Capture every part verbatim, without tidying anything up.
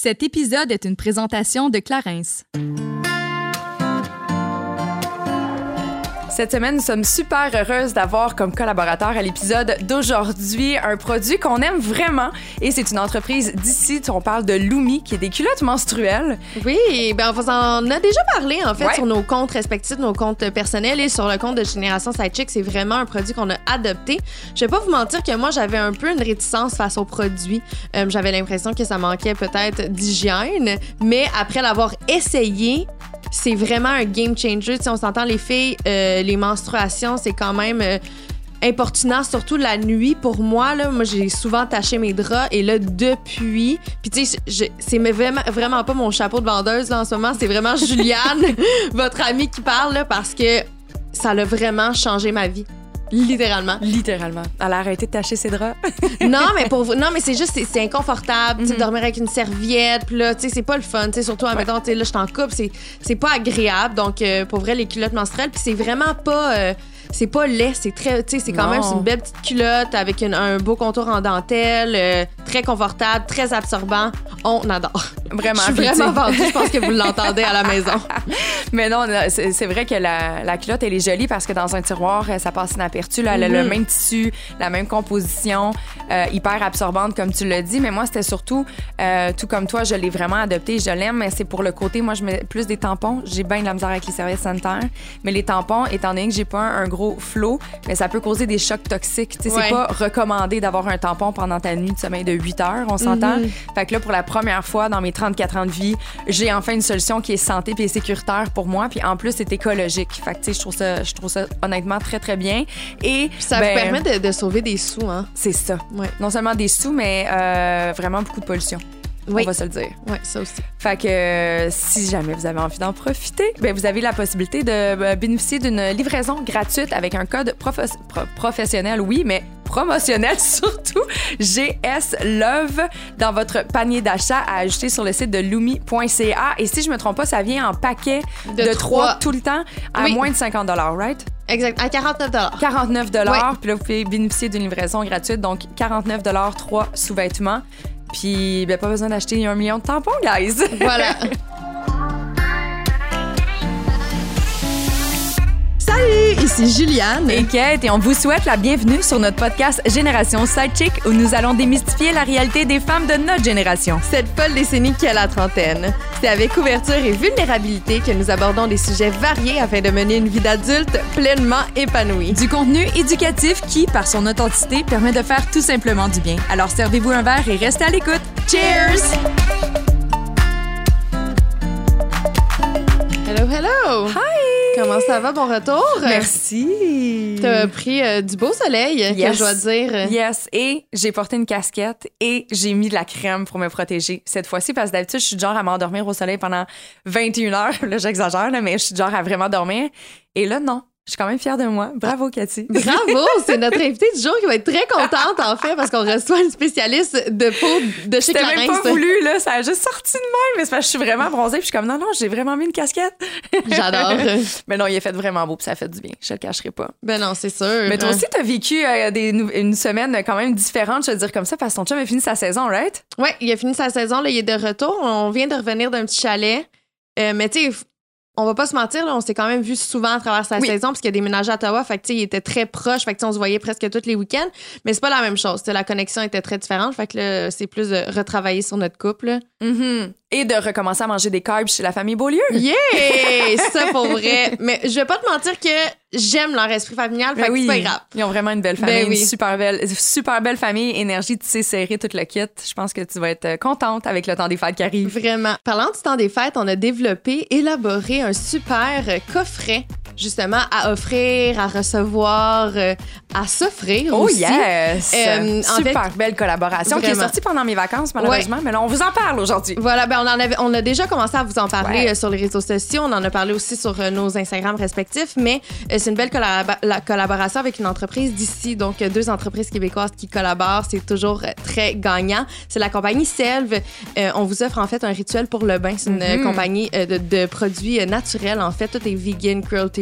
Cet épisode est une présentation de Clarins. Cette semaine, nous sommes super heureuses d'avoir comme collaborateur à l'épisode d'aujourd'hui un produit qu'on aime vraiment et c'est une entreprise d'ici. On parle de Lumi, qui est des culottes menstruelles. Oui, ben on vous en a déjà parlé en fait ouais. sur nos comptes respectifs, nos comptes personnels et sur le compte de Génération Sidechick. C'est vraiment un produit qu'on a adopté. Je vais pas vous mentir que moi, j'avais un peu une réticence face au produit. Euh, j'avais l'impression que ça manquait peut-être d'hygiène, mais après l'avoir essayé, c'est vraiment un game changer. Tu sais, on s'entend, les filles, euh, les menstruations, c'est quand même euh, importunant, surtout la nuit. Pour moi, là, moi, j'ai souvent taché mes draps et là, depuis... Puis tu sais, je, c'est vraiment, vraiment pas mon chapeau de vendeuse là, en ce moment. C'est vraiment Juliane, votre amie, qui parle là, parce que ça l'a vraiment changé ma vie. Littéralement. Littéralement. Elle a arrêté de tacher ses draps. non, mais pour vous, non, mais c'est juste, c'est, c'est inconfortable, mm-hmm. tu sais, dormir avec une serviette, puis là, tu sais, c'est pas le fun, tu sais, surtout, admettons, tu sais, là, je t'en coupe, c'est, c'est pas agréable. Donc, euh, pour vrai, les culottes menstruelles, puis c'est vraiment pas, euh, c'est pas laid, c'est très, tu sais, c'est quand non. même, c'est une belle petite culotte avec une, un beau contour en dentelle, euh, très confortable, très absorbant. On adore. Vraiment. Je suis vraiment vendue, je pense que vous l'entendez à la maison. Mais non, c'est, c'est vrai que la, la culotte, elle est jolie parce que dans un tiroir, ça passe inaperçu. Là, elle a mm-hmm. le même tissu, la même composition, euh, hyper absorbante, comme tu l'as dit. Mais moi, c'était surtout, euh, tout comme toi, je l'ai vraiment adopté, je l'aime, mais c'est pour le côté, moi, je mets plus des tampons. J'ai bien de la misère avec les serviettes sanitaires. Mais les tampons, étant donné que j'ai pas un, un gros flot, mais ça peut causer des chocs toxiques. Tu sais, ouais. c'est pas recommandé d'avoir un tampon pendant ta nuit de sommeil de huit heures, on s'entend. Mm-hmm. Fait que là, pour la première fois dans mes trente-quatre ans de vie, j'ai enfin une solution qui est santé puis sécuritaire pour moi. Puis en plus, c'est écologique. Fait que, tu sais, je trouve ça, je trouve ça honnêtement très, très bien. Et puis ça ben, vous permet de, de sauver des sous, hein? C'est ça. Ouais. Non seulement des sous, mais euh, vraiment beaucoup de pollution. Oui. On va se le dire. Oui, ça aussi. Fait que euh, si jamais vous avez envie d'en profiter, ben vous avez la possibilité de euh, bénéficier d'une livraison gratuite avec un code prof- pro- professionnel, oui, mais promotionnel surtout, G S Love, dans votre panier d'achat à ajouter sur le site de lumi point c a. Et si je me trompe pas, ça vient en paquet de trois tout le temps à oui. moins de cinquante dollars, right? Exact, à quarante-neuf dollars. quarante-neuf dollars, oui. Puis là, vous pouvez bénéficier d'une livraison gratuite, donc quarante-neuf dollars, trois sous-vêtements. Puis, ben, pas besoin d'acheter un million de tampons, guys. Voilà. Salut, ici Juliane et Kate et on vous souhaite la bienvenue sur notre podcast Génération Sidechick où nous allons démystifier la réalité des femmes de notre génération. Cette folle décennie qui a la trentaine. C'est avec ouverture et vulnérabilité que nous abordons des sujets variés afin de mener une vie d'adulte pleinement épanouie. Du contenu éducatif qui, par son authenticité, permet de faire tout simplement du bien. Alors servez-vous un verre et restez à l'écoute. Cheers! Hello, hello! Hi! Comment ça va? Bon retour! Merci! T'as pris euh, du beau soleil, yes. que je dois dire. Yes! Et j'ai porté une casquette et j'ai mis de la crème pour me protéger cette fois-ci parce que d'habitude, je suis du genre à m'endormir au soleil pendant vingt et une heures. Là, j'exagère, là, mais je suis du genre à vraiment dormir. Et là, non. Je suis quand même fière de moi. Bravo, Cathy. Bravo! C'est notre invitée du jour qui va être très contente, en fait, parce qu'on reçoit une spécialiste de peau de chez Clarins. C'était même pas voulu, là. Ça a juste sorti de même. Mais c'est parce que je suis vraiment bronzée. Puis je suis comme, non, non, j'ai vraiment mis une casquette. J'adore. Mais non, il a fait vraiment beau. Puis ça a fait du bien. Je le cacherai pas. Ben non, c'est sûr. Mais toi aussi, t'as vécu euh, des, une semaine quand même différente, je veux dire comme ça, parce que ton chum a fini sa saison, right? Oui, il a fini sa saison. Là, il est de retour. On vient de revenir d'un petit chalet. Euh, mais tu sais, on va pas se mentir, là, on s'est quand même vu souvent à travers sa oui. saison parce qu'il a déménagé à Ottawa. Fait que, tu sais, il était très proche. Fait que, on se voyait presque tous les week-ends. Mais c'est pas la même chose. T'sais, la connexion était très différente. Fait que là, c'est plus de retravailler sur notre couple. Mm-hmm. Et de recommencer à manger des carbs chez la famille Beaulieu. Yeah! Ça, pour vrai. Mais je vais pas te mentir que j'aime leur esprit familial. Fait ben que oui. c'est pas grave. Ils ont vraiment une belle famille. Ben oui. Une super belle, super belle famille. Énergie, tu sais, serrer tout le kit. Je pense que tu vas être contente avec le temps des fêtes qui arrive. Vraiment. Parlant du temps des fêtes, on a développé, élaboré un super coffret justement à offrir, à recevoir, euh, à s'offrir oh aussi. Oh yes! Euh, Super fait, belle collaboration vraiment. Qui est sortie pendant mes vacances malheureusement, ouais. mais là on vous en parle aujourd'hui. Voilà, ben on en avait, on a déjà commencé à vous en parler ouais. euh, sur les réseaux sociaux, on en a parlé aussi sur euh, nos Instagram respectifs, mais euh, c'est une belle collab- la collaboration avec une entreprise d'ici, donc euh, deux entreprises québécoises qui collaborent, c'est toujours euh, très gagnant. C'est la compagnie Selve. Euh, on vous offre en fait un rituel pour le bain. C'est une mm-hmm. compagnie euh, de, de produits euh, naturels en fait, tout est vegan, cruelty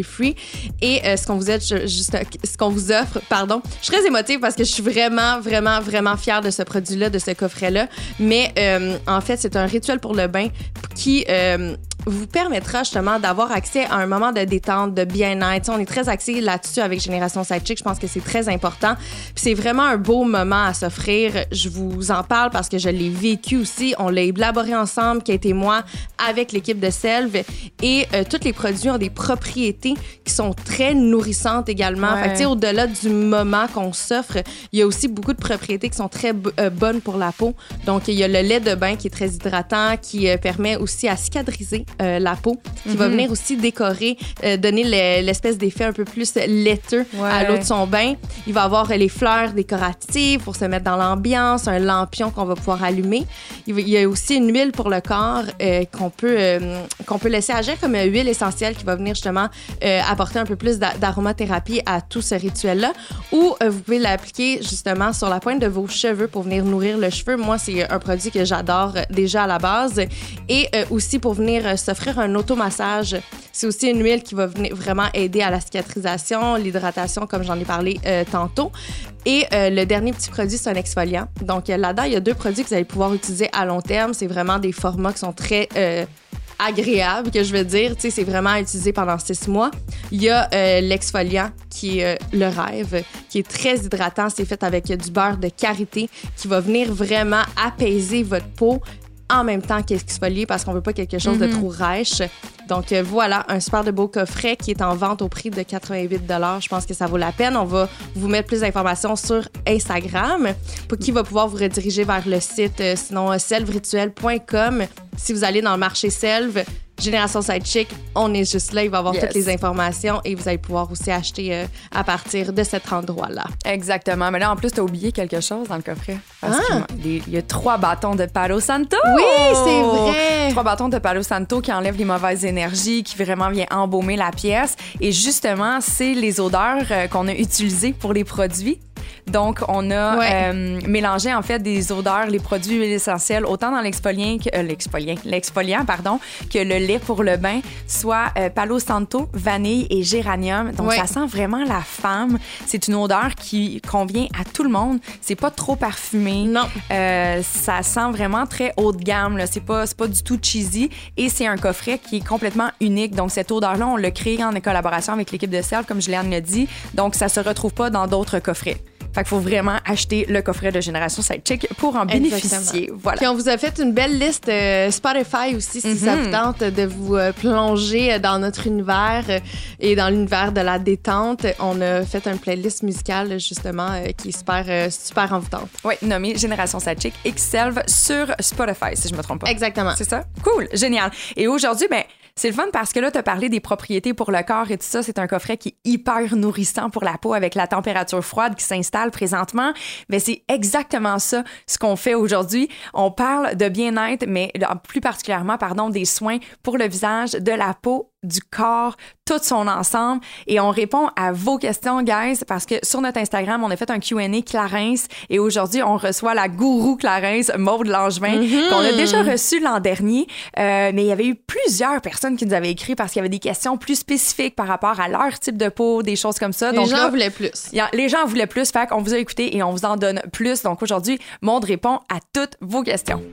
cruelty-free. Et euh, ce qu'on vous aide, juste, ce qu'on vous offre, pardon, je suis très émotive parce que je suis vraiment, vraiment, vraiment fière de ce produit-là, de ce coffret-là. Mais euh, en fait, c'est un rituel pour le bain qui euh, vous permettra justement d'avoir accès à un moment de détente, de bien-être. T'sais, on est très axé là-dessus avec Génération Sidechick. Je pense que c'est très important. Puis c'est vraiment un beau moment à s'offrir. Je vous en parle parce que je l'ai vécu aussi. On l'a élaboré ensemble, Kate et moi, avec l'équipe de Selve. Et euh, tous les produits ont des propriétés qui sont très nourrissantes également. Ouais. Fait que, au-delà du moment qu'on s'offre, il y a aussi beaucoup de propriétés qui sont très euh, bonnes pour la peau. Donc, il y a le lait de bain qui est très hydratant, qui euh, permet aussi à cicatriser euh, la peau, qui mm-hmm. va venir aussi décorer, euh, donner le, l'espèce d'effet un peu plus laiteux ouais. à l'eau de son bain. Il va avoir les fleurs décoratives pour se mettre dans l'ambiance, un lampion qu'on va pouvoir allumer. Il y a aussi une huile pour le corps euh, qu'on peut, euh, qu'on peut laisser agir comme une huile essentielle qui va venir justement euh, apporter un peu plus d'a- d'aromathérapie à tout ce rituel-là. Ou euh, vous pouvez l'appliquer justement sur la pointe de vos cheveux pour venir nourrir le cheveu. Moi, c'est un produit que j'adore déjà à la base. Et euh, aussi pour venir euh, s'offrir un automassage. C'est aussi une huile qui va venir vraiment aider à la cicatrisation, l'hydratation, comme j'en ai parlé euh, tantôt. Et euh, le dernier petit produit, c'est un exfoliant. Donc euh, là-dedans, il y a deux produits que vous allez pouvoir utiliser à long terme. C'est vraiment des formats qui sont très euh, agréables, que je veux dire. Tu sais, c'est vraiment à utiliser pendant six mois. Il y a euh, l'exfoliant qui est euh, le rêve, qui est très hydratant. C'est fait avec euh, du beurre de karité qui va venir vraiment apaiser votre peau en même temps qu'exfolier parce qu'on veut pas quelque chose mm-hmm. de trop rêche. Donc euh, voilà, un super de beau coffret qui est en vente au prix de quatre-vingt-huit dollars. Je pense que ça vaut la peine. On va vous mettre plus d'informations sur Instagram pour qui va pouvoir vous rediriger vers le site, euh, sinon euh, selve rituel point com. Si vous allez dans le marché Selve, Génération Sidechick, on est juste là. Il va y avoir yes. toutes les informations et vous allez pouvoir aussi acheter euh, à partir de cet endroit-là. Exactement. Mais là, en plus, tu as oublié quelque chose dans le coffret. Parce ah. qu'il y a trois bâtons de Palo Santo. Oui, c'est vrai. Trois bâtons de Palo Santo qui enlèvent les mauvaises énergies, qui vraiment vient embaumer la pièce. Et justement, c'est les odeurs euh, qu'on a utilisées pour les produits. Donc, on a ouais. euh, mélangé, en fait, des odeurs, les produits huiles essentielles, autant dans l'exfoliant, que, euh, l'exfoliant, l'exfoliant pardon, que le lait pour le bain, soit euh, Palo Santo, vanille et géranium. Donc, ouais. ça sent vraiment la femme. C'est une odeur qui convient à tout le monde. C'est pas trop parfumé. Non. Euh, ça sent vraiment très haut de gamme. Là. C'est pas, c'est pas du tout cheesy. Et c'est un coffret qui est complètement unique. Donc, cette odeur-là, on l'a créé en collaboration avec l'équipe de Selve, comme Juliane l'a dit. Donc, ça se retrouve pas dans d'autres coffrets. Fait qu'il faut vraiment acheter le coffret de Génération Sidechick pour en bénéficier. Voilà. Puis on vous a fait une belle liste euh, Spotify aussi, si mm-hmm. ça vous tente de vous euh, plonger dans notre univers euh, et dans l'univers de la détente. On a fait une playlist musicale, justement, euh, qui est super, euh, super envoûtante. Oui, nommée Génération Sidechick X Selve sur Spotify, si je me trompe pas. Exactement. C'est ça? Cool, génial. Et aujourd'hui, ben c'est le fun parce que là, tu as parlé des propriétés pour le corps et tout ça. C'est un coffret qui est hyper nourrissant pour la peau avec la température froide qui s'installe présentement. Mais c'est exactement ça, ce qu'on fait aujourd'hui. On parle de bien-être, mais plus particulièrement, pardon, des soins pour le visage, de la peau, du corps, tout son ensemble. Et on répond à vos questions, guys, parce que sur notre Instagram, on a fait un Q and A Clarence et aujourd'hui, on reçoit la gourou Clarence, Maude Langevin, mm-hmm. qu'on a déjà reçue l'an dernier. Euh, mais il y avait eu plusieurs personnes qui nous avaient écrit parce qu'il y avait des questions plus spécifiques par rapport à leur type de peau, des choses comme ça. Les Donc, gens là, voulaient plus. Y a, les gens voulaient plus, fait qu'on vous a écouté et on vous en donne plus. Donc aujourd'hui, Maude répond à toutes vos questions.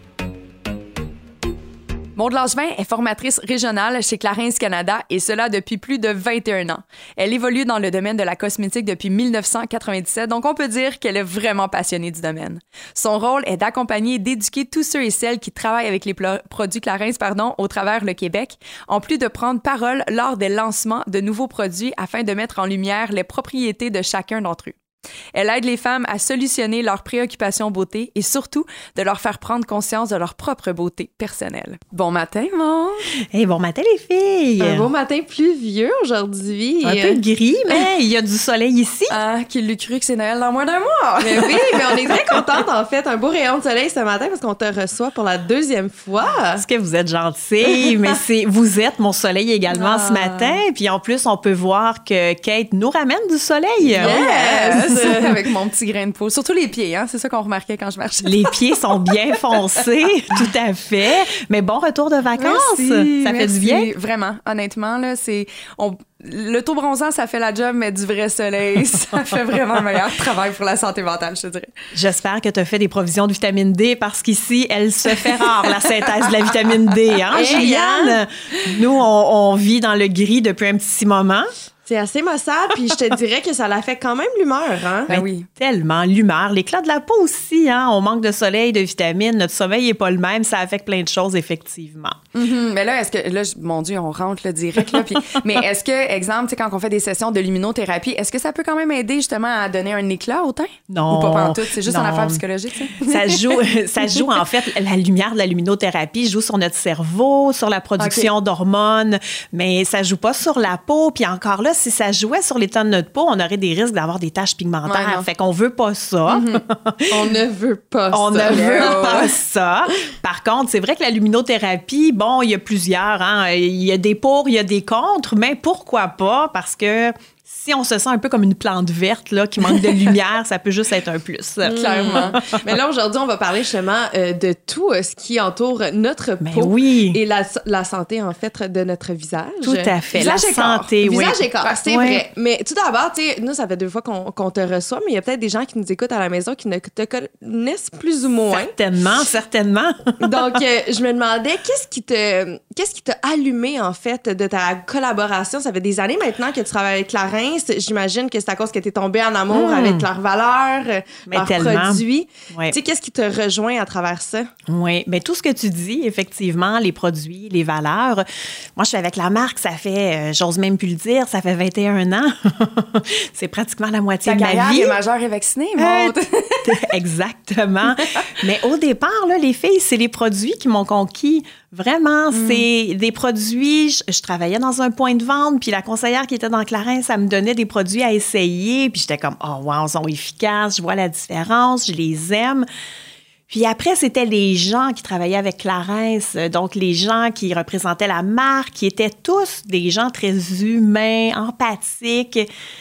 Maude Langevin est formatrice régionale chez Clarins Canada et cela depuis plus de vingt et un ans. Elle évolue dans le domaine de la cosmétique depuis dix-neuf cent quatre-vingt-dix-sept, donc on peut dire qu'elle est vraiment passionnée du domaine. Son rôle est d'accompagner et d'éduquer tous ceux et celles qui travaillent avec les pl- produits Clarins pardon, au travers le Québec, en plus de prendre parole lors des lancements de nouveaux produits afin de mettre en lumière les propriétés de chacun d'entre eux. Elle aide les femmes à solutionner leurs préoccupations beauté et surtout de leur faire prendre conscience de leur propre beauté personnelle. Bon matin, Maude! Hey, bon matin, les filles! Un beau matin pluvieux aujourd'hui. Un peu gris, mais il y a du soleil ici. Ah, qui l'eût cru que c'est Noël dans moins d'un mois! Mais oui, mais on est très contente, en fait. Un beau rayon de soleil ce matin parce qu'on te reçoit pour la deuxième fois. Est-ce que vous êtes gentille? Mais c'est, vous êtes mon soleil également ah. ce matin. Puis en plus, on peut voir que Kate nous ramène du soleil. Yes! ça, avec mon petit grain de peau. Surtout les pieds, hein, c'est ça qu'on remarquait quand je marchais. Les pieds sont bien foncés, tout à fait. Mais bon retour de vacances. Merci, ça fait merci. du bien. Vraiment, honnêtement, là, c'est... On... L'auto-bronzant, ça fait la job, mais du vrai soleil, ça fait vraiment un meilleur travail pour la santé mentale, je te dirais. J'espère que tu as fait des provisions de vitamine D parce qu'ici, elle se fait rare, la synthèse de la vitamine D. Hein, Hey, Juliane? Nous, on, on vit dans le gris depuis un petit moment. C'est assez maussade, puis je te dirais que ça l'a fait quand même l'humeur, hein? Ben oui. Tellement. L'humeur, l'éclat de la peau aussi. Hein? On manque de soleil, de vitamines. Notre sommeil n'est pas le même. Ça affecte plein de choses, effectivement. Mm-hmm. Mais là, est-ce que... Là, je- mon Dieu, on rentre là, direct. Là, puis, mais est-ce que, exemple, tu sais, quand on fait des sessions de luminothérapie, est-ce que ça peut quand même aider justement à donner un éclat au teint? Non. Ou pas pantoute? C'est juste Non. en affaire psychologique, ça? Ça joue, ça joue, en fait, la lumière de la luminothérapie joue sur notre cerveau, sur la production d'hormones, mais ça joue pas sur la peau. Puis encore là, si ça jouait sur l'état de notre peau, on aurait des risques d'avoir des taches pigmentaires. Ouais, non. fait qu'on veut pas ça. On ne veut pas On ça. ne veut Yeah. pas ça. Par contre, c'est vrai que la luminothérapie, bon, il y a plusieurs, hein. Il y a des pour, il y a des contre, mais pourquoi pas? Parce que si on se sent un peu comme une plante verte là, qui manque de lumière, ça peut juste être un plus. Clairement. Mais là, aujourd'hui, on va parler justement euh, de tout euh, ce qui entoure notre Mais peau oui. et la, la santé, en fait, de notre visage. Tout à fait. Visage La et corps. santé, oui. Visage et corps, c'est Ouais. vrai. Mais tout d'abord, tu sais, nous, ça fait deux fois qu'on qu'on te reçoit, mais il y a peut-être des gens qui nous écoutent à la maison qui ne te connaissent plus ou moins. Certainement, certainement. Donc, euh, je me demandais, qu'est-ce qui te, qu'est-ce qui t'a allumé, en fait, de ta collaboration? Ça fait des années maintenant que tu travailles avec Clarins. J'imagine que c'est à cause que tu es tombée en amour Mm. avec leurs valeurs, euh, Mais leurs tellement. produits. Ouais. Tu sais, qu'est-ce qui te rejoint à travers ça? Oui, mais tout ce que tu dis, effectivement, les produits, les valeurs. Moi, je suis avec la marque, ça fait, euh, j'ose même plus le dire, ça fait vingt et un ans. C'est pratiquement la moitié Ta de ma carrière vie. est majeure et vaccinée, Euh, Maud. Exactement. Mais au départ, là, les filles, c'est les produits qui m'ont conquis. Vraiment, c'est des produits. Je, je travaillais dans un point de vente, puis la conseillère qui était dans Clarins, ça me donnait des produits à essayer. Puis j'étais comme, oh, wow, ils sont efficaces, je vois la différence, je les aime. Puis après, c'était les gens qui travaillaient avec Clarins, euh, donc les gens qui représentaient la marque, qui étaient tous des gens très humains, empathiques.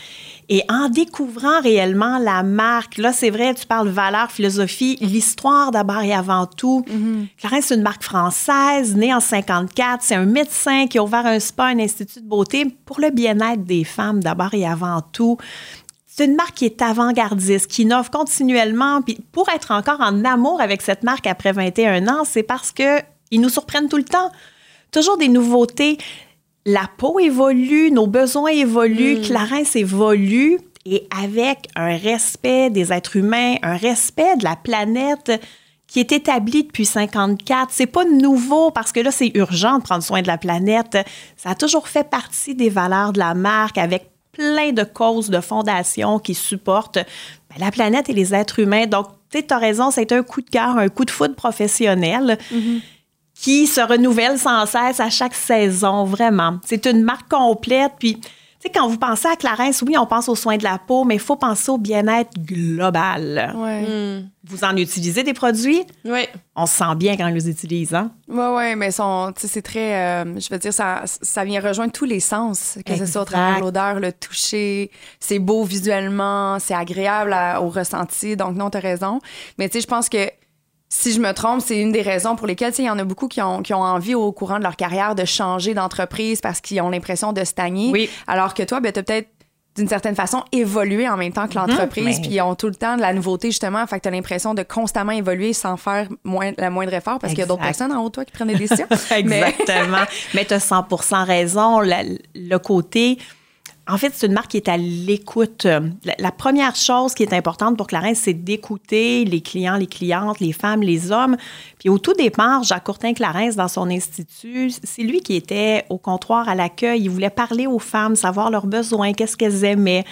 Et en découvrant réellement la marque, là, c'est vrai, tu parles valeur, philosophie, l'histoire d'abord et avant tout. Mm-hmm. Clarins, c'est une marque française, née en cinquante-quatre. C'est un médecin qui a ouvert un spa, un institut de beauté pour le bien-être des femmes d'abord et avant tout. C'est une marque qui est avant-gardiste, qui innove continuellement. Puis pour être encore en amour avec cette marque après vingt et un ans, c'est parce qu'ils nous surprennent tout le temps. Toujours des nouveautés. La peau évolue, nos besoins évoluent, Clarins évolue, et avec un respect des êtres humains, un respect de la planète qui est établi depuis cinquante-quatre. C'est pas nouveau parce que là, c'est urgent de prendre soin de la planète. Ça a toujours fait partie des valeurs de la marque avec plein de causes, de fondations qui supportent ben, la planète et les êtres humains. Donc, tu sais, tu as raison, c'est un coup de cœur, un coup de foudre professionnel mm-hmm. qui se renouvelle sans cesse à chaque saison, vraiment. C'est une marque complète. Puis, tu sais, quand vous pensez à Clarins, oui, on pense aux soins de la peau, mais il faut penser au bien-être global. Ouais. Mm. Vous en utilisez des produits? Oui. On se sent bien quand on les utilise, hein? Oui, oui, mais son, tu sais, c'est très, euh, je veux dire, ça, ça vient rejoindre tous les sens, que ce soit au travers de l'odeur, le toucher, c'est beau visuellement, c'est agréable à- au ressenti, donc non, t'as raison. Mais tu sais, je pense que si je me trompe, c'est une des raisons pour lesquelles, tu sais, il y en a beaucoup qui ont, qui ont envie au courant de leur carrière de changer d'entreprise parce qu'ils ont l'impression de stagner. Oui. Alors que toi, ben, t'as peut-être d'une certaine façon, évoluer en même temps que l'entreprise, mais- puis ils ont tout le temps de la nouveauté, justement. Fait que t'as l'impression de constamment évoluer sans faire moins, la moindre effort, parce qu'il y a d'autres Exact. personnes en haut de toi qui prennent des décisions. Exactement. Mais tu as cent pour cent raison. La- le côté... En fait, c'est une marque qui est à l'écoute. La, la première chose qui est importante pour Clarins, c'est d'écouter les clients, les clientes, les femmes, les hommes. Puis au tout départ, Jacques Courtin-Clarins, dans son institut, c'est lui qui était au comptoir à l'accueil. Il voulait parler aux femmes, savoir leurs besoins, qu'est-ce qu'elles aimaient.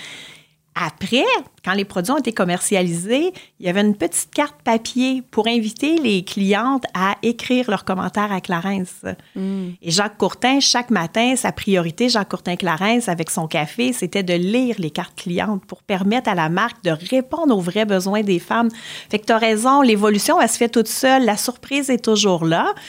Après, quand les produits ont été commercialisés, il y avait une petite carte papier pour inviter les clientes à écrire leurs commentaires à Clarins. Mm. Et Jacques Courtin, chaque matin, sa priorité, Jacques Courtin-Clarins, avec son café, c'était de lire les cartes clientes pour permettre à la marque de répondre aux vrais besoins des femmes. Fait que tu as raison, l'évolution, elle se fait toute seule. La surprise est toujours là.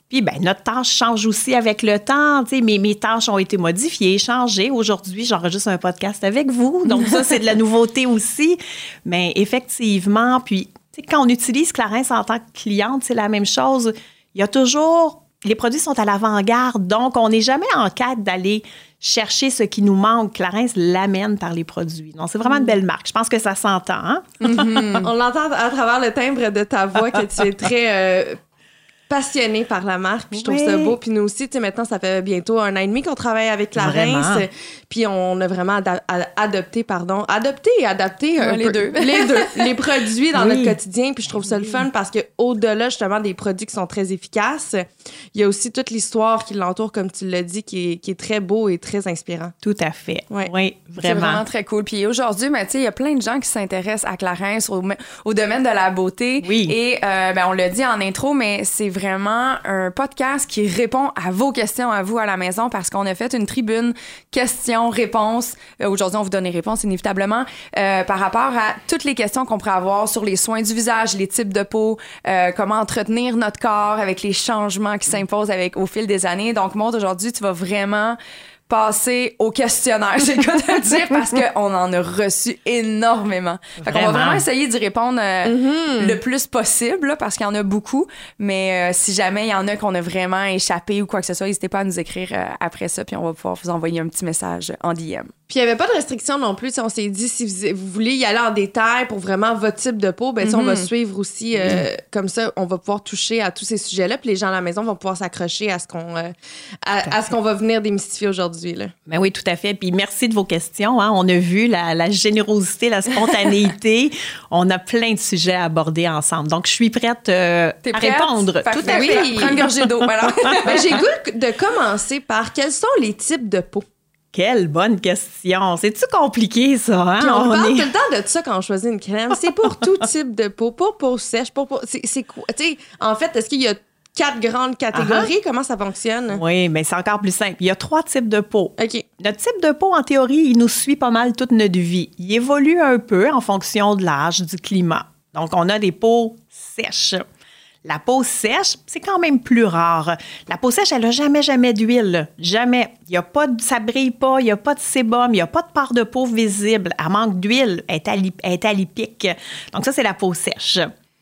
Puis, ben, notre tâche change aussi avec le temps. Tu sais, mes, mes tâches ont été modifiées, changées. Aujourd'hui, j'enregistre un podcast avec vous. Donc, ça, c'est de la nouveauté aussi. Mais effectivement, puis, tu sais, quand on utilise Clarins en tant que cliente, c'est la même chose. Il y a toujours... Les produits sont à l'avant-garde. Donc, on n'est jamais en quête d'aller chercher ce qui nous manque. Clarins l'amène par les produits. Donc, c'est vraiment une belle marque. Je pense que ça s'entend. Hein? Mm-hmm. On l'entend à travers le timbre de ta voix que tu es très... Euh, passionnée par la marque, puis je trouve oui. ça beau. Puis nous aussi, tu sais, maintenant, ça fait bientôt un an et demi qu'on travaille avec Clarins, puis on a vraiment ad- ad- adopté, pardon, adopté et adapté ouais, les peu, deux. les deux, les produits dans oui. notre quotidien, puis je trouve ça oui. le fun parce que au-delà, justement, des produits qui sont très efficaces, il y a aussi toute l'histoire qui l'entoure, comme tu l'as dit, qui est, qui est très beau et très inspirant. Tout à fait. Ouais. Oui, vraiment. C'est vraiment très cool. Puis aujourd'hui, ben, tu sais, il y a plein de gens qui s'intéressent à Clarins, au, au domaine de la beauté. Oui. Et, euh, ben, on l'a dit en intro, mais c'est vraiment un un podcast qui répond à vos questions à vous à la maison parce qu'on a fait une tribune questions-réponses. Euh, aujourd'hui, on vous donne les réponses inévitablement euh, par rapport à toutes les questions qu'on pourrait avoir sur les soins du visage, les types de peau, euh, comment entretenir notre corps avec les changements qui s'imposent avec au fil des années. Donc, Maud, aujourd'hui, tu vas vraiment passer au questionnaire, j'ai le goût de le dire, parce qu'on en a reçu énormément. Fait qu'on va vraiment essayer d'y répondre euh, mm-hmm. le plus possible, là, parce qu'il y en a beaucoup, mais euh, si jamais il y en a qu'on a vraiment échappé ou quoi que ce soit, n'hésitez pas à nous écrire euh, après ça, puis on va pouvoir vous envoyer un petit message en D M. Puis il n'y avait pas de restriction non plus. On s'est dit, si vous, vous voulez y aller en détail pour vraiment votre type de peau, ben, mm-hmm. on va suivre aussi. Euh, mm-hmm. Comme ça, on va pouvoir toucher à tous ces sujets-là. Puis les gens à la maison vont pouvoir s'accrocher à ce qu'on, euh, à, à ce qu'on va venir démystifier aujourd'hui. Là. Ben oui, tout à fait. Puis merci de vos questions. Hein. On a vu la, la générosité, la spontanéité. On a plein de sujets à aborder ensemble. Donc, je suis prête, euh, T'es à prête? répondre. Parfait. Tout à oui. fait. Prends une gorgée d'eau. Voilà. Ben, j'ai goût de commencer par quels sont les types de peau? Quelle bonne question. C'est-tu compliqué, ça? Hein? Puis on, on parle est... tout le temps de ça quand on choisit une crème. C'est pour tout type de peau. Pour peau sèche, pour peau... C'est, c'est quoi? Tu sais, en fait, est-ce qu'il y a quatre grandes catégories? Uh-huh. Comment ça fonctionne? Oui, mais c'est encore plus simple. Il y a trois types de peau. OK. Notre type de peau, en théorie, il nous suit pas mal toute notre vie. Il évolue un peu en fonction de l'âge, du climat. Donc, on a des peaux sèches. La peau sèche, c'est quand même plus rare. La peau sèche, elle n'a jamais, jamais d'huile. Jamais. Il y a pas de, ça brille pas, il n'y a pas de sébum, il n'y a pas de part de peau visible. Elle manque d'huile, elle est, alip- elle est alipique. Donc ça, c'est la peau sèche.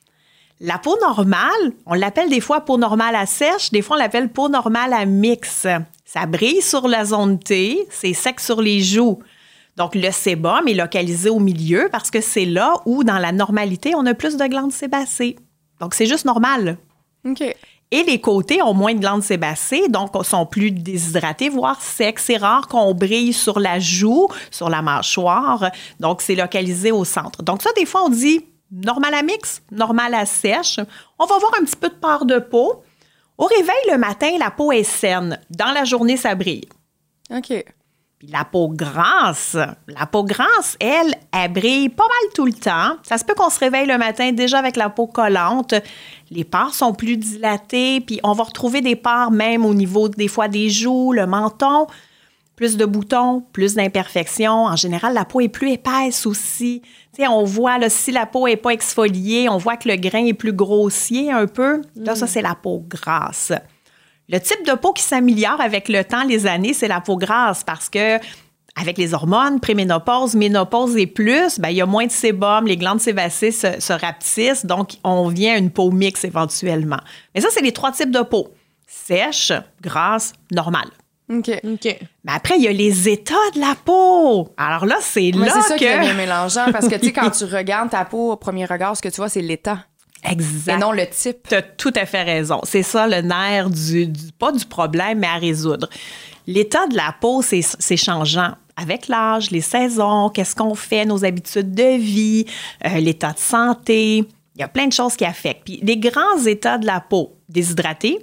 La peau normale, on l'appelle des fois peau normale à sèche, des fois on l'appelle peau normale à mix. Ça brille sur la zone T, c'est sec sur les joues. Donc, le sébum est localisé au milieu parce que c'est là où, dans la normalité, on a plus de glandes sébacées. Donc, c'est juste normal. OK. Et les côtés ont moins de glandes sébacées, donc sont plus déshydratés, voire secs. C'est rare qu'on brille sur la joue, sur la mâchoire. Donc, c'est localisé au centre. Donc, ça, des fois, on dit normal à mix, normal à sèche. On va voir un petit peu de part de peau. Au réveil, le matin, la peau est saine. Dans la journée, ça brille. OK. Puis la peau grasse, la peau grasse, elle, elle brille pas mal tout le temps. Ça se peut qu'on se réveille le matin déjà avec la peau collante. Les pores sont plus dilatées, puis on va retrouver des pores même au niveau des fois des joues, le menton. Plus de boutons, plus d'imperfections. En général, la peau est plus épaisse aussi. Tu sais, on voit, là, si la peau n'est pas exfoliée, on voit que le grain est plus grossier un peu. Là, mmh. ça, c'est la peau grasse. Le type de peau qui s'améliore avec le temps, les années, c'est la peau grasse parce que avec les hormones, préménopause, ménopause et plus, ben, il y a moins de sébum, les glandes sébacées se, se rapetissent, donc on vient à une peau mixte éventuellement. Mais ça, c'est les trois types de peau. Sèche, grasse, normale. OK. OK. Mais après, il y a les états de la peau. Alors là, c'est Mais là c'est ça que... qui est bien mélangeant parce que, tu sais, quand tu regardes ta peau au premier regard, ce que tu vois, c'est l'état. Exact. Et non le type. Tu as tout à fait raison. C'est ça le nerf du, du... pas du problème, mais à résoudre. L'état de la peau, c'est, c'est changeant. Avec l'âge, les saisons, qu'est-ce qu'on fait, nos habitudes de vie, euh, l'état de santé. Il y a plein de choses qui affectent. Puis les grands états de la peau, déshydratée,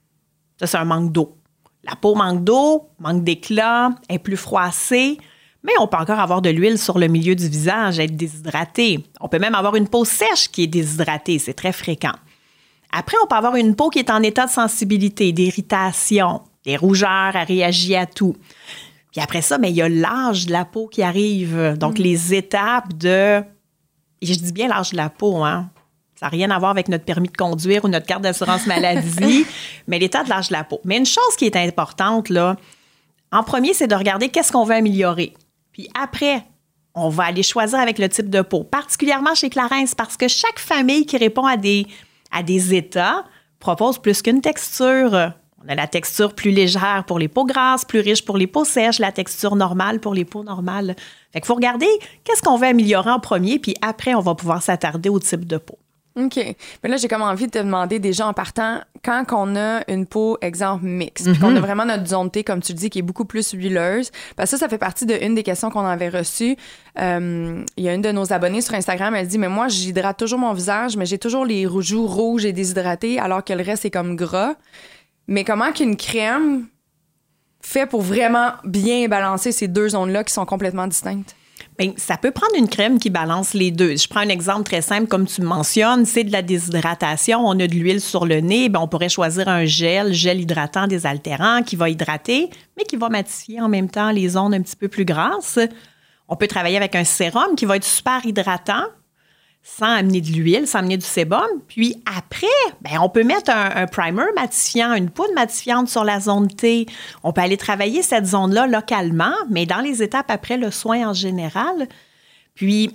ça, c'est un manque d'eau. La peau manque d'eau, manque d'éclat, est plus froissée, mais on peut encore avoir de l'huile sur le milieu du visage, être déshydraté. On peut même avoir une peau sèche qui est déshydratée, c'est très fréquent. Après, on peut avoir une peau qui est en état de sensibilité, d'irritation, des rougeurs, elle réagit à tout. Puis après ça, bien, il y a l'âge de la peau qui arrive, donc mmh. les étapes de... Et je dis bien l'âge de la peau, hein? Ça n'a rien à voir avec notre permis de conduire ou notre carte d'assurance maladie, mais l'état de l'âge de la peau. Mais une chose qui est importante, là, en premier, c'est de regarder qu'est-ce qu'on veut améliorer. Puis après, on va aller choisir avec le type de peau, particulièrement chez Clarins, parce que chaque famille qui répond à des, à des états propose plus qu'une texture. On a la texture plus légère pour les peaux grasses, plus riche pour les peaux sèches, la texture normale pour les peaux normales. Fait qu'il faut regarder qu'est-ce qu'on veut améliorer en premier, puis après, on va pouvoir s'attarder au type de peau. OK. Mais là, j'ai comme envie de te demander déjà en partant, quand on a une peau, exemple, mixte, Mm-hmm. puis qu'on a vraiment notre zone T, comme tu le dis, qui est beaucoup plus huileuse, parce que ça, ça fait partie d'une des questions qu'on avait reçues. Euh, il y a une de nos abonnées sur Instagram, elle dit, mais moi, j'hydrate toujours mon visage, mais j'ai toujours les joues rouges et déshydratées, alors que le reste est comme gras. Mais comment qu'une crème fait pour vraiment bien balancer ces deux zones-là qui sont complètement distinctes? Bien, ça peut prendre une crème qui balance les deux. Je prends un exemple très simple, comme tu mentionnes, c'est de la déshydratation. On a de l'huile sur le nez, bien, on pourrait choisir un gel, gel hydratant désaltérant qui va hydrater, mais qui va matifier en même temps les zones un petit peu plus grasses. On peut travailler avec un sérum qui va être super hydratant, sans amener de l'huile, sans amener du sébum. Puis après, ben, on peut mettre un, un primer matifiant, une poudre matifiante sur la zone T. On peut aller travailler cette zone-là localement, mais dans les étapes après le soin en général. Puis,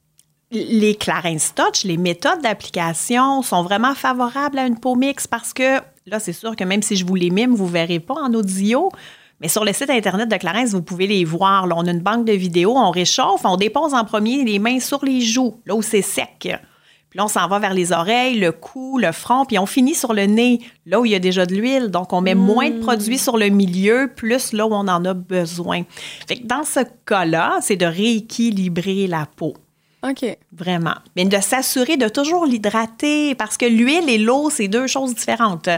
les Clarins Touch, les méthodes d'application sont vraiment favorables à une peau mixte parce que, là, c'est sûr que même si je vous les mime, vous ne verrez pas en audio. Mais sur le site Internet de Clarins, vous pouvez les voir. Là, on a une banque de vidéos, on réchauffe, on dépose en premier les mains sur les joues, là où c'est sec. Puis là, on s'en va vers les oreilles, le cou, le front, puis on finit sur le nez, là où il y a déjà de l'huile. Donc, on met mmh. moins de produits sur le milieu, plus là où on en a besoin. Fait que dans ce cas-là, c'est de rééquilibrer la peau. OK. Vraiment. Mais de s'assurer de toujours l'hydrater, parce que l'huile et l'eau, c'est deux choses différentes.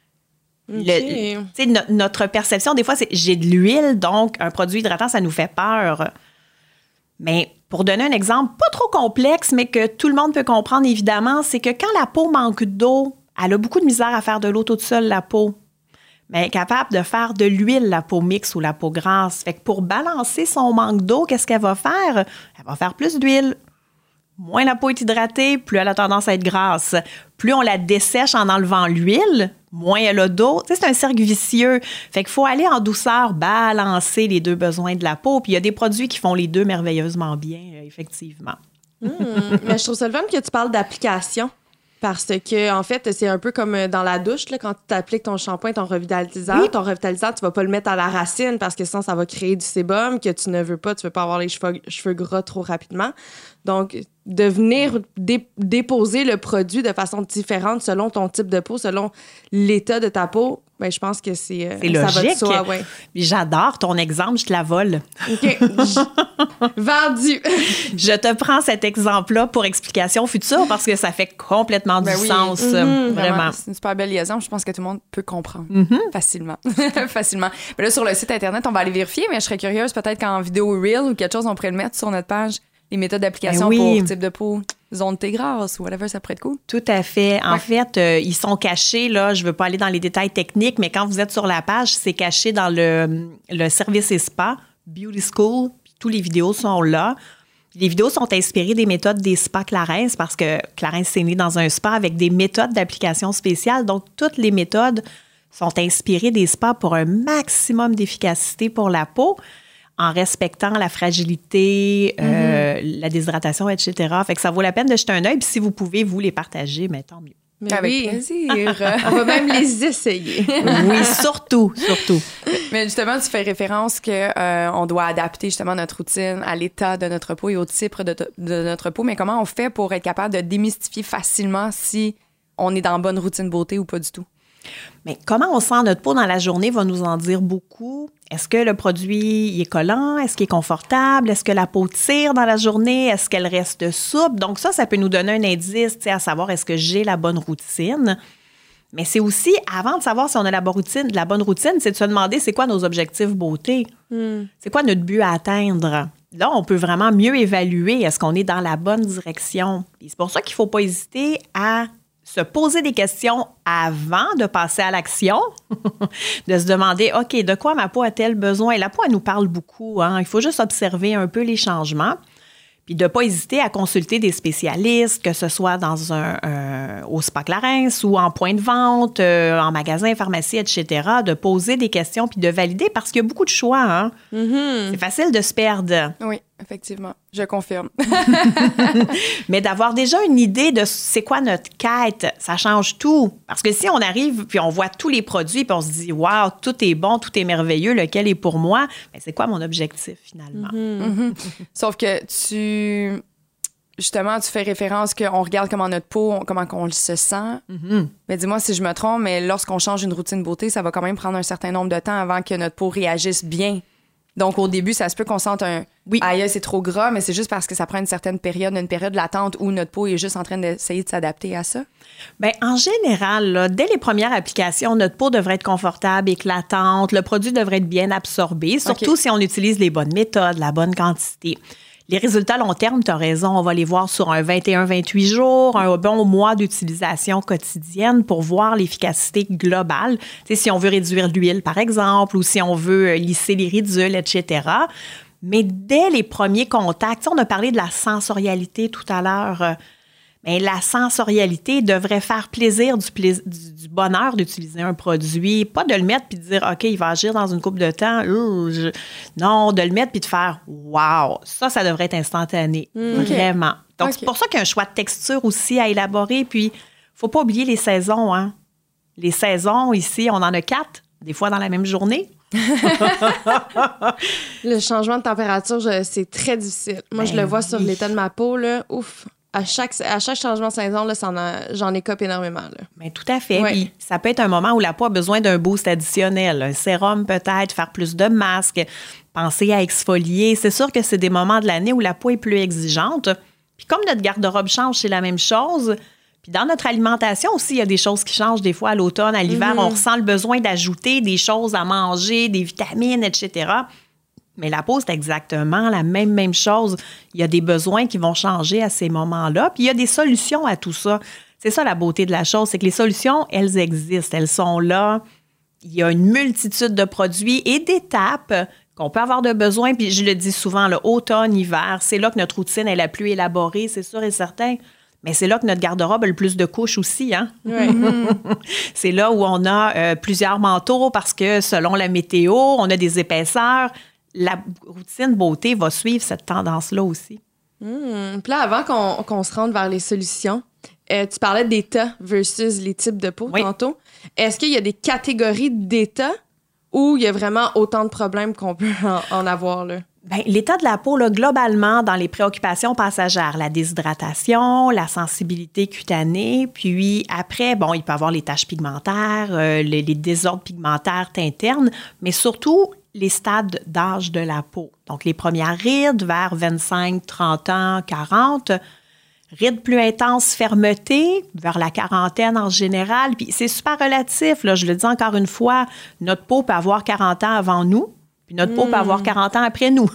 Okay. Le, no, notre perception, des fois, c'est j'ai de l'huile, donc un produit hydratant, ça nous fait peur. Mais pour donner un exemple pas trop complexe, mais que tout le monde peut comprendre, évidemment, c'est que quand la peau manque d'eau, elle a beaucoup de misère à faire de l'eau toute seule, la peau. Mais elle est capable de faire de l'huile, la peau mixte ou la peau grasse. Fait que pour balancer son manque d'eau, qu'est-ce qu'elle va faire? Elle va faire plus d'huile. Moins la peau est hydratée, plus elle a tendance à être grasse. Plus on la dessèche en enlevant l'huile, moins elle a d'eau. Tu sais, c'est un cercle vicieux. Fait qu'il faut aller en douceur, balancer les deux besoins de la peau. Puis il y a des produits qui font les deux merveilleusement bien, effectivement. Mmh, mais je trouve ça le fun que tu parles d'application. Parce que, en fait, c'est un peu comme dans la douche, là, quand tu t'appliques ton shampoing, ton revitalisant. Oui. Ton revitalisant, tu vas pas le mettre à la racine parce que sinon, ça va créer du sébum que tu ne veux pas. Tu veux pas avoir les cheveux, cheveux gras trop rapidement. Donc, de venir dé- déposer le produit de façon différente selon ton type de peau, selon l'état de ta peau, ben, je pense que c'est, c'est ça logique. va de soi, ouais. J'adore ton exemple, je te la vole. OK. Vendu. Je te prends cet exemple-là pour explication future parce que ça fait complètement ben du oui. sens. Mm-hmm. Vraiment. Vraiment. C'est une super belle liaison. Je pense que tout le monde peut comprendre mm-hmm. facilement. facilement. Mais là, sur le site Internet, on va aller vérifier, mais je serais curieuse peut-être qu'en vidéo Reel ou quelque chose, on pourrait le mettre sur notre page. Les méthodes d'application ben oui. pour type de peau, zone T grasse ou whatever, ça pourrait être cool. Tout à fait. En ouais. fait, euh, ils sont cachés, là, je ne veux pas aller dans les détails techniques, mais quand vous êtes sur la page, c'est caché dans le, le service et spa, Beauty School, puis tous les vidéos sont là. Les vidéos sont inspirées des méthodes des spas Clarins parce que Clarins s'est né dans un spa avec des méthodes d'application spéciales. Donc, toutes les méthodes sont inspirées des spas pour un maximum d'efficacité pour la peau, en respectant la fragilité, mm-hmm. euh, la déshydratation, et cetera. Fait que ça vaut la peine de jeter un œil. Puis si vous pouvez vous les partager, mais tant mieux. Mais Avec oui. plaisir. On va même les essayer. Oui, surtout, surtout. Mais justement, tu fais référence qu'on euh, doit adapter justement notre routine à l'état de notre peau et au type de, de notre peau. Mais comment on fait pour être capable de démystifier facilement si on est dans bonne routine beauté ou pas du tout? Mais comment on sent notre peau dans la journée va nous en dire beaucoup. Est-ce que le produit il est collant? Est-ce qu'il est confortable? Est-ce que la peau tire dans la journée? Est-ce qu'elle reste souple? Donc ça, ça peut nous donner un indice à savoir est-ce que j'ai la bonne routine. Mais c'est aussi, avant de savoir si on a la bonne routine, la bonne routine, c'est de se demander c'est quoi nos objectifs beauté? Mm. C'est quoi notre but à atteindre? Là, on peut vraiment mieux évaluer est-ce qu'on est dans la bonne direction. Et c'est pour ça qu'il ne faut pas hésiter à se poser des questions avant de passer à l'action, de se demander, OK, de quoi ma peau a-t-elle besoin? La peau, elle nous parle beaucoup. Hein? Il faut juste observer un peu les changements. Puis de ne pas hésiter à consulter des spécialistes, que ce soit dans un, un au Spa Clarence ou en point de vente, euh, en magasin, pharmacie, et cetera, de poser des questions puis de valider parce qu'il y a beaucoup de choix. Hein? Mm-hmm. C'est facile de se perdre. Oui, effectivement. Je confirme. Mais d'avoir déjà une idée de c'est quoi notre quête, ça change tout. Parce que si on arrive puis on voit tous les produits puis on se dit « Wow, tout est bon, tout est merveilleux, lequel est pour moi? » Bien, c'est quoi mon objectif finalement? Mm-hmm. Mm-hmm. Sauf que tu... Justement, tu fais référence qu'on regarde comment notre peau, comment on se sent. Mm-hmm. Mais dis-moi si je me trompe, mais lorsqu'on change une routine beauté, ça va quand même prendre un certain nombre de temps avant que notre peau réagisse bien. Donc, au début, ça se peut qu'on sente un oui. « aïe, c'est trop gras », mais c'est juste parce que ça prend une certaine période, une période latente où notre peau est juste en train d'essayer de s'adapter à ça? Bien, en général, là, dès les premières applications, notre peau devrait être confortable, éclatante, le produit devrait être bien absorbé, surtout okay. si on utilise les bonnes méthodes, la bonne quantité. Les résultats long terme, tu as raison, on va les voir sur un vingt et un à vingt-huit jours, un bon mois d'utilisation quotidienne pour voir l'efficacité globale. Tu sais, si on veut réduire l'huile, par exemple, ou si on veut lisser les ridules, et cetera. Mais dès les premiers contacts, on a parlé de la sensorialité tout à l'heure, mais la sensorialité devrait faire plaisir du, pla- du, du bonheur d'utiliser un produit, pas de le mettre puis de dire « OK, il va agir dans une couple de temps. Euh, je... » Non, de le mettre puis de faire « Wow! » Ça, ça devrait être instantané. Mmh. Vraiment. Donc, okay. c'est pour ça qu'il y a un choix de texture aussi à élaborer. Puis, il ne faut pas oublier les saisons. Hein. Les saisons, ici, on en a quatre, des fois dans la même journée. Le changement de température, je, c'est très difficile. Moi, ben, je le vois sur oui. l'état de ma peau, là. Ouf! À chaque, à chaque changement de saison, là, ça en a, j'en écope énormément. Là. Bien, tout à fait. Ouais. Puis, ça peut être un moment où la peau a besoin d'un boost additionnel. Un sérum peut-être, faire plus de masques, penser à exfolier. C'est sûr que c'est des moments de l'année où la peau est plus exigeante. Puis comme notre garde-robe change, c'est la même chose. Puis dans notre alimentation aussi, il y a des choses qui changent des fois à l'automne, à l'hiver. Mm-hmm. On ressent le besoin d'ajouter des choses à manger, des vitamines, et cetera. Mais la peau, c'est exactement la même, même chose. Il y a des besoins qui vont changer à ces moments-là. Puis il y a des solutions à tout ça. C'est ça la beauté de la chose, c'est que les solutions, elles existent, elles sont là. Il y a une multitude de produits et d'étapes qu'on peut avoir de besoin. Puis je le dis souvent, là, automne, hiver, c'est là que notre routine est la plus élaborée, c'est sûr et certain. Mais c'est là que notre garde-robe a le plus de couches aussi. Hein? Oui. C'est là où on a euh, plusieurs manteaux parce que selon la météo, on a des épaisseurs. La routine beauté va suivre cette tendance-là aussi. Mmh. Puis là, avant qu'on, qu'on se rende vers les solutions, euh, tu parlais d'état versus les types de peau oui. tantôt. Est-ce qu'il y a des catégories d'état ou il y a vraiment autant de problèmes qu'on peut en, en avoir, là? Bien, l'état de la peau, là, globalement, dans les préoccupations passagères, la déshydratation, la sensibilité cutanée, puis après, bon, il peut y avoir les taches pigmentaires, euh, les, les désordres pigmentaires internes, mais surtout les stades d'âge de la peau. Donc, les premières rides vers vingt-cinq, trente ans, quarante. Rides plus intenses, fermeté, vers la quarantaine en général. Puis c'est super relatif, là, je le dis encore une fois, notre peau peut avoir quarante ans avant nous, puis notre mmh. peau peut avoir quarante ans après nous.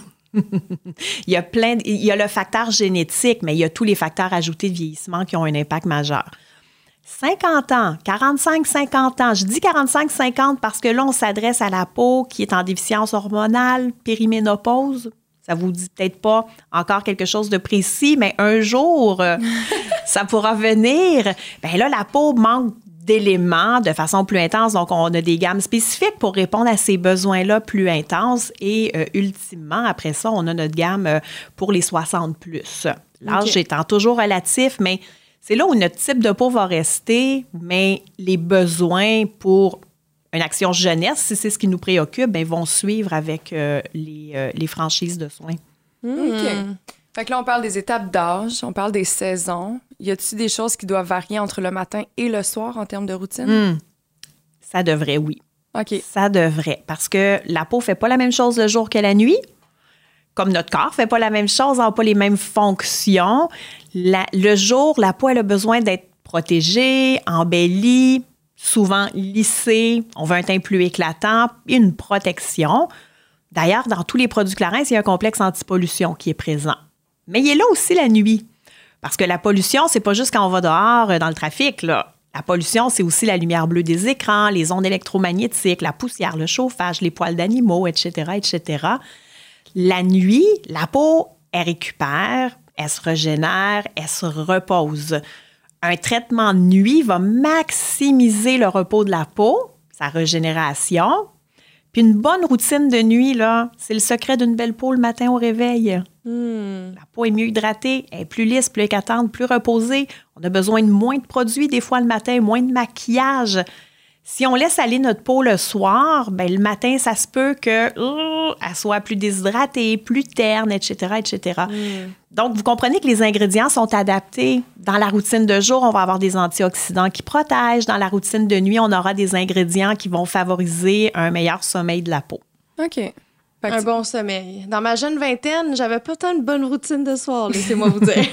il y a plein, de, il y a le facteur génétique, mais il y a tous les facteurs ajoutés de vieillissement qui ont un impact majeur. cinquante ans, quarante-cinq, cinquante ans. Je dis quarante-cinq, cinquante parce que là, on s'adresse à la peau qui est en déficience hormonale, périménopause. Ça vous dit peut-être pas encore quelque chose de précis, mais un jour, euh, ça pourra venir. Bien là, la peau manque d'éléments de façon plus intense. Donc, on a des gammes spécifiques pour répondre à ces besoins-là plus intenses. Et euh, ultimement, après ça, on a notre gamme euh, pour les soixante plus. L'âge okay. étant toujours relatif, mais c'est là où notre type de peau va rester, mais les besoins pour une action jeunesse, si c'est ce qui nous préoccupe, bien, vont suivre avec euh, les, euh, les franchises de soins. Mmh. OK. Fait que là, on parle des étapes d'âge, on parle des saisons. Y a-t-il des choses qui doivent varier entre le matin et le soir en termes de routine? Mmh. Ça devrait, oui. OK. Ça devrait, parce que la peau ne fait pas la même chose le jour que la nuit. Comme notre corps ne fait pas la même chose, n'a pas les mêmes fonctions. La, le jour, la peau, elle a besoin d'être protégée, embellie, souvent lissée. On veut un teint plus éclatant, une protection. D'ailleurs, dans tous les produits Clarins, il y a un complexe anti-pollution qui est présent. Mais il est là aussi la nuit. Parce que la pollution, c'est pas juste quand on va dehors dans le trafic, là. La pollution, c'est aussi la lumière bleue des écrans, les ondes électromagnétiques, la poussière, le chauffage, les poils d'animaux, et cetera, et cetera. La nuit, la peau, elle récupère, elle se régénère, elle se repose. Un traitement de nuit va maximiser le repos de la peau, sa régénération. Puis une bonne routine de nuit, là, c'est le secret d'une belle peau le matin au réveil. Mm. La peau est mieux hydratée, elle est plus lisse, plus éclatante, plus reposée. On a besoin de moins de produits des fois le matin, moins de maquillage. Si on laisse aller notre peau le soir, ben le matin, ça se peut que uh, elle soit plus déshydratée, plus terne, et cetera, et cetera. Mm. Donc, vous comprenez que les ingrédients sont adaptés. Dans la routine de jour, on va avoir des antioxydants qui protègent. Dans la routine de nuit, on aura des ingrédients qui vont favoriser un meilleur sommeil de la peau. OK. Un bon sommeil. Dans ma jeune vingtaine, j'avais pas tant une bonne routine de soir, laissez-moi vous dire.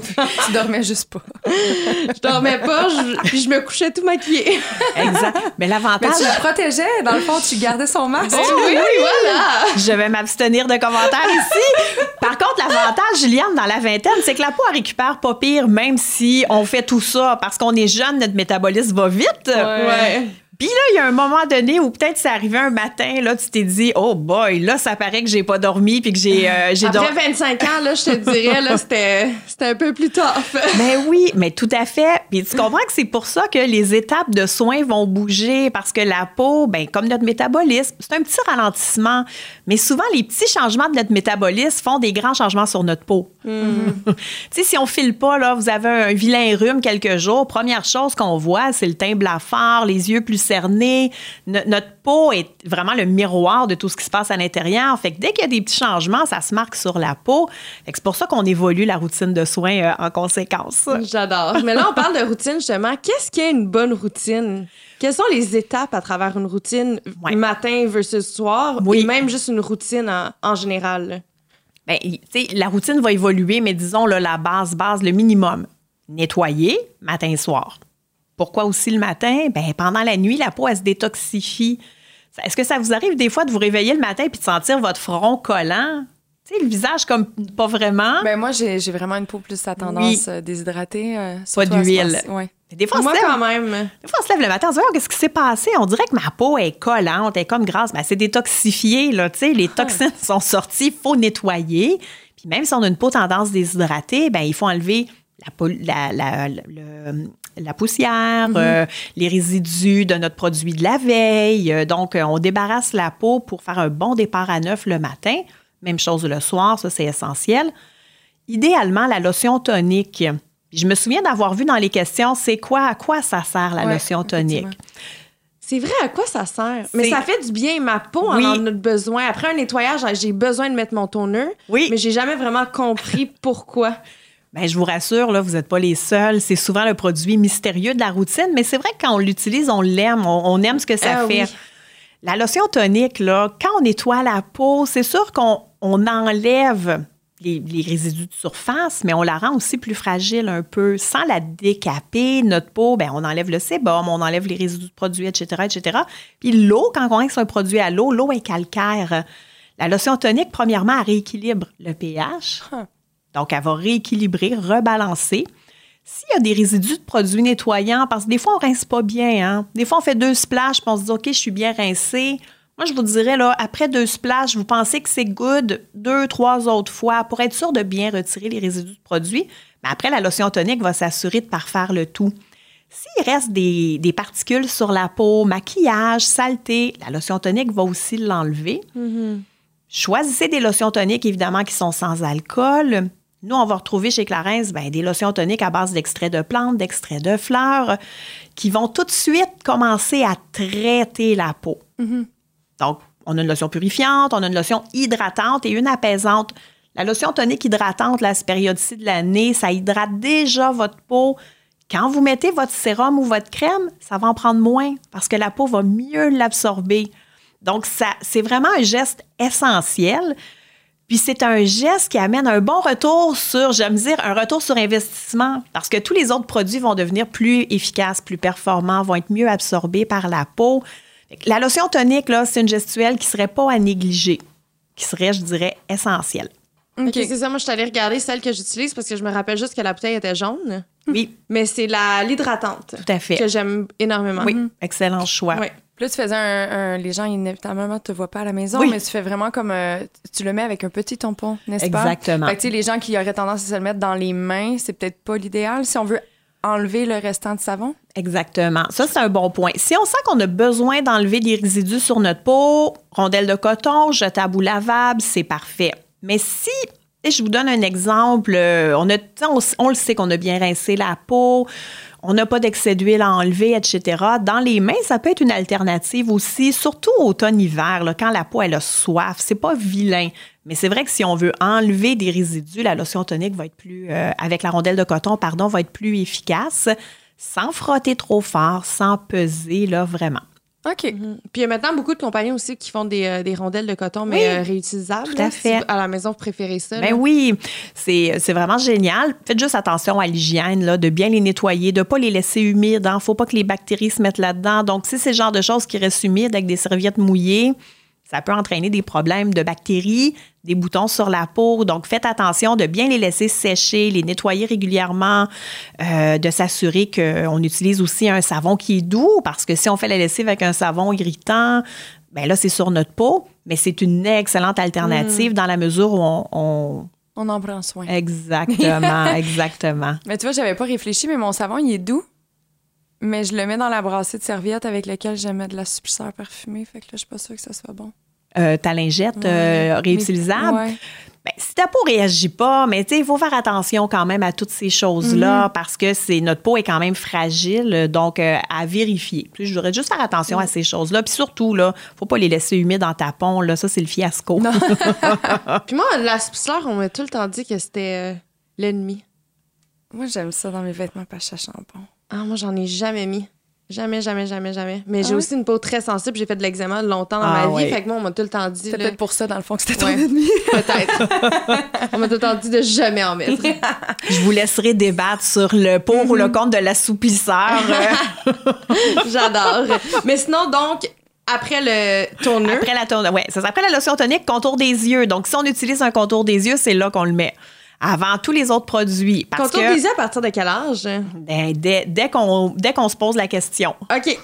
Tu dormais juste pas. Je dormais pas, je, puis je me couchais tout maquillée. Exact. Mais l'avantage... Mais tu le protégeais, dans le fond, tu gardais son masque. Oh, oui, oui, voilà! Je vais m'abstenir de commentaires ici. Par contre, l'avantage, Juliane, dans la vingtaine, c'est que la peau, elle récupère pas pire, même si on fait tout ça. Parce qu'on est jeune, notre métabolisme va vite. Ouais. ouais. Puis là, il y a un moment donné où peut-être c'est arrivé un matin, là, tu t'es dit, oh boy, là, ça paraît que j'ai pas dormi puis que j'ai... Euh, j'ai Après dor- vingt-cinq ans, là, je te dirais, là, c'était, c'était un peu plus tough. Ben oui, mais tout à fait. Puis tu comprends que c'est pour ça que les étapes de soins vont bouger parce que la peau, ben comme notre métabolisme, c'est un petit ralentissement. Mais souvent, les petits changements de notre métabolisme font des grands changements sur notre peau. Mm-hmm. Tu sais, si on file pas, là, vous avez un vilain rhume quelques jours, première chose qu'on voit, c'est le teint blafard, les yeux plus cerné. No- notre peau est vraiment le miroir de tout ce qui se passe à l'intérieur. Fait que dès qu'il y a des petits changements, ça se marque sur la peau. Fait que c'est pour ça qu'on évolue la routine de soins euh, en conséquence. J'adore. Mais là, on parle de routine, justement. Qu'est-ce qu'est une bonne routine? Quelles sont les étapes à travers une routine Ouais. matin versus soir? Oui. Et même juste une routine en, en général? Bien, tu sais, la routine va évoluer, mais disons là, la base, base, le minimum. Nettoyer, matin et soir. Pourquoi aussi le matin? Bien, pendant la nuit, la peau, elle se détoxifie. Est-ce que ça vous arrive des fois de vous réveiller le matin et de sentir votre front collant? Tu sais, le visage comme pas vraiment. Ben moi, j'ai, j'ai vraiment une peau plus à tendance Oui. euh, déshydratée. Euh, Pas d'huile. Ouais. Des fois, on Moi, se lève, quand même. des fois, on se lève le matin, on se dit, oh, qu'est-ce qui s'est passé? On dirait que ma peau est collante, elle est comme grasse. Ben, c'est détoxifié, là, tu sais, les toxines sont sorties, il faut nettoyer. Puis même si on a une peau tendance déshydratée, ben il faut enlever la, pol- la, la, la, le- la poussière, mm-hmm. euh, les résidus de notre produit de la veille. Euh, Donc, euh, on débarrasse la peau pour faire un bon départ à neuf le matin. Même chose le soir, ça, c'est essentiel. Idéalement, la lotion tonique. Je me souviens d'avoir vu dans les questions, c'est quoi, à quoi ça sert la Ouais, lotion tonique? C'est vrai, à quoi ça sert? Mais C'est- ça fait du bien. Ma peau Oui. en a besoin. Après un nettoyage, j'ai besoin de mettre mon toner. Oui. Mais j'ai jamais vraiment compris pourquoi. Bien, je vous rassure, là, vous n'êtes pas les seuls. C'est souvent le produit mystérieux de la routine, mais c'est vrai que quand on l'utilise, on l'aime, on, on aime ce que ça Ah fait. oui. La lotion tonique, là, quand on nettoie la peau, c'est sûr qu'on on enlève les, les résidus de surface, mais on la rend aussi plus fragile un peu. Sans la décaper, notre peau, bien, on enlève le sébum, on enlève les résidus de produits, et cetera, et cetera. Puis l'eau, quand on rince un produit à l'eau, l'eau est calcaire. La lotion tonique, premièrement, elle rééquilibre le pH. Huh. Donc, elle va rééquilibrer, rebalancer. S'il y a des résidus de produits nettoyants, parce que des fois, on ne rince pas bien. Hein? Des fois, on fait deux splashes, puis on se dit, OK, je suis bien rincée. Moi, je vous dirais, là, après deux splashes, vous pensez que c'est good deux, trois autres fois pour être sûr de bien retirer les résidus de produits. Mais après, la lotion tonique va s'assurer de parfaire le tout. S'il reste des, des particules sur la peau, maquillage, saleté, la lotion tonique va aussi l'enlever. Mm-hmm. Choisissez des lotions toniques, évidemment, qui sont sans alcool. Nous, on va retrouver chez Clarins ben, des lotions toniques à base d'extraits de plantes, d'extraits de fleurs, qui vont tout de suite commencer à traiter la peau. Mm-hmm. Donc, on a une lotion purifiante, on a une lotion hydratante et une apaisante. La lotion tonique hydratante, la période-ci de l'année, ça hydrate déjà votre peau. Quand vous mettez votre sérum ou votre crème, ça va en prendre moins parce que la peau va mieux l'absorber. Donc, ça, c'est vraiment un geste essentiel. Puis, c'est un geste qui amène un bon retour sur, j'aime dire, un retour sur investissement parce que tous les autres produits vont devenir plus efficaces, plus performants, vont être mieux absorbés par la peau. La lotion tonique, là, c'est une gestuelle qui ne serait pas à négliger, qui serait, je dirais, essentielle. OK, c'est ça. Moi, je suis allée regarder celle que j'utilise parce que je me rappelle juste que la bouteille était jaune. Oui, Mais c'est la, l'hydratante tout à fait. que j'aime énormément. Oui, excellent choix. Ouais. Puis là, tu faisais un, un... Les gens, inévitablement, ne te voient pas à la maison, oui. mais tu fais vraiment comme... Euh, tu le mets avec un petit tampon, n'est-ce Exactement. pas? Exactement. Fait que, tu sais, les gens qui auraient tendance à se le mettre dans les mains, c'est peut-être pas l'idéal si on veut enlever le restant de savon. Exactement. Ça, c'est un bon point. Si on sent qu'on a besoin d'enlever des résidus sur notre peau, rondelle de coton, jetable ou lavable, c'est parfait. Mais si... Et je vous donne un exemple. On, a, on, on le sait qu'on a bien rincé la peau, on n'a pas d'excès d'huile à enlever, et cetera. Dans les mains, ça peut être une alternative aussi, surtout automne-hiver, là, quand la peau elle a soif. C'est pas vilain. Mais c'est vrai que si on veut enlever des résidus, la lotion tonique va être plus, euh, avec la rondelle de coton, pardon, va être plus efficace, sans frotter trop fort, sans peser, là, vraiment. OK. Mm-hmm. Puis il y a maintenant beaucoup de compagnies aussi qui font des, euh, des rondelles de coton, mais oui, euh, réutilisables. Tout à là, fait. Si à la maison, vous préférez ça. Ben là. oui, c'est, c'est vraiment génial. Faites juste attention à l'hygiène, là, de bien les nettoyer, de ne pas les laisser humides. Il ne faut pas que les bactéries se mettent là-dedans. Donc, si c'est le genre de choses qui restent humides avec des serviettes mouillées, ça peut entraîner des problèmes de bactéries, des boutons sur la peau. Donc, faites attention de bien les laisser sécher, les nettoyer régulièrement, euh, de s'assurer qu'on utilise aussi un savon qui est doux, parce que si on fait la lessive avec un savon irritant, bien là, c'est sur notre peau, mais c'est une excellente alternative mmh. dans la mesure où on... on... on en prend soin. Exactement, exactement. Mais tu vois, j'avais pas réfléchi, mais mon savon, il est doux. Mais je le mets dans la brassée de serviette avec laquelle je mets de l'assouplisseur parfumé. Fait que là, je suis pas sûre que ça soit bon. Euh, ta lingette ouais. euh, réutilisable. Mais, ouais. Ben, si ta peau réagit pas, mais il faut faire attention quand même à toutes ces choses-là mm-hmm. parce que c'est, notre peau est quand même fragile, donc euh, à vérifier. Puis, je voudrais juste faire attention mm. à ces choses-là. Puis surtout, il ne faut pas les laisser humides en tapon. Là, ça, c'est le fiasco. Puis moi, l'aspiceur, on m'a tout le temps dit que c'était euh, l'ennemi. Moi, j'aime ça dans mes vêtements pas à shampoing. Ah, moi, j'en ai jamais mis. Jamais, jamais, jamais, jamais. Mais j'ai ah, aussi une peau très sensible. J'ai fait de l'eczéma longtemps dans ah, ma vie. oui. Fait que moi, on m'a tout le temps dit... C'était là... peut-être pour ça, dans le fond, que c'était ton ouais, ennemi. Peut-être. On m'a tout le temps dit de jamais en mettre. Je vous laisserai débattre sur le pour mm-hmm. ou le contre de l'assouplisseur. J'adore. Mais sinon, donc... Après le toner. Après la toner, oui. C'est après la lotion tonique, contour des yeux. Donc, si on utilise un contour des yeux, c'est là qu'on le met. Avant tous les autres produits. Parce contour que, des yeux à partir de quel âge? Ben, dès, dès, qu'on, dès qu'on se pose la question. OK.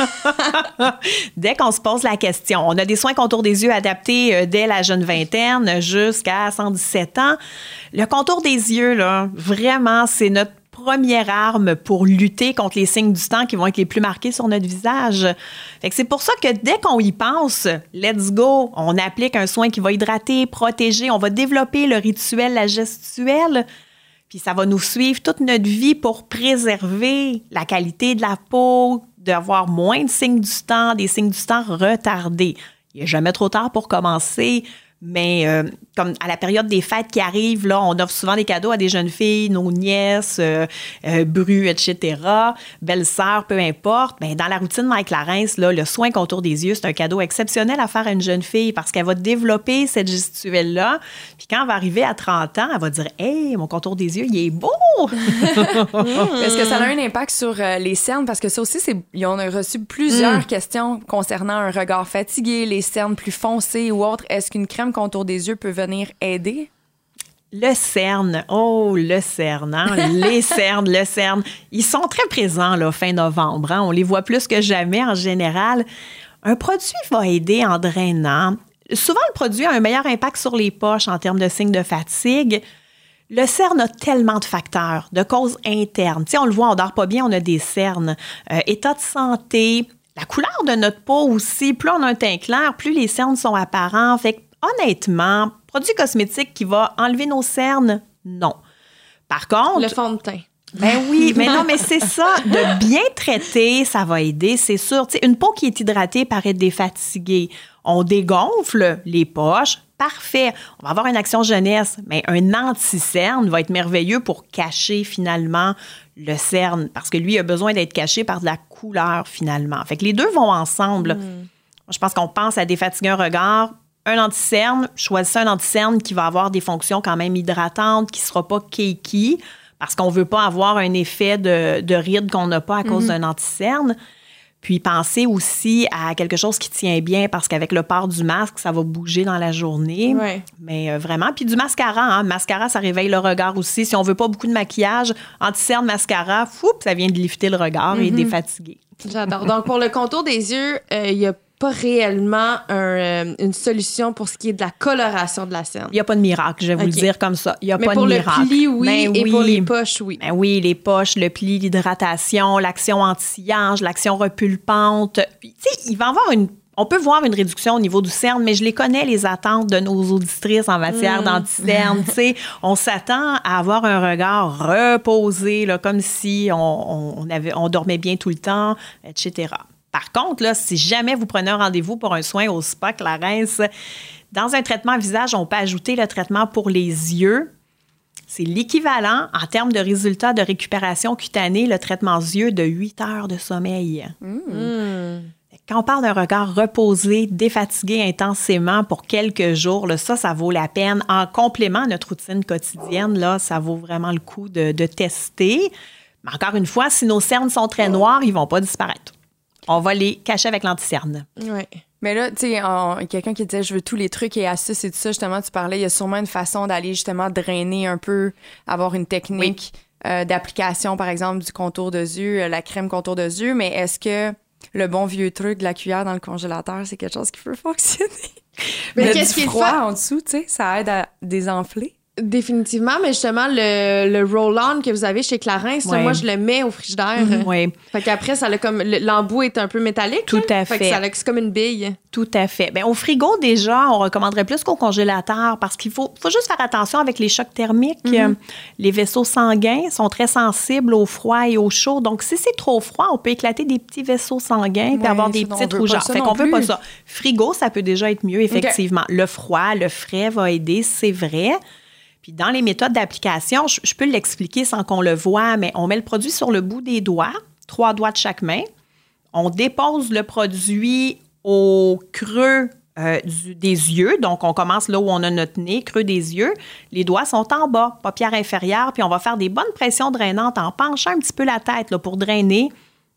Dès qu'on se pose la question. On a des soins contour des yeux adaptés euh, dès la jeune vingtaine jusqu'à cent dix-sept ans. Le contour des yeux, là, vraiment, c'est notre première arme pour lutter contre les signes du temps qui vont être les plus marqués sur notre visage. Fait que c'est pour ça que dès qu'on y pense, let's go, on applique un soin qui va hydrater, protéger, on va développer le rituel, la gestuelle, puis ça va nous suivre toute notre vie pour préserver la qualité de la peau, d'avoir moins de signes du temps, des signes du temps retardés. Il n'est jamais trop tard pour commencer. Mais euh, comme à la période des fêtes qui arrivent, là, on offre souvent des cadeaux à des jeunes filles, nos nièces, euh, euh, Bru, et cetera, belles-sœurs, peu importe. Bien, dans la routine Mike Clarence, là, le soin contour des yeux, c'est un cadeau exceptionnel à faire à une jeune fille parce qu'elle va développer cette gestuelle-là. Puis quand elle va arriver à trente ans, elle va dire « Hey, mon contour des yeux, il est beau! » Est-ce que ça a un impact sur euh, les cernes? Parce que ça aussi, c'est, on a reçu plusieurs mm. questions concernant un regard fatigué, les cernes plus foncées ou autres. Est-ce qu'une crème contour des yeux peut venir aider? Le cerne, oh, le cerne, hein? Les cernes, le cerne, ils sont très présents là, fin novembre. Hein? On les voit plus que jamais en général. Un produit va aider en drainant. Souvent, le produit a un meilleur impact sur les poches en termes de signes de fatigue. Le cerne a tellement de facteurs, de causes internes. Tu sais, on le voit, on dort pas bien, on a des cernes. Euh, état de santé, la couleur de notre peau aussi. Plus on a un teint clair, plus les cernes sont apparents. Fait que, honnêtement, produit cosmétique qui va enlever nos cernes, non. Par contre... Le fond de teint. Ben oui, mais non, mais c'est ça. De bien traiter, ça va aider, c'est sûr. Tu sais, une peau qui est hydratée paraît défatiguée. On dégonfle les poches, parfait. On va avoir une action jeunesse, mais un anti-cerne va être merveilleux pour cacher finalement le cerne, parce que lui, il a besoin d'être caché par de la couleur finalement. Fait que les deux vont ensemble. Mm. Je pense qu'on pense à défatiguer un regard. Un anti-cerne, choisissez un anti-cerne qui va avoir des fonctions quand même hydratantes, qui ne sera pas cakey, parce qu'on ne veut pas avoir un effet de, de ride qu'on n'a pas à cause mm-hmm. d'un anti-cerne. Puis pensez aussi à quelque chose qui tient bien parce qu'avec le port du masque, ça va bouger dans la journée. Ouais. Mais euh, vraiment, puis du mascara. Hein. Mascara, ça réveille le regard aussi. Si on veut pas beaucoup de maquillage, anti-cerne mascara, fou, ça vient de lifter le regard mm-hmm. et défatiguer. J'adore. Donc, pour le contour des yeux, il euh, n'y a pas réellement un, euh, une solution pour ce qui est de la coloration de la cerne. Il n'y a pas de miracle, je vais okay. vous le dire comme ça. Il n'y a Mais pas pour de le miracle. pli, oui, ben, et oui. pour les poches, oui. Ben oui, les poches, le pli, l'hydratation, l'action anti-âge, l'action repulpante. Puis, tu sais, il va y avoir une... On peut voir une réduction au niveau du cerne, mais je les connais, les attentes de nos auditrices en matière mmh. d'anti-cerne. Tu sais, on s'attend à avoir un regard reposé, là, comme si on, on, avait, on dormait bien tout le temps, et cetera. Par contre, là, si jamais vous prenez un rendez-vous pour un soin au spa Clarence, dans un traitement visage, on peut ajouter le traitement pour les yeux. C'est l'équivalent, en termes de résultats de récupération cutanée, le traitement yeux de huit heures de sommeil. Mmh. Quand on parle d'un regard reposé, défatigué intensément pour quelques jours, là, ça, ça vaut la peine. En complément à notre routine quotidienne, là, ça vaut vraiment le coup de, de tester. Mais encore une fois, si nos cernes sont très noires, ils ne vont pas disparaître. On va les cacher avec l'anti-cerne. Oui. Mais là, tu sais, quelqu'un qui disait « je veux tous les trucs et astuces et tout ça », justement, tu parlais, il y a sûrement une façon d'aller justement drainer un peu, avoir une technique oui. euh, d'application, par exemple, du contour de yeux, la crème contour de yeux, mais est-ce que le bon vieux truc de la cuillère dans le congélateur, c'est quelque chose qui peut fonctionner? Mais, mais qu'est-ce qui est froid en dessous, tu sais, ça aide à désenfler? Définitivement, mais justement, le, le roll-on que vous avez chez Clarins, ouais. moi, je le mets au frigidaire. Mm-hmm. Oui. Fait qu'après, ça a comme, l'embout est un peu métallique. Tout là. à fait. fait. Que ça a, c'est comme une bille. Tout à fait. Bien, au frigo, déjà, on recommanderait plus qu'au congélateur parce qu'il faut, faut juste faire attention avec les chocs thermiques. Mm-hmm. Les vaisseaux sanguins sont très sensibles au froid et au chaud. Donc, si c'est trop froid, on peut éclater des petits vaisseaux sanguins et ouais, avoir des petites rougeurs. Fait qu'on veut pas ça. Frigo, ça peut déjà être mieux, effectivement. Okay. Le froid, le frais va aider, c'est vrai. Puis dans les méthodes d'application, je, je peux l'expliquer sans qu'on le voie, mais on met le produit sur le bout des doigts, trois doigts de chaque main. On dépose le produit au creux euh, du, des yeux. Donc, on commence là où on a notre nez, creux des yeux. Les doigts sont en bas, paupières inférieures. Puis on va faire des bonnes pressions drainantes en penchant un petit peu la tête là, pour drainer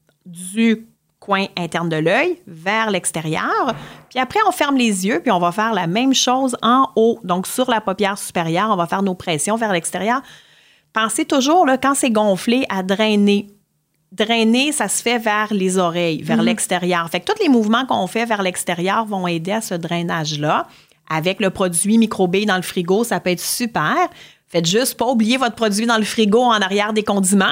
du coin interne de l'œil vers l'extérieur. Puis après, on ferme les yeux, puis on va faire la même chose en haut. Donc, sur la paupière supérieure, on va faire nos pressions vers l'extérieur. Pensez toujours, là, quand c'est gonflé, à drainer. Drainer, ça se fait vers les oreilles, vers mm-hmm. l'extérieur. Fait que tous les mouvements qu'on fait vers l'extérieur vont aider à ce drainage-là. Avec le produit microbé dans le frigo, ça peut être super. Faites juste pas oublier votre produit dans le frigo en arrière des condiments.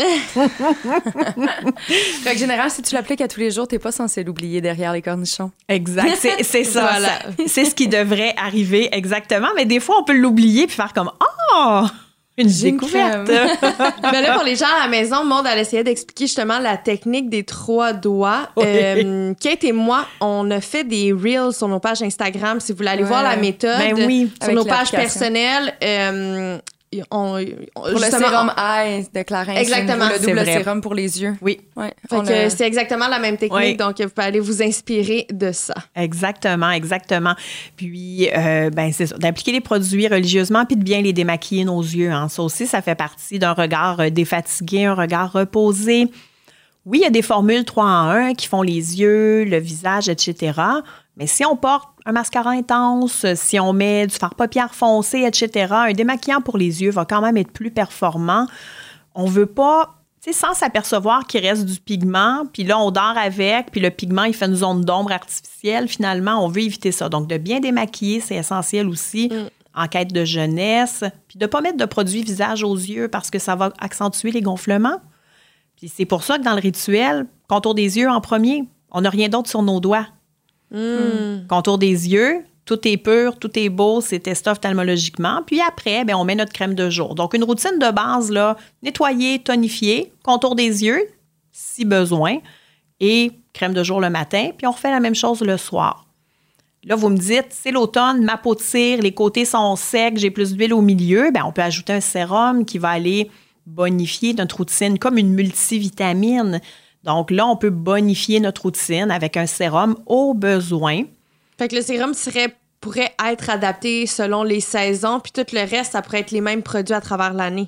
Fait que général, si tu l'appliques à tous les jours, t'es pas censé l'oublier derrière les cornichons. Exact, c'est, c'est ça, voilà. ça. C'est ce qui devrait arriver exactement. Mais des fois, on peut l'oublier puis faire comme « Oh! » Une J'ai découverte. Mais là, pour les gens à la maison, Maude, elle essayait d'expliquer justement la technique des trois doigts. Oui. Euh, Kate et moi, on a fait des reels sur nos pages Instagram. Si vous voulez aller ouais. voir la méthode, ben oui, sur nos pages personnelles, euh, on, on, pour le sérum Eye de Clarins. Exactement. Le double sérum pour les yeux. Oui. Ouais, fait que a... c'est exactement la même technique, oui. donc vous pouvez aller vous inspirer de ça. Exactement, exactement. Puis, euh, ben c'est ça, d'appliquer les produits religieusement puis de bien les démaquiller nos yeux. Hein. Ça aussi, ça fait partie d'un regard euh, défatigué, un regard reposé. Oui, il y a des formules trois en un qui font les yeux, le visage, et cetera. Mais si on porte un mascara intense, si on met du fard paupières foncé, et cetera, un démaquillant pour les yeux va quand même être plus performant. On veut pas, tu sais, sans s'apercevoir qu'il reste du pigment, puis là, on dort avec, puis le pigment, il fait une zone d'ombre artificielle. Finalement, on veut éviter ça. Donc, de bien démaquiller, c'est essentiel aussi mm. en quête de jeunesse. Puis de ne pas mettre de produits visage aux yeux parce que ça va accentuer les gonflements. Puis c'est pour ça que dans le rituel, contour des yeux en premier, on n'a rien d'autre sur nos doigts. Mm. Contour des yeux, tout est pur, tout est beau, c'est testé ophtalmologiquement. Puis après, bien, on met notre crème de jour. Donc, une routine de base, là, nettoyer, tonifier, contour des yeux, si besoin, et crème de jour le matin. Puis on refait la même chose le soir. Là, vous me dites, c'est l'automne, ma peau tire, les côtés sont secs, j'ai plus d'huile au milieu. Bien, on peut ajouter un sérum qui va aller bonifier notre routine comme une multivitamine. Donc là, on peut bonifier notre routine avec un sérum au besoin. Fait que le sérum serait, pourrait être adapté selon les saisons, puis tout le reste, ça pourrait être les mêmes produits à travers l'année.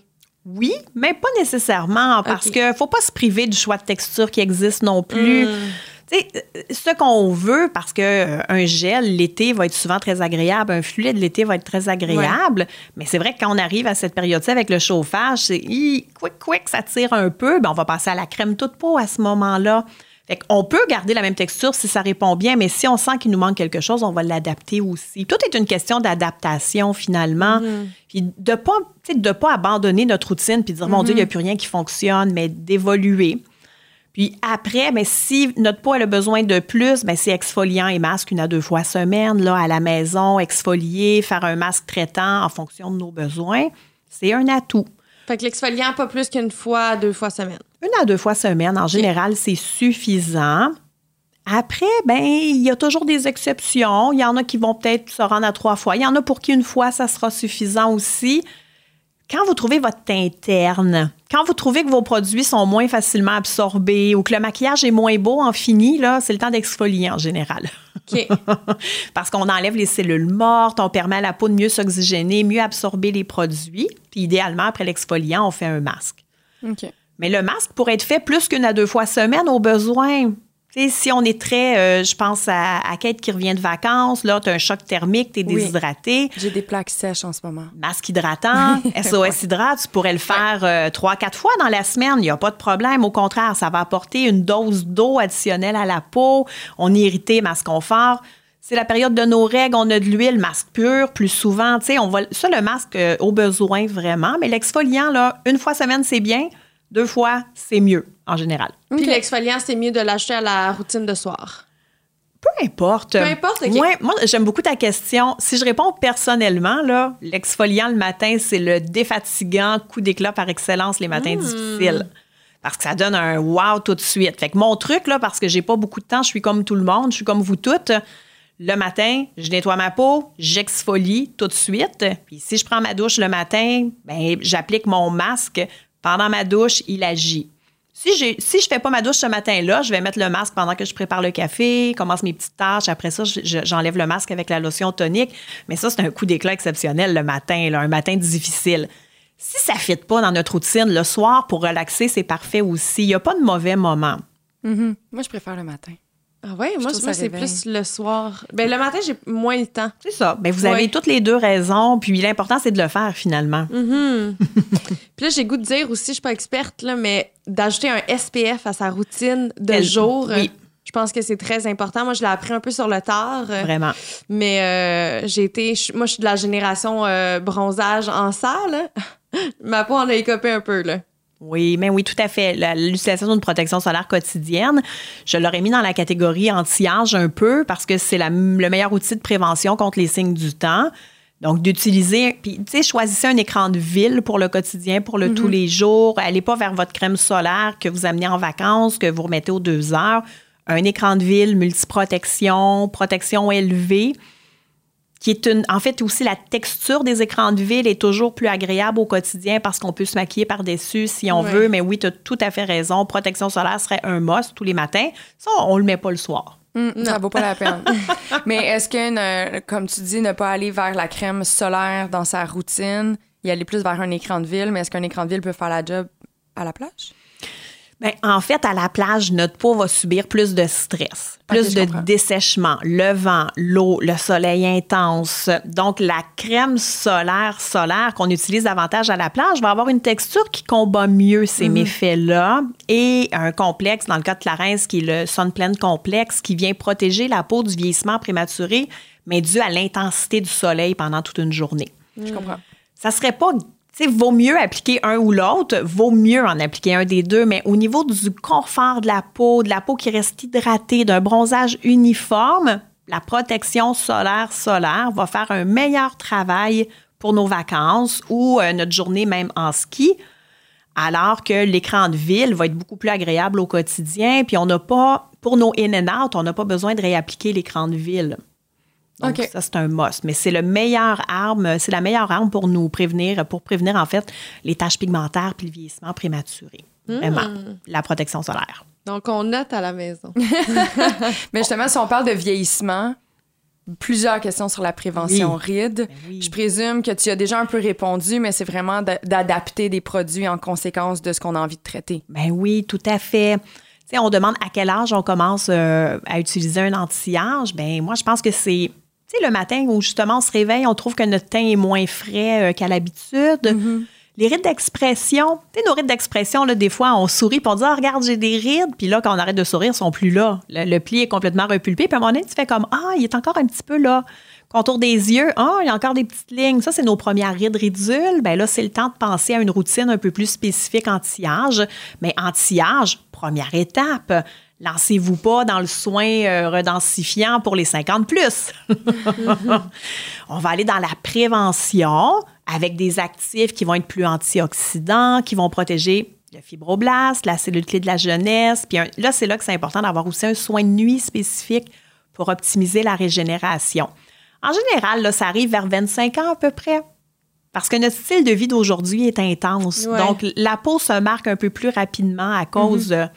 Oui, mais pas nécessairement, parce Okay. que faut pas se priver du choix de texture qui existe non plus. Mm. Tu sais, ce qu'on veut, parce que euh, un gel, l'été, va être souvent très agréable, un fluide, l'été, va être très agréable, ouais. mais c'est vrai que quand on arrive à cette période-ci avec le chauffage, c'est hi, quick, quick, ça tire un peu, ben on va passer à la crème toute peau à ce moment-là. Fait qu'on peut garder la même texture si ça répond bien, mais si on sent qu'il nous manque quelque chose, on va l'adapter aussi. Tout est une question d'adaptation, finalement. Mm-hmm. Puis de pas, tu sais, de pas abandonner notre routine puis de dire, mm-hmm. mon Dieu, il n'y a plus rien qui fonctionne, mais d'évoluer. Puis après, mais si notre peau elle a besoin de plus, bien, c'est exfoliant et masque une à deux fois semaine, là, à la maison, exfolier, faire un masque traitant en fonction de nos besoins. C'est un atout. Fait que l'exfoliant, pas plus qu'une fois, deux fois semaine. Une à deux fois semaine, en général, c'est suffisant. Après, ben il y a toujours des exceptions. Il y en a qui vont peut-être se rendre à trois fois. Il y en a pour qui une fois, ça sera suffisant aussi. Quand vous trouvez votre teint terne, quand vous trouvez que vos produits sont moins facilement absorbés ou que le maquillage est moins beau en fini, là, c'est le temps d'exfolier en général. OK. Parce qu'on enlève les cellules mortes, on permet à la peau de mieux s'oxygéner, mieux absorber les produits. Puis idéalement, après l'exfoliant, on fait un masque. OK. Mais le masque pourrait être fait plus qu'une à deux fois semaine au besoin. T'sais, si on est très, euh, je pense à, à Kate qui revient de vacances, là, tu as un choc thermique, tu es déshydraté. Oui. J'ai des plaques sèches en ce moment. Masque hydratant, S O S Hydrate, tu pourrais le faire euh, trois, quatre fois dans la semaine, il n'y a pas de problème. Au contraire, ça va apporter une dose d'eau additionnelle à la peau. On est irrité, masque confort. C'est la période de nos règles, on a de l'huile, masque pur, plus souvent. On va, ça, le masque euh, au besoin vraiment, mais l'exfoliant, là, une fois semaine, c'est bien. Deux fois, c'est mieux, en général. Puis okay. l'exfoliant, c'est mieux de l'acheter à la routine de soir. Peu importe. Peu importe, OK. Moi, moi, j'aime beaucoup ta question. Si je réponds personnellement, là, l'exfoliant le matin, c'est le défatigant coup d'éclat par excellence les matins mmh. difficiles. Parce que ça donne un wow tout de suite. Fait que mon truc, là, parce que j'ai pas beaucoup de temps, je suis comme tout le monde, je suis comme vous toutes. Le matin, je nettoie ma peau, j'exfolie tout de suite. Puis si je prends ma douche le matin, ben, j'applique mon masque. Pendant ma douche, il agit. Si, j'ai, si je ne fais pas ma douche ce matin-là, je vais mettre le masque pendant que je prépare le café, commence mes petites tâches. Après ça, je, j'enlève le masque avec la lotion tonique. Mais ça, c'est un coup d'éclat exceptionnel le matin, là, un matin difficile. Si ça ne fit pas dans notre routine, le soir, pour relaxer, c'est parfait aussi. Il n'y a pas de mauvais moment. Mm-hmm. Moi, je préfère le matin. Ah oui, moi, moi c'est réveille. plus le soir. Ben, le matin, j'ai moins le temps. C'est ça. Ben, vous ouais. avez toutes les deux raisons. Puis l'important, c'est de le faire, finalement. Mm-hmm. Puis là, j'ai goût de dire aussi, je suis pas experte, là, mais d'ajouter un S P F à sa routine de Elle, jour, oui. je pense que c'est très important. Moi, je l'ai appris un peu sur le tard. Vraiment. Mais euh, j'ai été... Moi, je suis de la génération euh, bronzage en salle. Ma peau en a écopé un peu, là. Oui, mais oui, tout à fait. La, l'utilisation d'une protection solaire quotidienne, je l'aurais mis dans la catégorie anti-âge un peu parce que c'est la, le meilleur outil de prévention contre les signes du temps. Donc, d'utiliser, puis, tu sais, choisissez un écran de ville pour le quotidien, pour le mm-hmm. tous les jours. Allez pas vers votre crème solaire que vous amenez en vacances, que vous remettez aux deux heures. Un écran de ville, multiprotection, protection élevée, qui est une, en fait aussi la texture des écrans de ville est toujours plus agréable au quotidien parce qu'on peut se maquiller par-dessus si on ouais. veut. Mais oui, tu as tout à fait raison. Protection solaire serait un must tous les matins. Ça, on le met pas le soir. Mmh, ça vaut pas la peine. Mais est-ce que, euh, comme tu dis, ne pas aller vers la crème solaire dans sa routine, y aller plus vers un écran de ville, mais est-ce qu'un écran de ville peut faire la job à la plage? Bien, en fait, à la plage, notre peau va subir plus de stress, plus okay, de dessèchement, le vent, l'eau, le soleil intense. Donc, la crème solaire solaire qu'on utilise davantage à la plage va avoir une texture qui combat mieux ces mm-hmm. méfaits-là et un complexe, dans le cas de Clarins, qui est le Sunblend complexe, qui vient protéger la peau du vieillissement prématuré, mais dû à l'intensité du soleil pendant toute une journée. Je comprends. Ça serait pas... Tu sais, vaut mieux appliquer un ou l'autre, vaut mieux en appliquer un des deux, mais au niveau du confort de la peau, de la peau qui reste hydratée, d'un bronzage uniforme, la protection solaire solaire va faire un meilleur travail pour nos vacances ou euh, notre journée même en ski, alors que l'écran de ville va être beaucoup plus agréable au quotidien, puis on n'a pas, pour nos in and out, on n'a pas besoin de réappliquer l'écran de ville. Donc, okay. ça, c'est un must. Mais c'est le meilleur arme, c'est la meilleure arme pour nous prévenir, pour prévenir, en fait, les taches pigmentaires puis le vieillissement prématuré. Mmh. Vraiment, la protection solaire. Donc, on note à la maison. Mais justement, si on parle de vieillissement, plusieurs questions sur la prévention Oui. rides. Ben oui. Je présume que tu as déjà un peu répondu, mais c'est vraiment d'a- d'adapter des produits en conséquence de ce qu'on a envie de traiter. Ben oui, tout à fait. Tu sais, on demande à quel âge on commence euh, à utiliser un anti-âge. Ben moi, je pense que c'est, tu sais, le matin où justement on se réveille, on trouve que notre teint est moins frais euh, qu'à l'habitude. Mm-hmm. Les rides d'expression, tu sais, nos rides d'expression, là, des fois, on sourit puis on dit « Ah, regarde, j'ai des rides ». Puis là, quand on arrête de sourire, ils sont plus là. Le, le pli est complètement repulpé. Puis à un moment donné, tu fais comme « Ah, il est encore un petit peu là ». Contour des yeux, « Ah, il y a encore des petites lignes ». Ça, c'est nos premières rides ridules. Bien là, c'est le temps de penser à une routine un peu plus spécifique anti-âge. Mais anti-âge, première étape. Lancez-vous pas dans le soin euh, redensifiant pour les cinquante plus. On va aller dans la prévention avec des actifs qui vont être plus antioxydants, qui vont protéger le fibroblast, la cellule clé de la jeunesse. Puis un, là, c'est là que c'est important d'avoir aussi un soin de nuit spécifique pour optimiser la régénération. En général, là, ça arrive vers vingt-cinq ans à peu près. Parce que notre style de vie d'aujourd'hui est intense. Ouais. Donc, la peau se marque un peu plus rapidement à cause de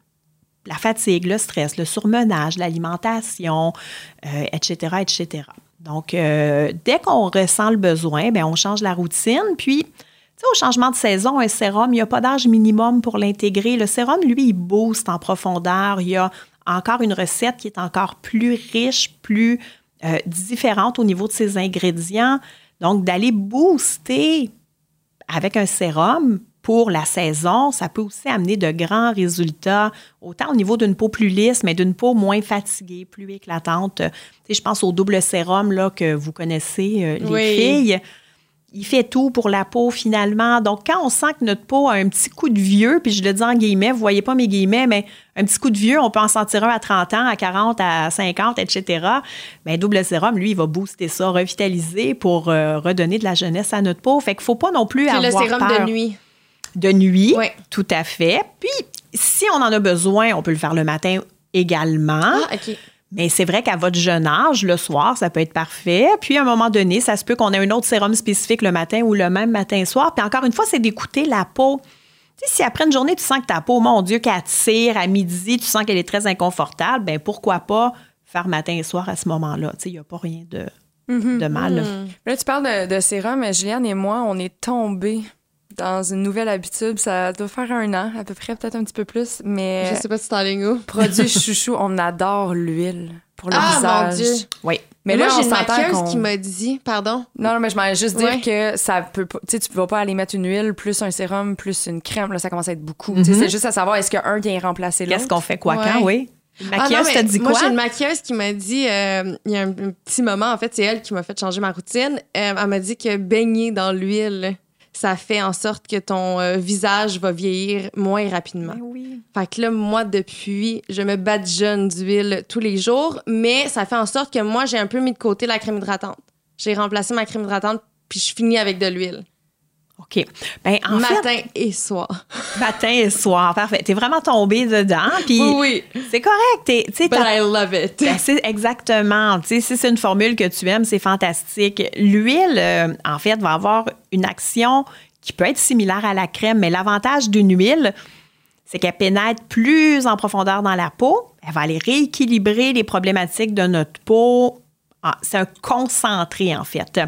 la fatigue, le stress, le surmenage, l'alimentation, euh, et cetera, et cetera. Donc, euh, dès qu'on ressent le besoin, bien, on change la routine. Puis, tu sais, au changement de saison, un sérum, il n'y a pas d'âge minimum pour l'intégrer. Le sérum, lui, il booste en profondeur. Il y a encore une recette qui est encore plus riche, plus euh, différente au niveau de ses ingrédients. Donc, d'aller booster avec un sérum pour la saison, ça peut aussi amener de grands résultats, autant au niveau d'une peau plus lisse, mais d'une peau moins fatiguée, plus éclatante. Tu sais, je pense au double sérum là, que vous connaissez, euh, les Oui. filles. Il fait tout pour la peau, finalement. Donc, quand on sent que notre peau a un petit coup de vieux, puis je le dis en guillemets, vous ne voyez pas mes guillemets, mais un petit coup de vieux, on peut en sentir un à trente ans, à quarante, à cinquante, et cetera. Bien, double sérum, lui, il va booster ça, revitaliser pour euh, redonner de la jeunesse à notre peau. Fait qu'il ne faut pas non plus Puis avoir le sérum peur. de nuit. De nuit, Oui. tout à fait. Puis, si on en a besoin, on peut le faire le matin également. Ah, OK. Mais c'est vrai qu'à votre jeune âge, le soir, ça peut être parfait. Puis, à un moment donné, ça se peut qu'on ait un autre sérum spécifique le matin ou le même matin-soir. Puis, encore une fois, c'est d'écouter la peau. Tu sais, si après une journée, tu sens que ta peau, mon Dieu, qu'elle tire, à midi, tu sens qu'elle est très inconfortable, bien, pourquoi pas faire matin et soir à ce moment-là? Tu sais, il n'y a pas rien de, de mal. là. Là, tu parles de, de sérum, mais Juliane et moi, on est tombés dans une nouvelle habitude. Ça doit faire un an, à peu près, peut-être un petit peu plus, mais... Je sais pas si t'es en ligne où. Produit chouchou, on adore l'huile pour le Ah, visage. mon Dieu. Oui. Mais moi, là, j'ai on une s'entend maquilleuse qu'on... qui m'a dit, pardon. Non, non, mais je m'allais juste dire Ouais. que ça peut pas... Tu sais, tu vas pas aller mettre une huile plus un sérum plus une crème. Là, ça commence à être beaucoup. Tu sais, c'est juste à savoir, est-ce qu'un vient remplacer l'autre? Qu'est-ce qu'on fait quoi Ouais. quand, oui? Une Ah non, maquilleuse mais t'a dit moi, quoi? j'ai une maquilleuse qui m'a dit, euh, il y a un, un petit moment, en fait, c'est elle qui m'a fait changer ma routine. Euh, elle m'a dit que baigner dans l'huile, ça fait en sorte que ton euh, visage va vieillir moins rapidement. Ben oui. Fait que là, moi, depuis, je me badigeonne d'huile tous les jours, mais ça fait en sorte que moi, j'ai un peu mis de côté la crème hydratante. J'ai remplacé ma crème hydratante, puis je finis avec de l'huile. OK. Ben, en Matin fait, et soir. matin et soir, parfait. T'es vraiment tombé dedans, puis Oui, c'est correct. T'es, tu sais, but t'as- I love it. Ben, c'est exactement. Tu sais, si c'est une formule que tu aimes, c'est fantastique. L'huile, euh, en fait, va avoir une action qui peut être similaire à la crème, mais l'avantage d'une huile, c'est qu'elle pénètre plus en profondeur dans la peau. Elle va aller rééquilibrer les problématiques de notre peau. Ah, c'est un concentré, en fait.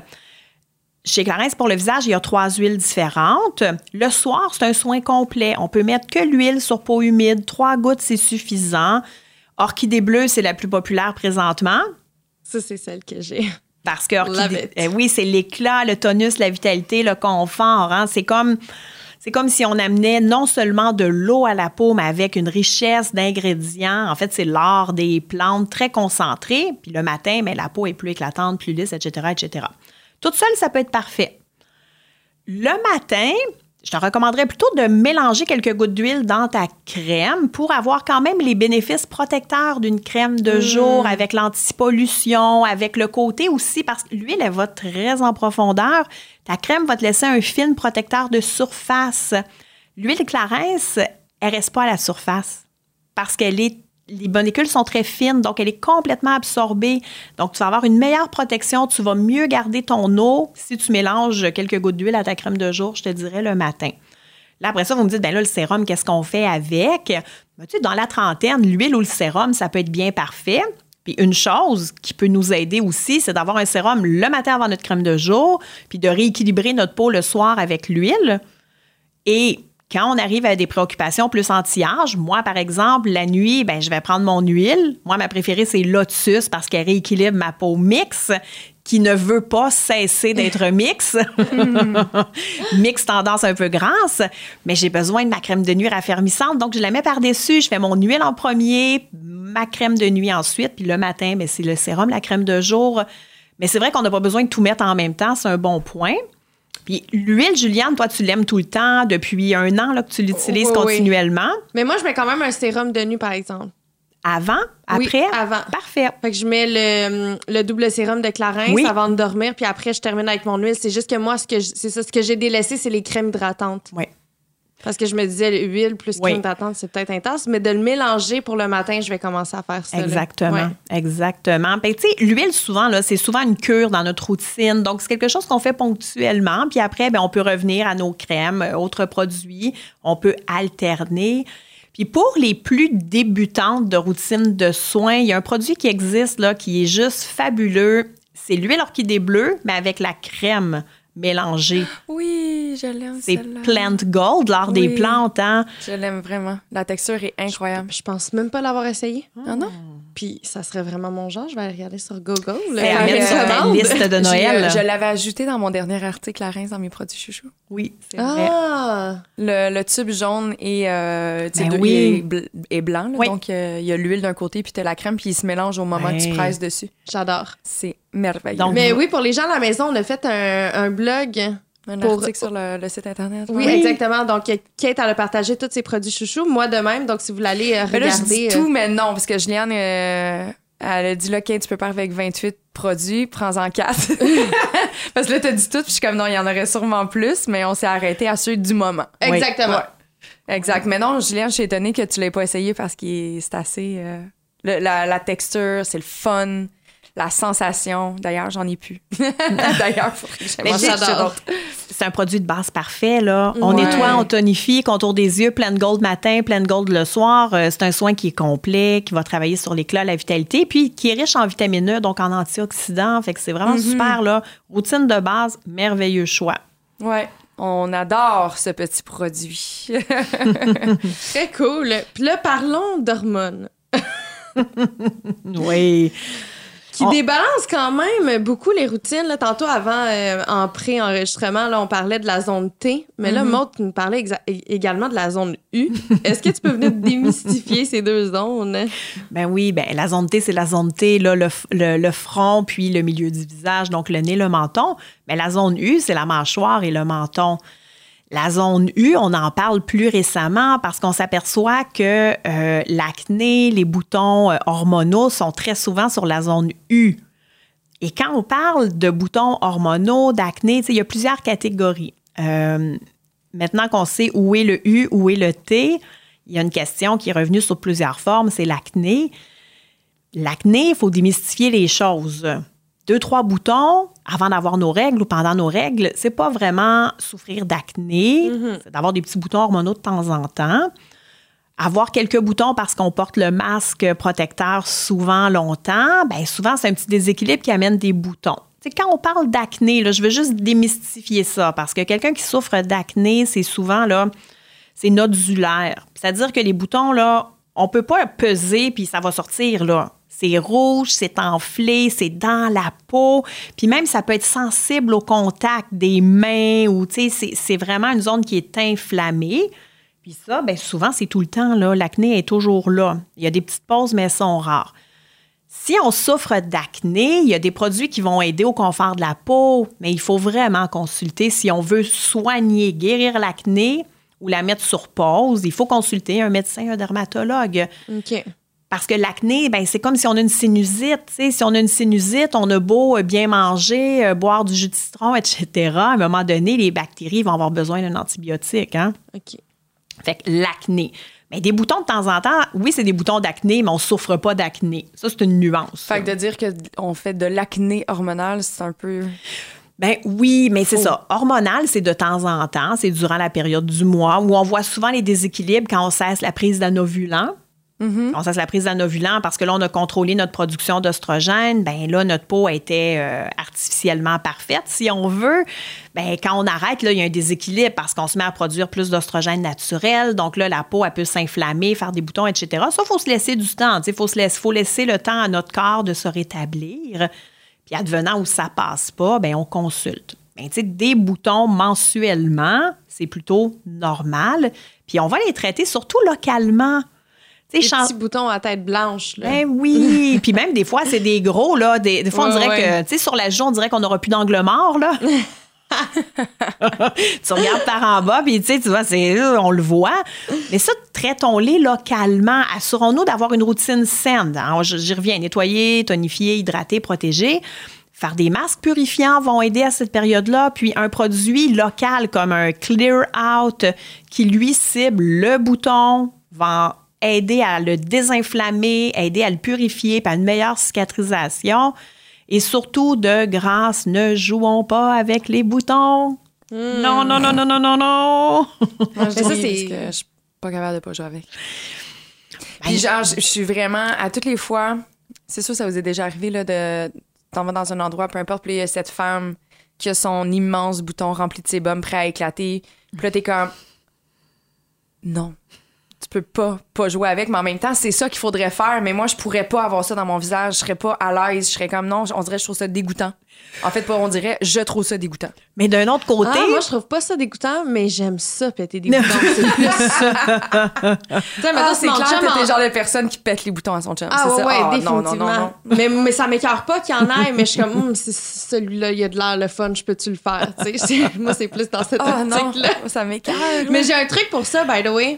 Chez Clarins, pour le visage, il y a trois huiles différentes. Le soir, c'est un soin complet. On peut mettre que l'huile sur peau humide. Trois gouttes, c'est suffisant. Orchidée bleue, c'est la plus populaire présentement. Ça, c'est celle que j'ai. Parce que Love orchidée, it. eh oui, c'est l'éclat, le tonus, la vitalité, le confort. Hein? C'est comme, c'est comme si on amenait non seulement de l'eau à la peau, mais avec une richesse d'ingrédients. En fait, c'est l'art des plantes très concentré. Puis le matin, mais la peau est plus éclatante, plus lisse, et cetera, et cetera. Toute seule, ça peut être parfait. Le matin, je te recommanderais plutôt de mélanger quelques gouttes d'huile dans ta crème pour avoir quand même les bénéfices protecteurs d'une crème de jour avec l'antipollution, avec le côté aussi, parce que l'huile, elle va très en profondeur. Ta crème va te laisser un film protecteur de surface. L'huile Clarins, elle reste pas à la surface parce qu'elle est les molécules sont très fines, donc elle est complètement absorbée. Donc, tu vas avoir une meilleure protection. Tu vas mieux garder ton eau si tu mélanges quelques gouttes d'huile à ta crème de jour, je te dirais, le matin. Là, après ça, vous me dites, bien là, le sérum, qu'est-ce qu'on fait avec? Ben, tu sais, dans la trentaine, l'huile ou le sérum, ça peut être bien parfait. Puis une chose qui peut nous aider aussi, c'est d'avoir un sérum le matin avant notre crème de jour, puis de rééquilibrer notre peau le soir avec l'huile. Et quand on arrive à des préoccupations plus anti-âge, moi, par exemple, la nuit, ben, je vais prendre mon huile. Moi, ma préférée, c'est Lotus parce qu'elle rééquilibre ma peau mixte qui ne veut pas cesser d'être mixte. Mixte tendance un peu grasse, mais j'ai besoin de ma crème de nuit raffermissante. Donc, je la mets par-dessus. Je fais mon huile en premier, ma crème de nuit ensuite. Puis le matin, ben, c'est le sérum, la crème de jour. Mais c'est vrai qu'on n'a pas besoin de tout mettre en même temps. C'est un bon point. Puis l'huile, Juliane, toi, tu l'aimes tout le temps depuis un an là, que tu l'utilises oui, continuellement. Oui. Mais moi, je mets quand même un sérum de nuit, par exemple. Avant? Oui, après? avant. Parfait. Fait que je mets le, le double sérum de Clarins oui. avant de dormir, puis après, je termine avec mon huile. C'est juste que moi, ce que je, c'est ça, ce que j'ai délaissé, c'est les crèmes hydratantes. Oui. Parce que je me disais, l'huile plus crème oui. hydratante, c'est peut-être intense, mais de le mélanger pour le matin, je vais commencer à faire ça. Exactement, ouais. exactement. Ben, tu sais, l'huile, souvent, là, c'est souvent une cure dans notre routine. Donc, c'est quelque chose qu'on fait ponctuellement. Puis après, ben, on peut revenir à nos crèmes, autres produits. On peut alterner. Puis pour les plus débutantes de routine de soins, il y a un produit qui existe, là, qui est juste fabuleux. C'est l'huile orchidée bleue, mais avec la crème mélangée. Oui, je l'aime, c'est celle-là. Plant Gold, l'art oui. des plantes. Hein? Je l'aime vraiment. La texture est incroyable. Je, je pense même pas l'avoir essayé. Ah non? Puis ça serait vraiment mon genre. Je vais aller regarder sur Google. C'est à mettre sur ta liste de Noël. Je, je l'avais ajouté dans mon dernier article à Reims dans mes produits chouchous. Oui, c'est ah. vrai. Le, le tube jaune et, euh, ben deux, oui. est, bl- est blanc. Là, oui. Donc, euh, il y a l'huile d'un côté puis tu as la crème puis il se mélange au moment ouais. que tu presses dessus. J'adore. C'est merveilleux. Donc, Mais oui, pour les gens à la maison, on a fait un, un blog... Un pour... article sur le, le site Internet. Oui, oui, exactement. Donc, Kate, elle a partagé tous ses produits chouchous. Moi, de même. Donc, si vous l'allez euh, regarder... Mais là, je dis euh... tout, mais non, parce que Juliane, euh, elle a dit, là, Kate, tu peux pas avec vingt-huit produits, prends-en quatre. Parce que là, t'as dit tout, puis je suis comme, non, il y en aurait sûrement plus, mais on s'est arrêté à ceux du moment. Exactement. Ouais. Exact. Mais non, Juliane, je suis étonnée que tu l'aies pas essayé parce que c'est assez... Euh, le, la, la texture, c'est le fun... La sensation, d'ailleurs, j'en ai plus. D'ailleurs, mais j'adore. C'est un produit de base parfait, là. On ouais. nettoie, on tonifie, contour des yeux, Plant Gold matin, Plant Gold le soir. C'est un soin qui est complet, qui va travailler sur l'éclat, la vitalité, puis qui est riche en vitamine E, donc en antioxydants. Fait que c'est vraiment mm-hmm. super, là. Routine de base, merveilleux choix. Ouais. On adore ce petit produit. Très cool. Puis là, parlons d'hormones. Oui. Qui on... débalance quand même beaucoup les routines. Là, tantôt, avant, euh, en pré-enregistrement, là, on parlait de la zone T. Mais mm-hmm. là, Maud nous parlait exa- également de la zone U. Est-ce que tu peux venir démystifier ces deux zones? Ben oui, ben la zone T, c'est la zone T, là, le, le, le front, puis le milieu du visage, donc le nez, le menton. Mais la zone U, c'est la mâchoire et le menton. La zone U, on en parle plus récemment parce qu'on s'aperçoit que euh, l'acné, les boutons euh, hormonaux sont très souvent sur la zone U. Et quand on parle de boutons hormonaux, d'acné, il y a plusieurs catégories. Euh, maintenant qu'on sait où est le U, où est le T, il y a une question qui est revenue sur plusieurs formes, c'est l'acné. L'acné, il faut démystifier les choses. Deux, trois boutons avant d'avoir nos règles ou pendant nos règles, c'est pas vraiment souffrir d'acné, mm-hmm. c'est d'avoir des petits boutons hormonaux de temps en temps. Avoir quelques boutons parce qu'on porte le masque protecteur souvent longtemps, bien souvent, c'est un petit déséquilibre qui amène des boutons. T'sais, quand on parle d'acné, là, je veux juste démystifier ça parce que quelqu'un qui souffre d'acné, c'est souvent, là, c'est nodulaire. C'est-à-dire que les boutons, là, on peut pas peser puis ça va sortir, là. C'est rouge, c'est enflé, c'est dans la peau. Puis même, ça peut être sensible au contact des mains ou, tu sais, c'est, c'est vraiment une zone qui est inflammée. Puis ça, bien souvent, c'est tout le temps, là. L'acné est toujours là. Il y a des petites pauses, mais elles sont rares. Si on souffre d'acné, il y a des produits qui vont aider au confort de la peau, mais il faut vraiment consulter si on veut soigner, guérir l'acné ou la mettre sur pause. Il faut consulter un médecin, un dermatologue. OK. Parce que l'acné, ben c'est comme si on a une sinusite. T'sais. Si on a une sinusite, on a beau bien manger, euh, boire du jus de citron, et cetera. À un moment donné, les bactéries vont avoir besoin d'un antibiotique. Hein? OK. Fait que l'acné. Mais des boutons de temps en temps, oui, c'est des boutons d'acné, mais on ne souffre pas d'acné. Ça, c'est une nuance. Fait que de dire qu'on fait de l'acné hormonale, c'est un peu... Ben oui, mais c'est ça. Hormonal, c'est de temps en temps. C'est durant la période du mois où on voit souvent les déséquilibres quand on cesse la prise d'anovulant. Mm-hmm. On ça, c'est la prise d'anovulant parce que là, on a contrôlé notre production d'oestrogène. Bien là, notre peau était euh, artificiellement parfaite, si on veut. Bien, quand on arrête, là, il y a un déséquilibre parce qu'on se met à produire plus d'oestrogène naturel. Donc là, la peau, elle peut s'inflammer, faire des boutons, et cetera. Ça, il faut se laisser du temps. Il faut, faut laisser le temps à notre corps de se rétablir. Puis advenant où ça passe pas, bien, on consulte. Bien, tu sais, des boutons mensuellement, c'est plutôt normal. Puis on va les traiter surtout localement. Des chan- petits boutons à tête blanche. Là. Ben oui. Puis même des fois, c'est des gros. Là. Des, des fois, ouais, on dirait ouais. que, tu sais, sur la joue, on dirait qu'on n'aura plus d'angle mort. Là. Tu regardes par en bas, puis tu sais, tu vois, c'est, on le voit. Mais ça, traitons-les localement. Assurons-nous d'avoir une routine saine. Alors, j'y reviens. Nettoyer, tonifier, hydrater, protéger. Faire des masques purifiants vont aider à cette période-là. Puis un produit local comme un Clear Out qui, lui, cible le bouton, va aider à le désinflammer, aider à le purifier, puis à une meilleure cicatrisation. Et surtout, de grâce, ne jouons pas avec les boutons. Mmh. Non, non, non, non, non, non, non. Moi, je dis, ça, c'est... parce que je suis pas capable de pas jouer avec. Puis genre, je suis vraiment, à toutes les fois, c'est sûr, ça vous est déjà arrivé, là, de... T'en vas dans un endroit, peu importe, puis il y a cette femme qui a son immense bouton rempli de sébum prêt à éclater. Puis là, t'es comme... Non. Tu peux pas, pas jouer avec, mais en même temps, c'est ça qu'il faudrait faire. Mais moi, je pourrais pas avoir ça dans mon visage. Je serais pas à l'aise. Je serais comme, non, on dirait que je trouve ça dégoûtant. En fait, pas on dirait, je trouve ça dégoûtant. Mais d'un autre côté... Ah, moi, je trouve pas ça dégoûtant, mais j'aime ça, péter des boutons. C'est plus ça. Tu sais, maintenant, c'est clair que t'es le genre de personne qui pète les boutons à son chum. Ah, c'est ouais, ça? ouais, Ah, définitivement. Non, non, non, non. mais, mais ça m'écœure pas qu'il y en ait, mais je suis comme, hum, c'est, celui-là, il y a de l'air le fun, je peux-tu le faire? Tu sais, moi, c'est plus dans cette oh, optique-là. Non, ça m'écœure. Mais j'ai un truc pour ça, by the way.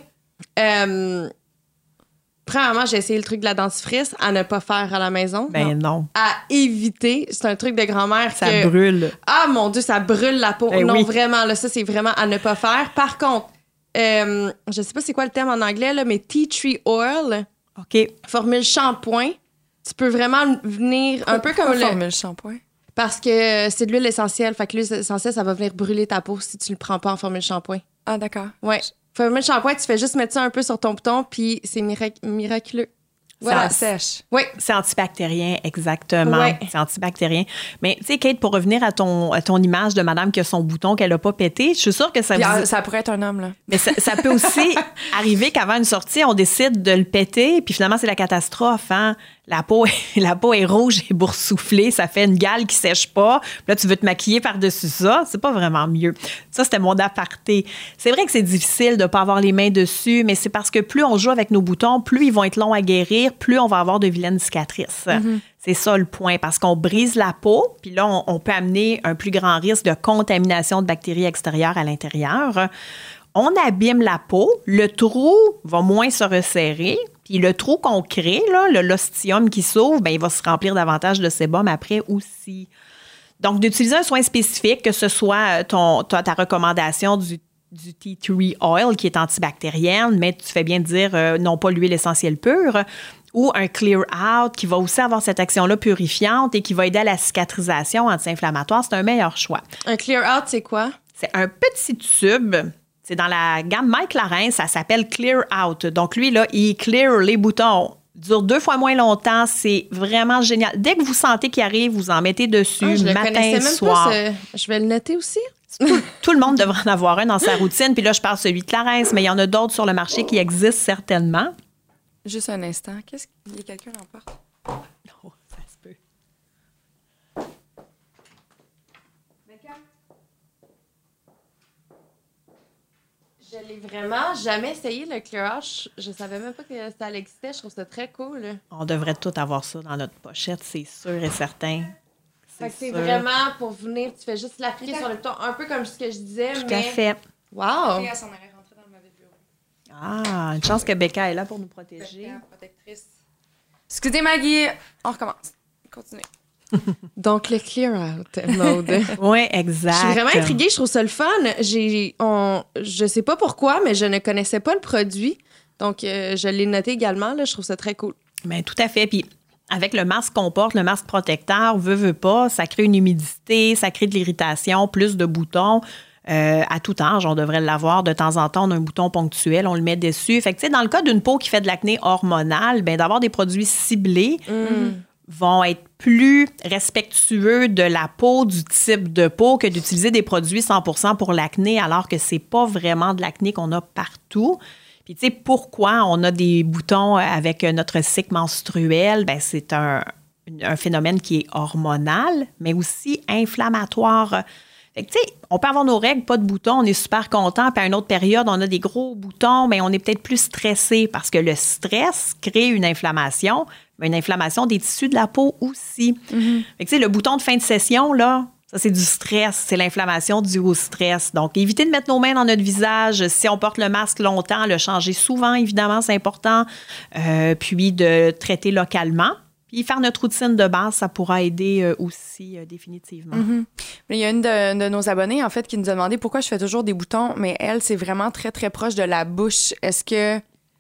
Euh... Premièrement, j'ai essayé le truc de la dentifrice à ne pas faire à la maison. Ben non. non. À éviter. C'est un truc de grand-mère ça que... brûle. Ah, mon Dieu, ça brûle la peau. Ben non, oui. vraiment, là, ça, c'est vraiment à ne pas faire. Par contre, euh, je sais pas c'est quoi le terme en anglais, là, mais tea tree oil, OK. formule shampoing, tu peux vraiment venir un peu comme le... formule shampoing? Parce que c'est de l'huile essentielle. Fait que l'huile essentielle, ça va venir brûler ta peau si tu le prends pas en formule shampoing. Ah, d'accord. Ouais. Formule shampoing, tu fais juste mettre ça un peu sur ton bouton, puis c'est mirac- miraculeux. Voilà. Ça sèche. Oui. C'est antibactérien, exactement. Ouais. C'est antibactérien. Mais tu sais, Kate, pour revenir à ton, à ton image de madame qui a son bouton qu'elle n'a pas pété, je suis sûre que ça... Puis, vous... Ça pourrait être un homme, là. Mais ça, ça peut aussi arriver qu'avant une sortie, on décide de le péter, puis finalement, c'est la catastrophe. Hein? La peau, la peau est rouge et boursouflée, ça fait une gale qui sèche pas. Puis là, tu veux te maquiller par-dessus ça, c'est pas vraiment mieux. Ça, c'était mon aparté. C'est vrai que c'est difficile de pas avoir les mains dessus, mais c'est parce que plus on joue avec nos boutons, plus ils vont être longs à guérir, plus on va avoir de vilaines cicatrices. Mm-hmm. C'est ça le point, parce qu'on brise la peau, puis là, on, on peut amener un plus grand risque de contamination de bactéries extérieures à l'intérieur. On abîme la peau, le trou va moins se resserrer, puis le trou qu'on crée, là, le l'ostium qui s'ouvre, bien, il va se remplir davantage de sébum après aussi. Donc, d'utiliser un soin spécifique, que ce soit ton, ta, ta recommandation du, du tea tree oil qui est antibactérienne, mais tu fais bien de dire euh, non pas l'huile essentielle pure, ou un Clear Out qui va aussi avoir cette action-là purifiante et qui va aider à la cicatrisation anti-inflammatoire, c'est un meilleur choix. Un Clear Out, c'est quoi? C'est un petit tube. C'est dans la gamme Mike Larin, ça s'appelle Clear Out. Donc, lui, là, il clear les boutons. Dure deux fois moins longtemps. C'est vraiment génial. Dès que vous sentez qu'il arrive, vous en mettez dessus, ah, je matin, le même soir. Pas, ce... Je vais le noter aussi. Tout, tout le monde devrait en avoir un dans sa routine. Puis là, je parle de celui de Clarence, mais il y en a d'autres sur le marché qui existent certainement. Juste un instant. Qu'est-ce qu'il y a quelqu'un l'emporte? Non, ça se peut. Je l'ai vraiment jamais essayé, le Clear Out. Je, je savais même pas que ça existait. Je trouve ça très cool. On devrait tout avoir ça dans notre pochette, c'est sûr et certain. C'est, c'est vraiment pour venir, tu fais juste l'appliquer sur le bouton, un peu comme ce que je disais. Tout mais... à fait. Wow! Elle s'en allait rentrer dans le mauvais bureau. Ah, une chance que Becca est là pour nous protéger. Becca, protectrice. Excusez Maggie, on recommence. Continue. Donc, le Clear Out, Maude. Oui, exact. Je suis vraiment intriguée, je trouve ça le fun. J'ai, on, je sais pas pourquoi, mais je ne connaissais pas le produit. Donc, euh, je l'ai noté également. Là, je trouve ça très cool. Bien, tout à fait. Puis, avec le masque qu'on porte, le masque protecteur, veut, veut pas, ça crée une humidité, ça crée de l'irritation, plus de boutons. Euh, à tout âge, on devrait l'avoir. De temps en temps, on a un bouton ponctuel, on le met dessus. Fait que, tu sais, dans le cas d'une peau qui fait de l'acné hormonale, ben d'avoir des produits ciblés mm. vont être plus respectueux de la peau, du type de peau, que d'utiliser des produits cent pour cent pour l'acné, alors que c'est pas vraiment de l'acné qu'on a partout. Puis, tu sais, pourquoi on a des boutons avec notre cycle menstruel? Ben c'est un, un phénomène qui est hormonal, mais aussi inflammatoire. Fait que, tu sais, on peut avoir nos règles, pas de boutons, on est super content. Puis à une autre période, on a des gros boutons, mais on est peut-être plus stressé parce que le stress crée une inflammation, mais une inflammation des tissus de la peau aussi. Mm-hmm. Fait que, tu sais, le bouton de fin de session, là, ça, c'est du stress, c'est l'inflammation due au stress. Donc, éviter de mettre nos mains dans notre visage. Si on porte le masque longtemps, le changer souvent, évidemment, c'est important. Euh, puis de traiter localement. Puis faire notre routine de base, ça pourra aider euh, aussi euh, définitivement. Mm-hmm. Il y a une de, de nos abonnées, en fait, qui nous a demandé pourquoi je fais toujours des boutons, mais elle, c'est vraiment très, très proche de la bouche. Est-ce que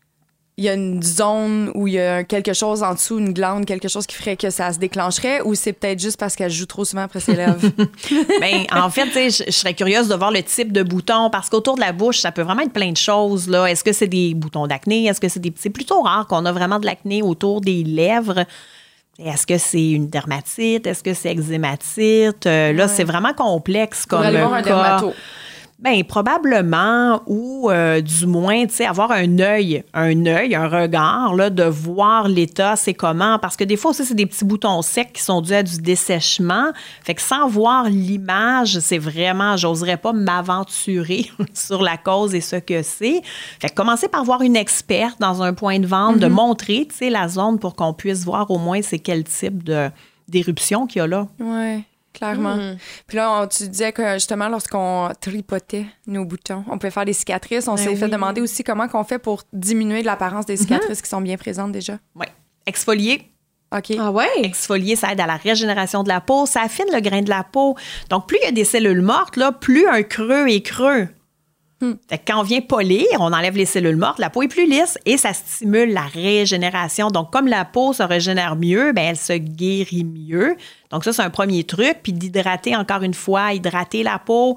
il y a une zone où il y a quelque chose en dessous, une glande, quelque chose qui ferait que ça se déclencherait, ou c'est peut-être juste parce qu'elle joue trop souvent après ses lèvres? Bien, en fait, tu sais, je serais curieuse de voir le type de bouton, parce qu'autour de la bouche, ça peut vraiment être plein de choses, là. Est-ce que c'est des boutons d'acné? Est-ce que c'est des... C'est plutôt rare qu'on a vraiment de l'acné autour des lèvres. Est-ce que c'est une dermatite? Est-ce que c'est eczématite? Euh, là, ouais. c'est vraiment complexe comme cas. Aller voir un dermato. Bien, probablement, ou euh, du moins, tu sais, avoir un œil, un œil, un regard, là, de voir l'état, c'est comment. Parce que des fois aussi, c'est des petits boutons secs qui sont dus à du dessèchement. Fait que sans voir l'image, c'est vraiment, j'oserais pas m'aventurer sur la cause et ce que c'est. Fait que commencer par voir une experte dans un point de vente, mm-hmm. de montrer, tu sais, la zone pour qu'on puisse voir au moins c'est quel type de, d'éruption qu'il y a là. Ouais. Clairement. Mm. Puis là, on, tu disais que justement, lorsqu'on tripotait nos boutons, on pouvait faire des cicatrices. On ben s'est oui. fait demander aussi comment on fait pour diminuer l'apparence des cicatrices mm-hmm. qui sont bien présentes déjà. Oui. Exfolier. OK. Ah ouais? Exfolier, ça aide à la régénération de la peau. Ça affine le grain de la peau. Donc, plus il y a des cellules mortes, là, plus un creux est creux. Hmm. Fait que quand on vient polir, on enlève les cellules mortes, la peau est plus lisse et ça stimule la régénération. Donc, comme la peau se régénère mieux, bien, elle se guérit mieux. Donc, ça, c'est un premier truc. Puis d'hydrater, encore une fois, hydrater la peau.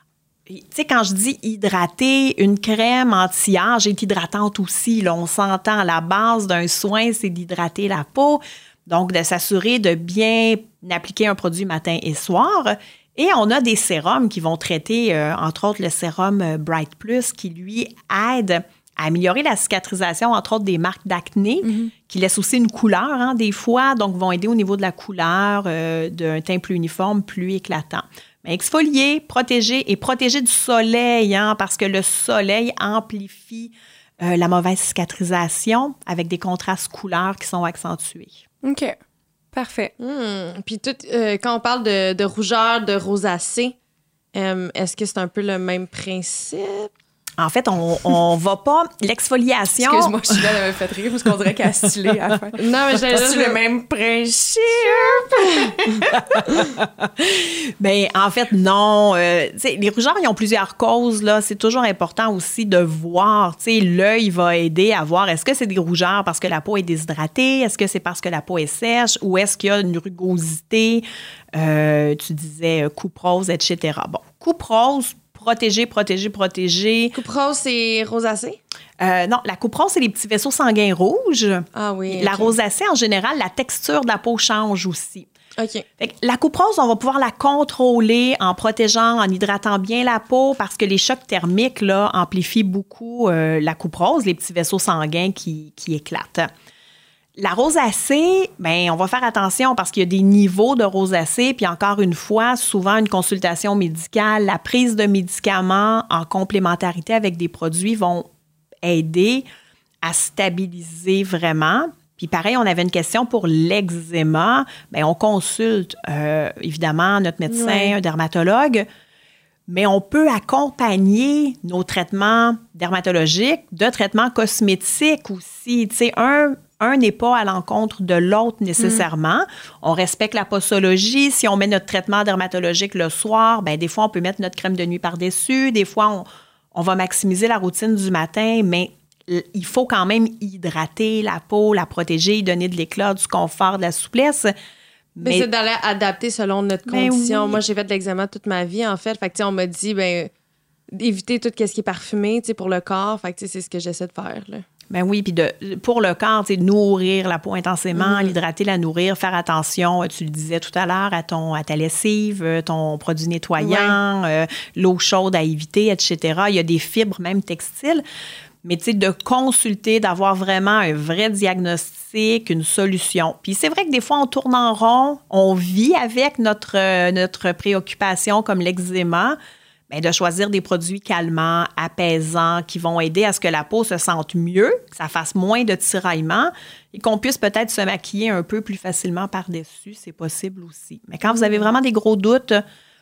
Tu sais, quand je dis hydrater, une crème anti-âge est hydratante aussi. Là, on s'entend, la base d'un soin, c'est d'hydrater la peau. Donc, de s'assurer de bien appliquer un produit matin et soir. Et on a des sérums qui vont traiter, euh, entre autres, le sérum Bright Plus qui, lui, aide à améliorer la cicatrisation, entre autres, des marques d'acné, mm-hmm. qui laissent aussi une couleur, hein, des fois, donc vont aider au niveau de la couleur, euh, d'un teint plus uniforme, plus éclatant. Mais exfolier, protéger et protéger du soleil, hein, parce que le soleil amplifie euh, la mauvaise cicatrisation avec des contrastes couleurs qui sont accentués. OK. Parfait. Mmh. Puis tout, euh, quand on parle de, de rougeur, de rosacée, euh, est-ce que c'est un peu le même principe? En fait, on, on va pas... L'exfoliation... Excuse-moi, je suis là, elle m'a fait rire parce qu'on dirait qu'elle a stylé à la fin. Non, mais j'ai juste le même principe. Bien, en fait, non. Euh, les rougeurs, ils ont plusieurs causes, là. C'est toujours important aussi de voir. Tu sais, l'œil va aider à voir est-ce que c'est des rougeurs parce que la peau est déshydratée, est-ce que c'est parce que la peau est sèche ou est-ce qu'il y a une rugosité, euh, tu disais coupe rose, et cetera. Bon, coupe rose, protéger, protéger, protéger. Coupe rose, c'est rosacée? Euh, non, la coupe rose, c'est les petits vaisseaux sanguins rouges. Ah oui. La okay. rosacée, en général, la texture de la peau change aussi. OK. Fait que la coupe rose, on va pouvoir la contrôler en protégeant, en hydratant bien la peau parce que les chocs thermiques là, amplifient beaucoup euh, la coupe rose, les petits vaisseaux sanguins qui, qui éclatent. La rosacée, bien, on va faire attention parce qu'il y a des niveaux de rosacée. Puis encore une fois, souvent une consultation médicale, la prise de médicaments en complémentarité avec des produits vont aider à stabiliser vraiment. Puis pareil, on avait une question pour l'eczéma. Bien, on consulte euh, évidemment notre médecin, ouais. un dermatologue. Mais on peut accompagner nos traitements dermatologiques de traitements cosmétiques aussi. Tu sais, un... Un n'est pas à l'encontre de l'autre nécessairement. Mm. On respecte la posologie. Si on met notre traitement dermatologique le soir, bien, des fois, on peut mettre notre crème de nuit par-dessus. Des fois, on, on va maximiser la routine du matin, mais il faut quand même hydrater la peau, la protéger, donner de l'éclat, du confort, de la souplesse. Mais, mais c'est d'aller adapter selon notre ben condition. Oui. Moi, j'ai fait de l'eczéma toute ma vie, en fait. Fait que, tu sais, on m'a dit, ben éviter tout ce qui est parfumé, tu sais, pour le corps. Fait que, tu sais, c'est ce que j'essaie de faire, là. Ben oui, puis de pour le corps, tu sais, nourrir la peau intensément, Mm. l'hydrater, la nourrir, faire attention, tu le disais tout à l'heure, à ton à ta lessive, ton produit nettoyant, euh, l'eau chaude à éviter, et cetera. Il y a des fibres même textiles. Mais tu sais, de consulter, d'avoir vraiment un vrai diagnostic, une solution. Puis c'est vrai que des fois, on tourne en rond, on vit avec notre, euh, notre préoccupation comme l'eczéma, bien, de choisir des produits calmants, apaisants, qui vont aider à ce que la peau se sente mieux, que ça fasse moins de tiraillements et qu'on puisse peut-être se maquiller un peu plus facilement par-dessus. C'est possible aussi. Mais quand vous avez vraiment des gros doutes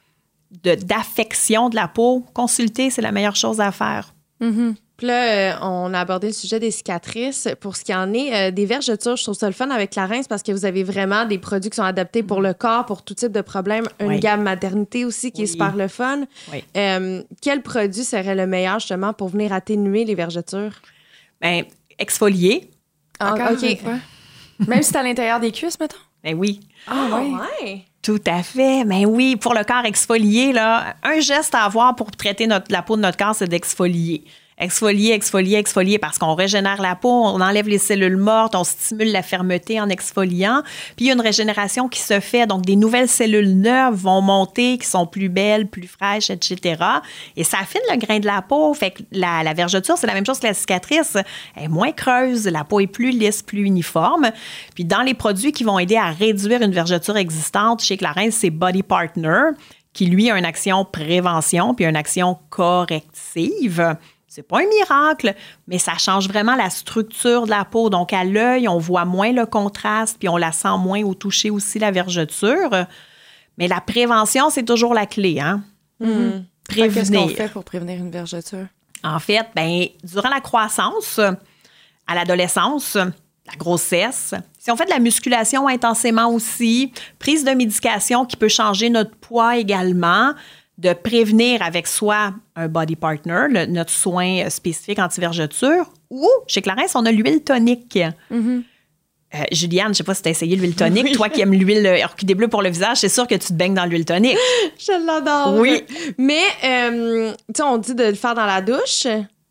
de, d'affection de la peau, consulter, c'est la meilleure chose à faire. Mm-hmm. Puis là, euh, on a abordé le sujet des cicatrices. Pour ce qui en est euh, des vergetures, je trouve ça le fun avec Clarins parce que vous avez vraiment des produits qui sont adaptés pour le corps, pour tout type de problème. Une Oui. gamme maternité aussi qui Oui. est super le fun. Oui. Euh, quel produit serait le meilleur justement pour venir atténuer les vergetures? Bien, exfolier. Encore Ah, OK. une fois. Même si c'est à l'intérieur des cuisses, mettons. Bien oui. Ah, ouais. ouais. Tout à fait. Mais oui, pour le corps exfolié, là, un geste à avoir pour traiter notre, la peau de notre corps, c'est d'exfolier. Exfolier, exfolier, exfolier, parce qu'on régénère la peau, on enlève les cellules mortes, on stimule la fermeté en exfoliant. Puis il y a une régénération qui se fait, donc des nouvelles cellules neuves vont monter, qui sont plus belles, plus fraîches, et cetera. Et ça affine le grain de la peau. Fait que la, la vergeture, c'est la même chose que la cicatrice. Elle est moins creuse, la peau est plus lisse, plus uniforme. Puis dans les produits qui vont aider à réduire une vergeture existante, chez Clarins, c'est Body Partner, qui lui a une action prévention puis une action corrective. C'est pas un miracle, mais ça change vraiment la structure de la peau. Donc, à l'œil, on voit moins le contraste, puis on la sent moins au toucher aussi, la vergeture. Mais la prévention, c'est toujours la clé, hein? Mm-hmm. Qu'est-ce Prévenir. qu'on fait pour prévenir une vergeture? En fait, ben, durant la croissance, à l'adolescence, la grossesse, si on fait de la musculation intensément aussi, prise de médication qui peut changer notre poids également, de prévenir avec soit un body partner, le- notre soin spécifique anti-vergeture, ou chez Clarins, on a l'huile tonique. Mm-hmm. Euh, Juliane, je ne sais pas si tu as essayé l'huile tonique. Toi qui aimes l'huile euh, orchidée bleue pour le visage, c'est sûr que tu te baignes dans l'huile tonique. Je l'adore. Oui. Mais, euh, tu sais, on dit de le faire dans la douche,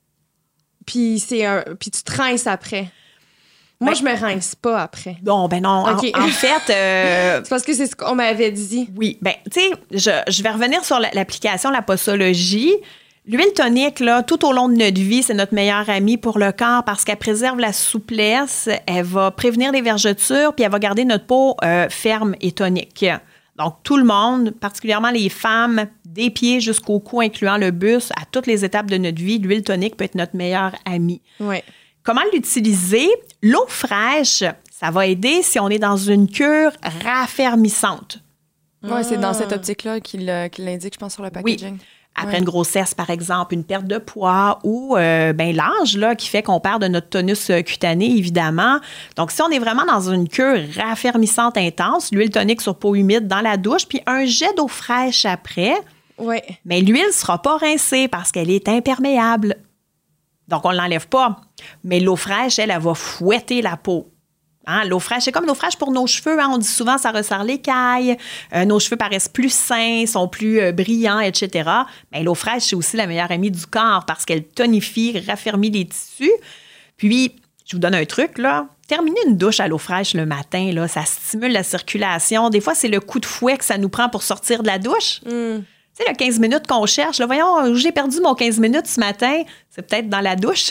puis c'est un, puis tu te rinces après. Moi, Ben- je me rince pas après. Bon, ben non. En- OK. En, fait, euh, C'est parce que c'est ce qu'on m'avait dit. oui. Ben, tu sais, je, je vais revenir sur la- l'application, la posologie. L'huile tonique, là, tout au long de notre vie, c'est notre meilleure amie pour le corps parce qu'elle préserve la souplesse, elle va prévenir les vergetures, puis elle va garder notre peau euh, ferme et tonique. Donc, tout le monde, particulièrement les femmes, des pieds jusqu'au cou, incluant le buste, à toutes les étapes de notre vie, l'huile tonique peut être notre meilleure amie. Ouais. Comment l'utiliser? L'eau fraîche, ça va aider si on est dans une cure raffermissante. Oui, c'est dans cette optique-là qu'il euh, qu'il l'indique, je pense, sur le packaging. Après Ouais. une grossesse, par exemple, une perte de poids ou euh, ben, l'âge là, qui fait qu'on perd de notre tonus euh, cutané, évidemment. Donc, si on est vraiment dans une cure raffermissante intense, l'huile tonique sur peau humide dans la douche, puis un jet d'eau fraîche après, Ouais. mais l'huile ne sera pas rincée parce qu'elle est imperméable. Donc, on ne l'enlève pas. Mais l'eau fraîche, elle, elle va fouetter la peau. Hein, l'eau fraîche, c'est comme l'eau fraîche pour nos cheveux. Hein. On dit souvent ça resserre l'écaille. Euh, nos cheveux paraissent plus sains, sont plus euh, brillants, et cetera. Mais l'eau fraîche, c'est aussi la meilleure amie du corps parce qu'elle tonifie, raffermit les tissus. Puis, je vous donne un truc, là. Terminer une douche à l'eau fraîche le matin, là, ça stimule la circulation. Des fois, c'est le coup de fouet que ça nous prend pour sortir de la douche. Mm. Tu sais, le quinze minutes qu'on cherche, là, voyons, j'ai perdu mon quinze minutes ce matin. C'est peut-être dans la douche.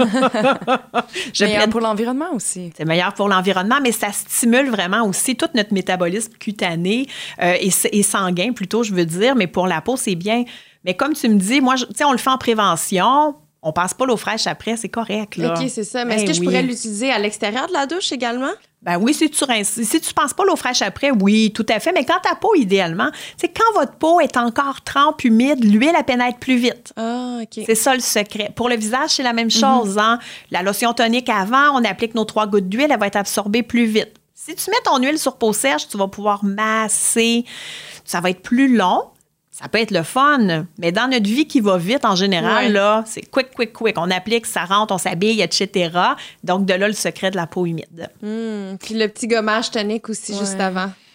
Je Mais euh, plaide- pour l'environnement aussi. C'est meilleur pour l'environnement, mais ça stimule vraiment aussi tout notre métabolisme cutané euh, et, et sanguin, plutôt, je veux dire. Mais pour la peau, c'est bien. Mais comme tu me dis, moi, je- tu sais, on le fait en prévention. On passe pas l'eau fraîche après, c'est correct, là. OK, c'est ça. Mais Ben est-ce que je oui. pourrais l'utiliser à l'extérieur de la douche également? Ben oui, si tu rinces, si tu penses pas l'eau fraîche après, oui, tout à fait. Mais quand ta peau, idéalement, tu sais, quand votre peau est encore trempe, humide, l'huile, elle pénètre plus vite. Ah, OK. C'est ça le secret. Pour le visage, c'est la même chose. Hein? La lotion tonique avant, on applique nos trois gouttes d'huile, elle va être absorbée plus vite. Si tu mets ton huile sur peau sèche, tu vas pouvoir masser. Ça va être plus long. Ça peut être le fun, mais dans notre vie qui va vite en général, Ouais. là, c'est quick, quick, quick. On applique, ça rentre, on s'habille, et cetera. Donc, de là, le secret de la peau humide. Mm. Puis le petit gommage tonique aussi Ouais. juste avant.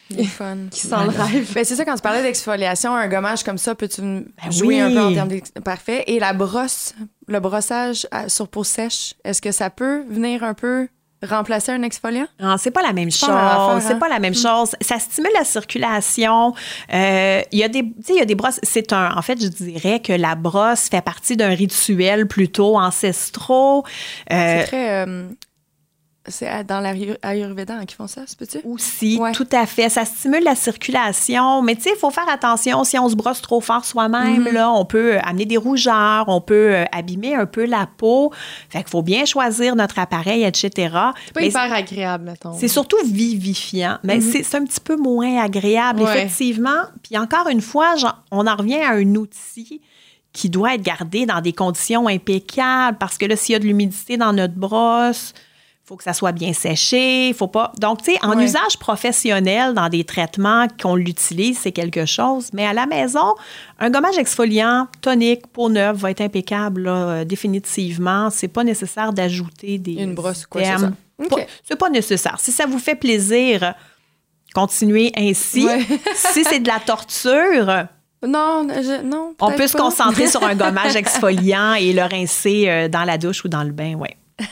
Il est fun. Qui sent le rêve. Ben, c'est ça, quand tu parlais d'exfoliation, un gommage comme ça, peux-tu ben oui. jouer un peu en termes de... Parfait. Et la brosse, le brossage à, sur peau sèche, est-ce que ça peut venir un peu remplacer un exfoliant? Non, c'est pas la même chose. Pas C'est hein? pas la même chose. Ça stimule la circulation. Euh, il y a des, tu sais, il y a des brosses. C'est un. En fait, je dirais que la brosse fait partie d'un rituel plutôt ancestraux. Euh, c'est très. Euh, c'est dans l'Ayurveda hein, qui font ça, c'est peux-tu? Aussi, ouais. tout à fait. Ça stimule la circulation. Mais tu sais, il faut faire attention. Si on se brosse trop fort soi-même, mm-hmm. là, on peut amener des rougeurs, on peut abîmer un peu la peau. Fait qu'il faut bien choisir notre appareil, et cetera. C'est pas mais hyper agréable, mettons. C'est surtout vivifiant. Mais mm-hmm. c'est, c'est un petit peu moins agréable, ouais. effectivement. Puis encore une fois, genre, on en revient à un outil qui doit être gardé dans des conditions impeccables parce que là, s'il y a de l'humidité dans notre brosse, il faut que ça soit bien séché, il faut pas... Donc, tu sais, en ouais. usage professionnel, dans des traitements qu'on l'utilise, c'est quelque chose. Mais à la maison, un gommage exfoliant, tonique, peau neuve, va être impeccable, là, définitivement. C'est pas nécessaire d'ajouter des... Une brosse, quoi, c'est ça? Okay. Pas, c'est pas nécessaire. Si ça vous fait plaisir, continuez ainsi. Ouais. Si c'est de la torture... Non, je, non. On peut pas. se concentrer sur un gommage exfoliant et le rincer dans la douche ou dans le bain, oui.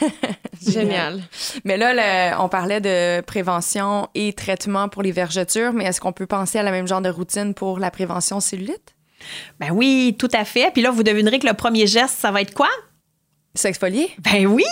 Génial. Mais là, le, on parlait de prévention et traitement pour les vergetures, mais est-ce qu'on peut penser à la même genre de routine pour la prévention cellulite? Ben oui, tout à fait. Puis là, vous devinerez que le premier geste, ça va être quoi? S'exfolier? Ben oui!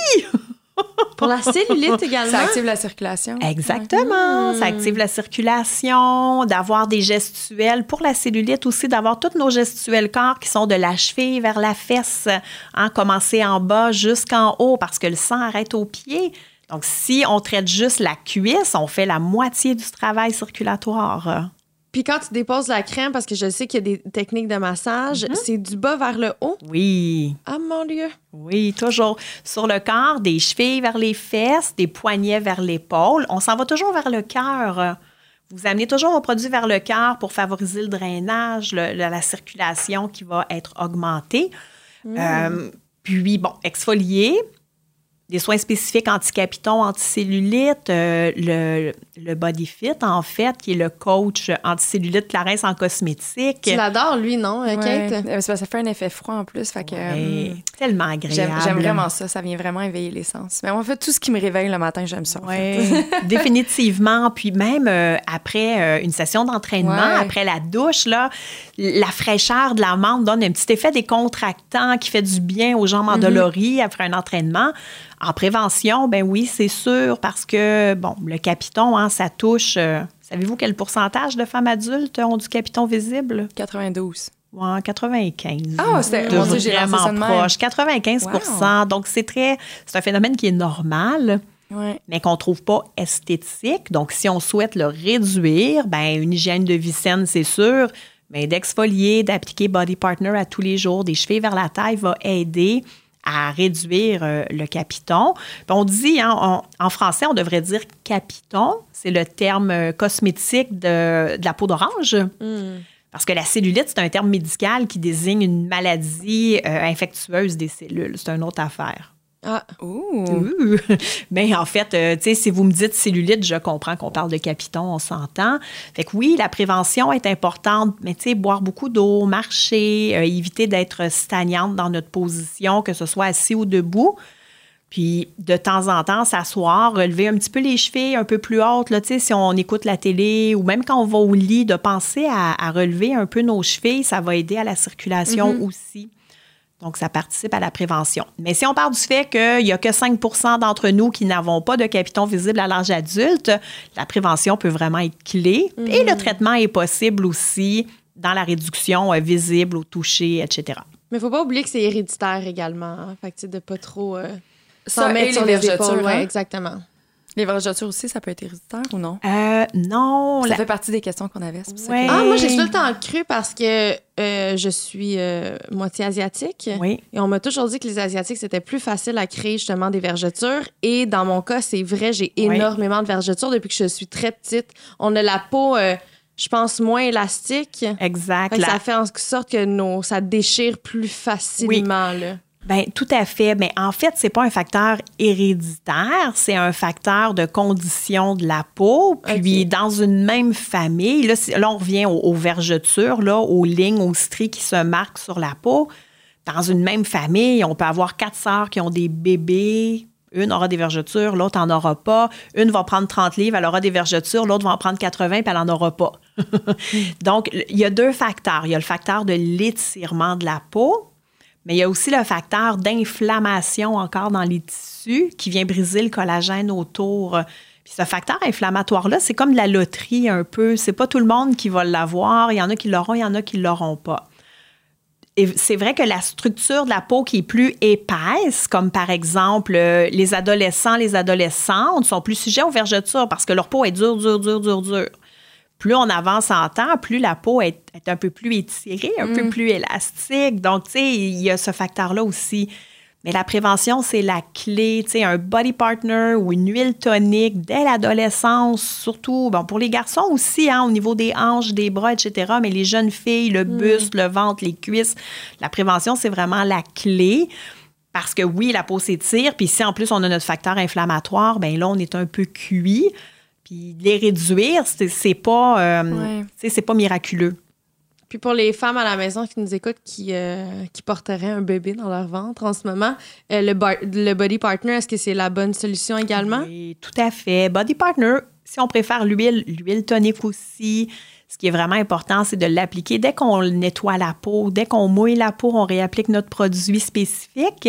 Pour la cellulite également? Ça active la circulation. Exactement. Mmh. Ça active la circulation, d'avoir des gestuels. Pour la cellulite aussi, d'avoir tous nos gestuels corps qui sont de la cheville vers la fesse, hein, commencer en bas jusqu'en haut parce que le sang arrête aux pieds. Donc, si on traite juste la cuisse, on fait la moitié du travail circulatoire. Puis quand tu déposes la crème, parce que je sais qu'il y a des techniques de massage, mm-hmm. c'est du bas vers le haut? Oui. Ah, mon Dieu! Oui, toujours sur le corps, des chevilles vers les fesses, des poignets vers l'épaule. On s'en va toujours vers le cœur. Vous amenez toujours vos produits vers le cœur pour favoriser le drainage, le, la circulation qui va être augmentée. Mm. Euh, puis, bon, exfolier. Des soins spécifiques anti-capiton, anti-cellulite, euh, le, le Body Fit, en fait, qui est le coach anti-cellulite Clarence en cosmétique. Tu l'adores, lui, non, ouais. Kate? Ça fait un effet froid en plus. Fait que, ouais, euh, tellement agréable. J'aime, j'aime vraiment ça. Ça vient vraiment éveiller les sens. Mais en fait, tout ce qui me réveille le matin, j'aime ça. Oui, définitivement. Puis même euh, après euh, une session d'entraînement, ouais. après la douche, là, la fraîcheur de la menthe donne un petit effet décontractant qui fait du bien aux jambes endolories mm-hmm. après un entraînement. En prévention, ben oui, c'est sûr, parce que, bon, le capiton, hein, ça touche... Euh, savez-vous quel pourcentage de femmes adultes ont du capiton visible? quatre-vingt-douze. Ouais, quatre-vingt-quinze. Ah, c'était mon Dieu, j'ai vraiment lancé ça de proche. quatre-vingt-quinze pour cent. Wow. Donc, c'est très... C'est un phénomène qui est normal, ouais. mais qu'on ne trouve pas esthétique. Donc, si on souhaite le réduire, ben une hygiène de vie saine, c'est sûr, mais d'exfolier, d'appliquer Body Partner à tous les jours, des chevilles vers la taille va aider à réduire euh, le capiton. Puis on dit, hein, on, en français, on devrait dire capiton. C'est le terme euh, cosmétique de, de la peau d'orange. Mm. Parce que la cellulite, c'est un terme médical qui désigne une maladie euh, infectieuse des cellules. C'est une autre affaire. Ah, ouh! Ouh. Mais en fait, euh, tu sais, si vous me dites cellulite, je comprends qu'on parle de capiton, on s'entend. Fait que oui, la prévention est importante, mais tu sais, boire beaucoup d'eau, marcher, euh, éviter d'être stagnante dans notre position, que ce soit assis ou debout. Puis, de temps en temps, s'asseoir, relever un petit peu les chevilles un peu plus hautes, là, tu sais, si on écoute la télé ou même quand on va au lit, de penser à, à relever un peu nos chevilles, ça va aider à la circulation mm-hmm. aussi. Donc, ça participe à la prévention. Mais si on parle du fait qu'il n'y a que cinq pour cent d'entre nous qui n'avons pas de capiton visible à l'âge adulte, la prévention peut vraiment être clé. Mmh. Et le traitement est possible aussi dans la réduction euh, visible au toucher, et cetera. Mais il ne faut pas oublier que c'est héréditaire également. Hein? Fait que, tu sais, de pas trop euh, s'en mettre sur les vergetures. Oui, hein? exactement. Les vergetures aussi, ça peut être héréditaire ou non? Euh, non. Ça la... fait partie des questions qu'on avait. C'est pour ouais. ça que... Ah, moi, j'ai tout le temps cru parce que euh, je suis euh, moitié asiatique. Oui. Et on m'a toujours dit que les Asiatiques, c'était plus facile à créer justement des vergetures. Et dans mon cas, c'est vrai, j'ai énormément oui. de vergetures depuis que je suis très petite. On a la peau... Euh, je pense, moins élastique. Exact. La... Ça fait en sorte que nos... ça déchire plus facilement. Oui. Là. Bien, tout à fait. Mais en fait, c'est pas un facteur héréditaire, c'est un facteur de condition de la peau. Puis, okay. dans une même famille, là, là on revient aux, aux vergetures, là, aux lignes, aux stries qui se marquent sur la peau. Dans une même famille, on peut avoir quatre sœurs qui ont des bébés. Une aura des vergetures, l'autre n'en aura pas. Une va prendre trente livres, elle aura des vergetures, l'autre va en prendre quatre-vingts, puis elle n'en aura pas. Donc, il y a deux facteurs. Il y a le facteur de l'étirement de la peau, mais il y a aussi le facteur d'inflammation encore dans les tissus qui vient briser le collagène autour. Puis ce facteur inflammatoire-là, c'est comme de la loterie un peu. C'est pas tout le monde qui va l'avoir. Il y en a qui l'auront, il y en a qui ne l'auront pas. Et c'est vrai que la structure de la peau qui est plus épaisse, comme par exemple euh, les adolescents, les adolescentes sont plus sujets aux vergetures parce que leur peau est dure, dure, dure, dure, dure. Plus on avance en temps, plus la peau est, est un peu plus étirée, un mmh. peu plus élastique. Donc, tu sais, il y a ce facteur-là aussi. Mais la prévention, c'est la clé. Tu sais, un body partner ou une huile tonique dès l'adolescence, surtout, bon, pour les garçons aussi, hein, au niveau des hanches, des bras, et cetera. Mais les jeunes filles, le buste, mmh. le ventre, les cuisses, la prévention, c'est vraiment la clé. Parce que oui, la peau s'étire. Puis si en plus, on a notre facteur inflammatoire, bien là, on est un peu cuit. Puis les réduire, c'est, c'est pas, euh, ouais. tu sais, c'est pas miraculeux. Puis pour les femmes à la maison qui nous écoutent, qui, euh, qui porteraient un bébé dans leur ventre en ce moment, euh, le, bar- le body partner, est-ce que c'est la bonne solution également? Oui, tout à fait. Body partner, si on préfère l'huile, l'huile tonique aussi, ce qui est vraiment important, c'est de l'appliquer dès qu'on nettoie la peau, dès qu'on mouille la peau, on réapplique notre produit spécifique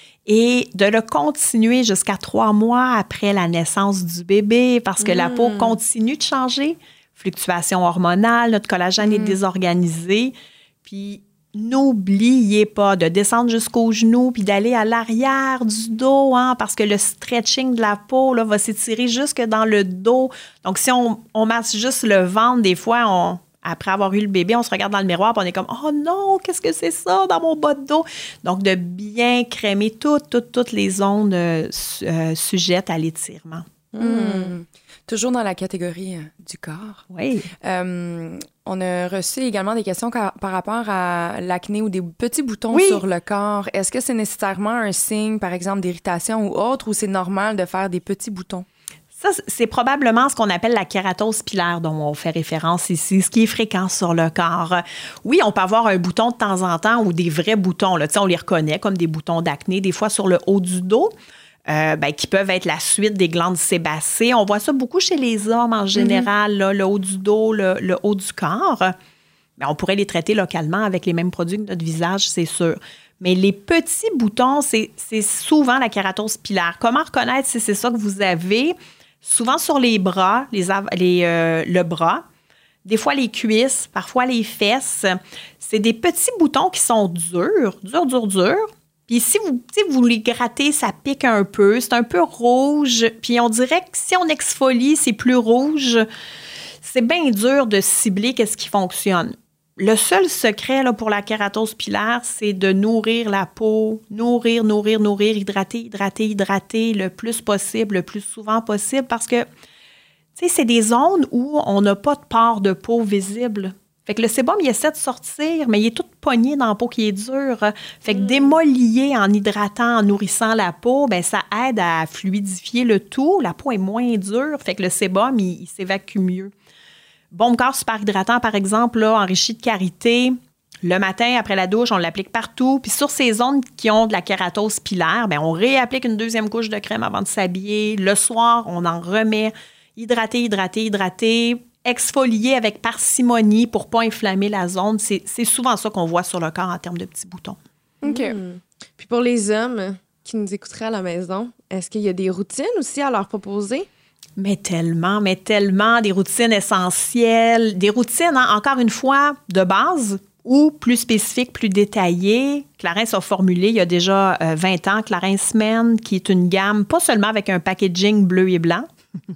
et de le continuer jusqu'à trois mois après la naissance du bébé parce que mmh. la peau continue de changer. Fluctuation hormonale, notre collagène mmh. est désorganisé. Puis, n'oubliez pas de descendre jusqu'aux genoux puis d'aller à l'arrière du dos, hein, parce que le stretching de la peau là, va s'étirer jusque dans le dos. Donc, si on, on masse juste le ventre, des fois, on, après avoir eu le bébé, on se regarde dans le miroir et on est comme « Oh non, qu'est-ce que c'est ça dans mon bas de dos? » Donc, de bien crémer toutes, toutes, toutes les zones euh, sujettes à l'étirement. Mmh. Toujours dans la catégorie euh, du corps. Oui. Euh, on a reçu également des questions ca- par rapport à l'acné ou des petits boutons oui. sur le corps. Est-ce que c'est nécessairement un signe, par exemple, d'irritation ou autre, ou c'est normal de faire des petits boutons? Ça, c'est probablement ce qu'on appelle la kératose pilaire dont on fait référence ici, ce qui est fréquent sur le corps. Oui, on peut avoir un bouton de temps en temps ou des vrais boutons. Là. Tu sais, on les reconnaît comme des boutons d'acné, des fois sur le haut du dos. Euh, ben, qui peuvent être la suite des glandes sébacées. On voit ça beaucoup chez les hommes en général, mm-hmm. là, le haut du dos, le, le haut du corps. Ben, on pourrait les traiter localement avec les mêmes produits que notre visage, c'est sûr. Mais les petits boutons, c'est, c'est souvent la kératose pilaire. Comment reconnaître si c'est ça que vous avez? Souvent sur les bras, les, les, euh, le bras, des fois les cuisses, parfois les fesses. C'est des petits boutons qui sont durs, durs, durs, durs. Puis si vous, si vous les grattez, ça pique un peu, c'est un peu rouge. Puis on dirait que si on exfolie, c'est plus rouge. C'est bien dur de cibler qu'est-ce qui fonctionne. Le seul secret là, pour la kératose pilaire, c'est de nourrir la peau, nourrir, nourrir, nourrir, hydrater, hydrater, hydrater le plus possible, le plus souvent possible. Parce que, tu sais, c'est des zones où on n'a pas de pores de peau visible. Fait que le sébum, il essaie de sortir, mais il est tout pogné dans la peau qui est dure. Fait que mmh. d'émolier en hydratant, en nourrissant la peau, bien, ça aide à fluidifier le tout. La peau est moins dure, fait que le sébum, il, il s'évacue mieux. Baume corps super hydratant, par exemple, là, enrichi de karité. Le matin, après la douche, on l'applique partout. Puis sur ces zones qui ont de la kératose pilaire, bien, on réapplique une deuxième couche de crème avant de s'habiller. Le soir, on en remet. Hydrater, hydrater, hydrater. Exfolier avec parcimonie pour ne pas inflammer la zone. C'est, c'est souvent ça qu'on voit sur le corps en termes de petits boutons. OK. Mmh. Puis pour les hommes qui nous écouteraient à la maison, est-ce qu'il y a des routines aussi à leur proposer? Mais tellement, mais tellement. Des routines essentielles. Des routines, hein, encore une fois, de base ou plus spécifiques, plus détaillées. Clarins a formulé il y a déjà euh, vingt ans Clarins Men, qui est une gamme, pas seulement avec un packaging bleu et blanc,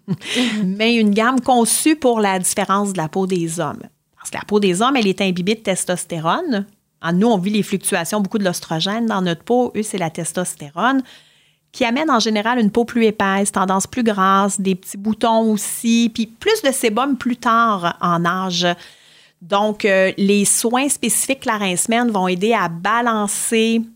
mais une gamme conçue pour la différence de la peau des hommes. Parce que la peau des hommes, elle est imbibée de testostérone. En nous, on vit les fluctuations, beaucoup de l'ostrogène dans notre peau. Eux, c'est la testostérone qui amène en général une peau plus épaisse, tendance plus grasse, des petits boutons aussi, puis plus de sébum plus tard en âge. Donc, euh, les soins spécifiques Clarins Men vont aider à balancer.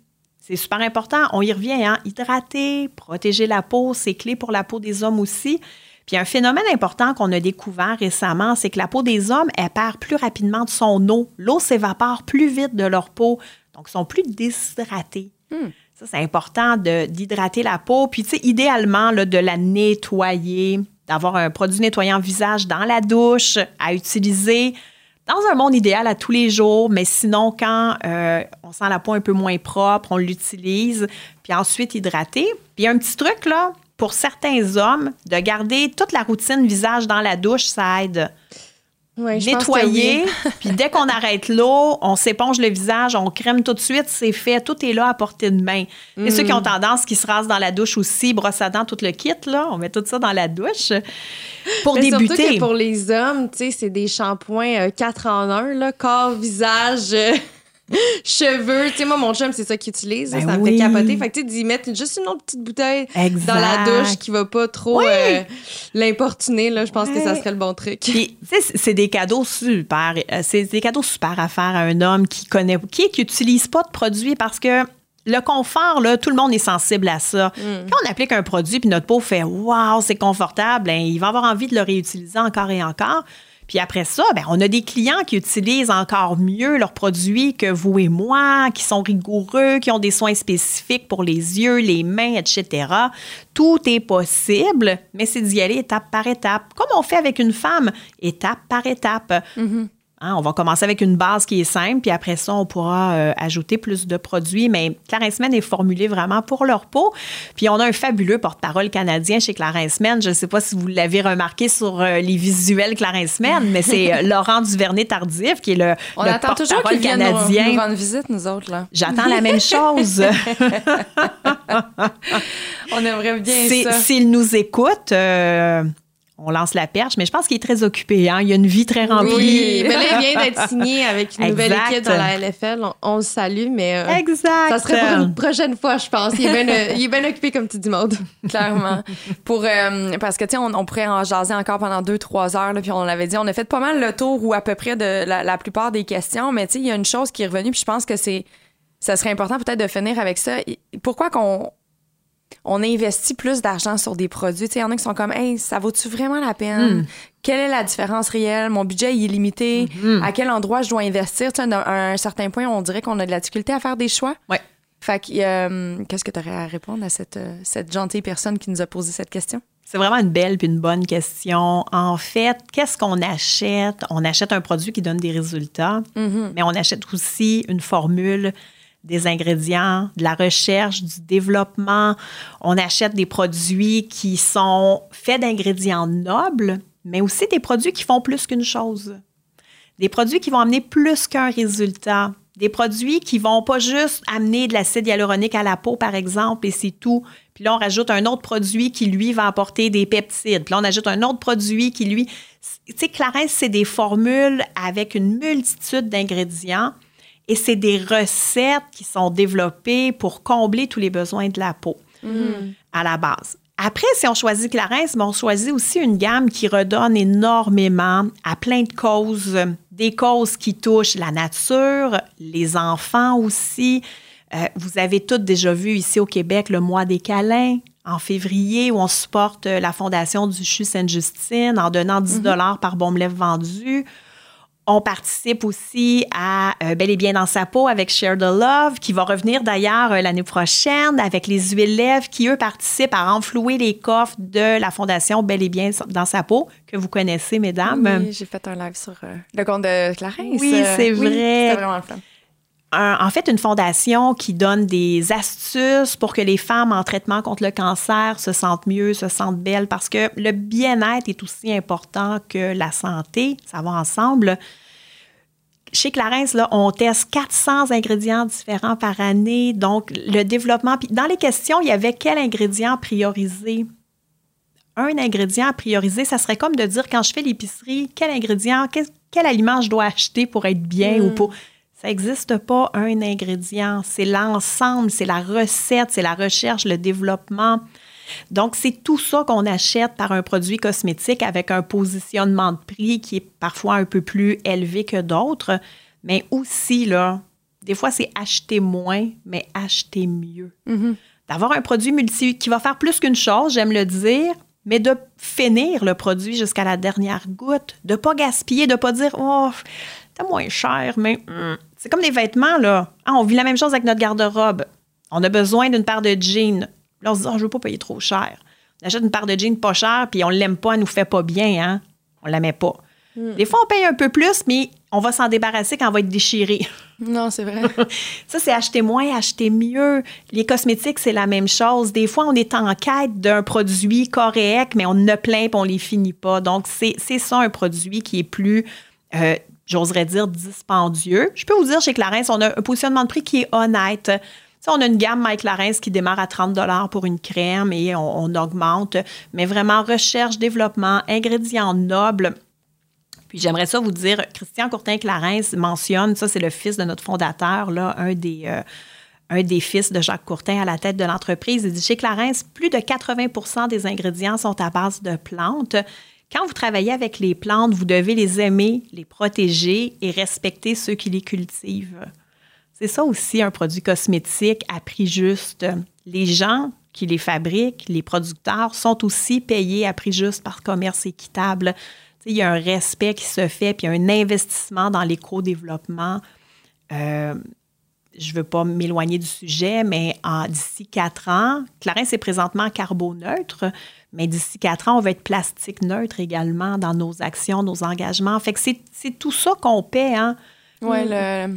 c'est super important. On y revient, hein? Hydrater, protéger la peau, c'est clé pour la peau des hommes aussi. Puis un phénomène important qu'on a découvert récemment, c'est que la peau des hommes, elle perd plus rapidement de son eau. L'eau s'évapore plus vite de leur peau, donc ils sont plus déshydratés. Hmm. Ça, c'est important de, d'hydrater la peau. Puis, tu sais, idéalement, là, de la nettoyer, d'avoir un produit nettoyant visage dans la douche à utiliser dans un monde idéal à tous les jours, mais sinon, quand euh, on sent la peau un peu moins propre, on l'utilise, puis ensuite hydrater. Puis, un petit truc, là, pour certains hommes, de garder toute la routine visage dans la douche, ça aide. Ouais, nettoyer, oui. Puis dès qu'on arrête l'eau, on s'éponge le visage, on crème tout de suite, c'est fait, tout est là à portée de main. Mm. Et ceux qui ont tendance, qui se rasent dans la douche aussi, brosse à dents, tout le kit, là, on met tout ça dans la douche pour Mais débuter. Surtout que pour les hommes, tu sais, c'est des shampoings quatre en un, là, corps, visage... Euh... cheveux, tu sais, moi, mon chum, c'est ça qu'il utilise. Ben ça oui. me fait capoter. Fait que, tu sais, d'y mettre juste une autre petite bouteille exact. Dans la douche qui va pas trop oui. euh, l'importuner, là. Je pense oui. que ça serait le bon truc. Puis, tu sais, c'est des cadeaux super. C'est des cadeaux super à faire à un homme qui connaît, qui n'utilise pas de produits parce que le confort, là, tout le monde est sensible à ça. Mm. Quand on applique un produit puis notre peau fait « Wow, c'est confortable », ben, il va avoir envie de le réutiliser encore et encore. Puis après ça, bien, on a des clients qui utilisent encore mieux leurs produits que vous et moi, qui sont rigoureux, qui ont des soins spécifiques pour les yeux, les mains, et cetera. Tout est possible, mais c'est d'y aller étape par étape. Comme on fait avec une femme, étape par étape. Mm-hmm. Hein, on va commencer avec une base qui est simple, puis après ça, on pourra euh, ajouter plus de produits. Mais Clarins Men est formulé vraiment pour leur peau. Puis on a un fabuleux porte-parole canadien chez Clarins Men. Je ne sais pas si vous l'avez remarqué sur euh, les visuels Clarins Men, mais c'est euh, Laurent Duvernay-Tardif qui est le, on le attend toujours qu'il vienne canadien. Nous, nous rendre visite, nous autres, là. J'attends la même chose. On aimerait bien c'est, ça. S'il nous écoute... Euh, on lance la perche, mais je pense qu'il est très occupé. Hein? Il a une vie très remplie. Oui, mais là, il vient d'être signé avec une nouvelle exact. Équipe dans la N F L. On, on le salue, mais euh, exact. Ça serait pour une prochaine fois, je pense. Il est bien, euh, il est bien occupé, comme tu dis, Maude. Clairement. Pour, euh, parce que, tu sais, on, on pourrait en jaser encore pendant deux, trois heures. Là, puis on l'avait dit, on a fait pas mal le tour ou à peu près de la, la plupart des questions. Mais tu sais, il y a une chose qui est revenue, puis je pense que c'est, ça serait important peut-être de finir avec ça. Pourquoi qu'on... on investit plus d'argent sur des produits. Tu sais, il y en a qui sont comme, hey, ça vaut-tu vraiment la peine? Mm. Quelle est la différence réelle? Mon budget il est limité. Mm-hmm. À quel endroit je dois investir? Tu sais, à un certain point, on dirait qu'on a de la difficulté à faire des choix. Oui. Fait que, euh, qu'est-ce que tu aurais à répondre à cette, cette gentille personne qui nous a posé cette question? C'est vraiment une belle puis une bonne question. En fait, qu'est-ce qu'on achète? On achète un produit qui donne des résultats, mm-hmm. mais on achète aussi une formule, des ingrédients, de la recherche, du développement. On achète des produits qui sont faits d'ingrédients nobles, mais aussi des produits qui font plus qu'une chose. Des produits qui vont amener plus qu'un résultat. Des produits qui vont pas juste amener de l'acide hyaluronique à la peau, par exemple, et c'est tout. Puis là, on rajoute un autre produit qui, lui, va apporter des peptides. Puis là, on ajoute un autre produit qui, lui... Tu sais, Clarins, c'est des formules avec une multitude d'ingrédients. Et c'est des recettes qui sont développées pour combler tous les besoins de la peau mmh. à la base. Après, si on choisit Clarins, on choisit aussi une gamme qui redonne énormément à plein de causes. Des causes qui touchent la nature, les enfants aussi. Euh, vous avez toutes déjà vu ici au Québec le mois des câlins en février où on supporte la Fondation du C H U Sainte-Justine en donnant dix dollars mmh. par bombe lèvres vendue. On participe aussi à euh, Bel et Bien dans sa peau avec Share the Love, qui va revenir d'ailleurs euh, l'année prochaine avec les huiles lèvres qui, eux, participent à renflouer les coffres de la Fondation Bel et Bien dans sa peau, que vous connaissez, mesdames. Oui, j'ai fait un live sur euh, le compte de Clarins. Oui, c'est oui, vrai. C'était vraiment le fun. Un, en fait, une fondation qui donne des astuces pour que les femmes en traitement contre le cancer se sentent mieux, se sentent belles, parce que le bien-être est aussi important que la santé. Ça va ensemble. Chez Clarins, là, on teste quatre cents ingrédients différents par année. Donc, le développement... Puis dans les questions, il y avait quel ingrédient prioriser? Un ingrédient à prioriser, ça serait comme de dire, quand je fais l'épicerie, quel ingrédient, quel, quel aliment je dois acheter pour être bien mm. ou pour... Ça n'existe pas un ingrédient. C'est l'ensemble, c'est la recette, c'est la recherche, le développement. Donc, c'est tout ça qu'on achète par un produit cosmétique avec un positionnement de prix qui est parfois un peu plus élevé que d'autres. Mais aussi, là, des fois, c'est acheter moins, mais acheter mieux. Mm-hmm. D'avoir un produit multi qui va faire plus qu'une chose, j'aime le dire, mais de finir le produit jusqu'à la dernière goutte, de ne pas gaspiller, de ne pas dire « Oh, c'est moins cher, mais... Mm. » C'est comme des vêtements, là. Ah, on vit la même chose avec notre garde-robe. On a besoin d'une paire de jeans. Là, on se dit « Oh, je ne veux pas payer trop cher. » On achète une paire de jeans pas chère, puis on ne l'aime pas, elle ne nous fait pas bien, hein? On ne la met pas. Mm. Des fois, on paye un peu plus, mais on va s'en débarrasser quand on va être déchiré. Non, c'est vrai. Ça, c'est acheter moins, acheter mieux. Les cosmétiques, c'est la même chose. Des fois, on est en quête d'un produit correct, mais on en a plein et on ne les finit pas. Donc, c'est, c'est ça un produit qui est plus, euh, j'oserais dire, dispendieux. Je peux vous dire, chez Clarins, on a un positionnement de prix qui est honnête. T'sais, on a une gamme Mike Clarins qui démarre à trente dollars pour une crème et on, on augmente. Mais vraiment, recherche, développement, ingrédients nobles. Puis j'aimerais ça vous dire, Christian Courtin-Clarins mentionne, ça c'est le fils de notre fondateur, là, un des, euh, un des fils de Jacques Courtin à la tête de l'entreprise. Il dit, chez Clarins, plus de quatre-vingts pour cent des ingrédients sont à base de plantes. Quand vous travaillez avec les plantes, vous devez les aimer, les protéger et respecter ceux qui les cultivent. C'est ça aussi un produit cosmétique à prix juste. Les gens qui les fabriquent, les producteurs, sont aussi payés à prix juste par commerce équitable. Il y a un respect qui se fait, puis il y a un investissement dans l'éco-développement. Euh, je ne veux pas m'éloigner du sujet, mais en, d'ici quatre ans, Clarins est présentement carboneutre, mais d'ici quatre ans, on va être plastique neutre également dans nos actions, nos engagements. Fait que c'est, c'est tout ça qu'on paie, hein? Oui, le,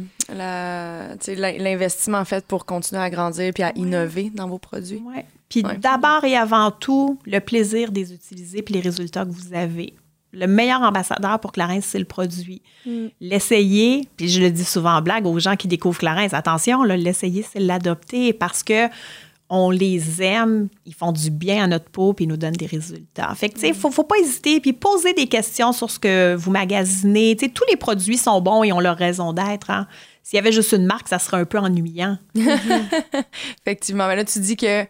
la, l'investissement en fait pour continuer à grandir puis à ouais. innover dans vos produits. Oui. Puis ouais. d'abord et avant tout, le plaisir des utiliser puis les résultats que vous avez. Le meilleur ambassadeur pour Clarins, c'est le produit. Mm. L'essayer, puis je le dis souvent en blague aux gens qui découvrent Clarins, attention, là, l'essayer, c'est l'adopter parce que on les aime, ils font du bien à notre peau puis ils nous donnent des résultats. Fait que, tu sais, il ne faut, faut pas hésiter puis poser des questions sur ce que vous magasinez. Tu sais, tous les produits sont bons et ont leur raison d'être, hein. S'il y avait juste une marque, ça serait un peu ennuyant. Effectivement. Mais là, tu dis que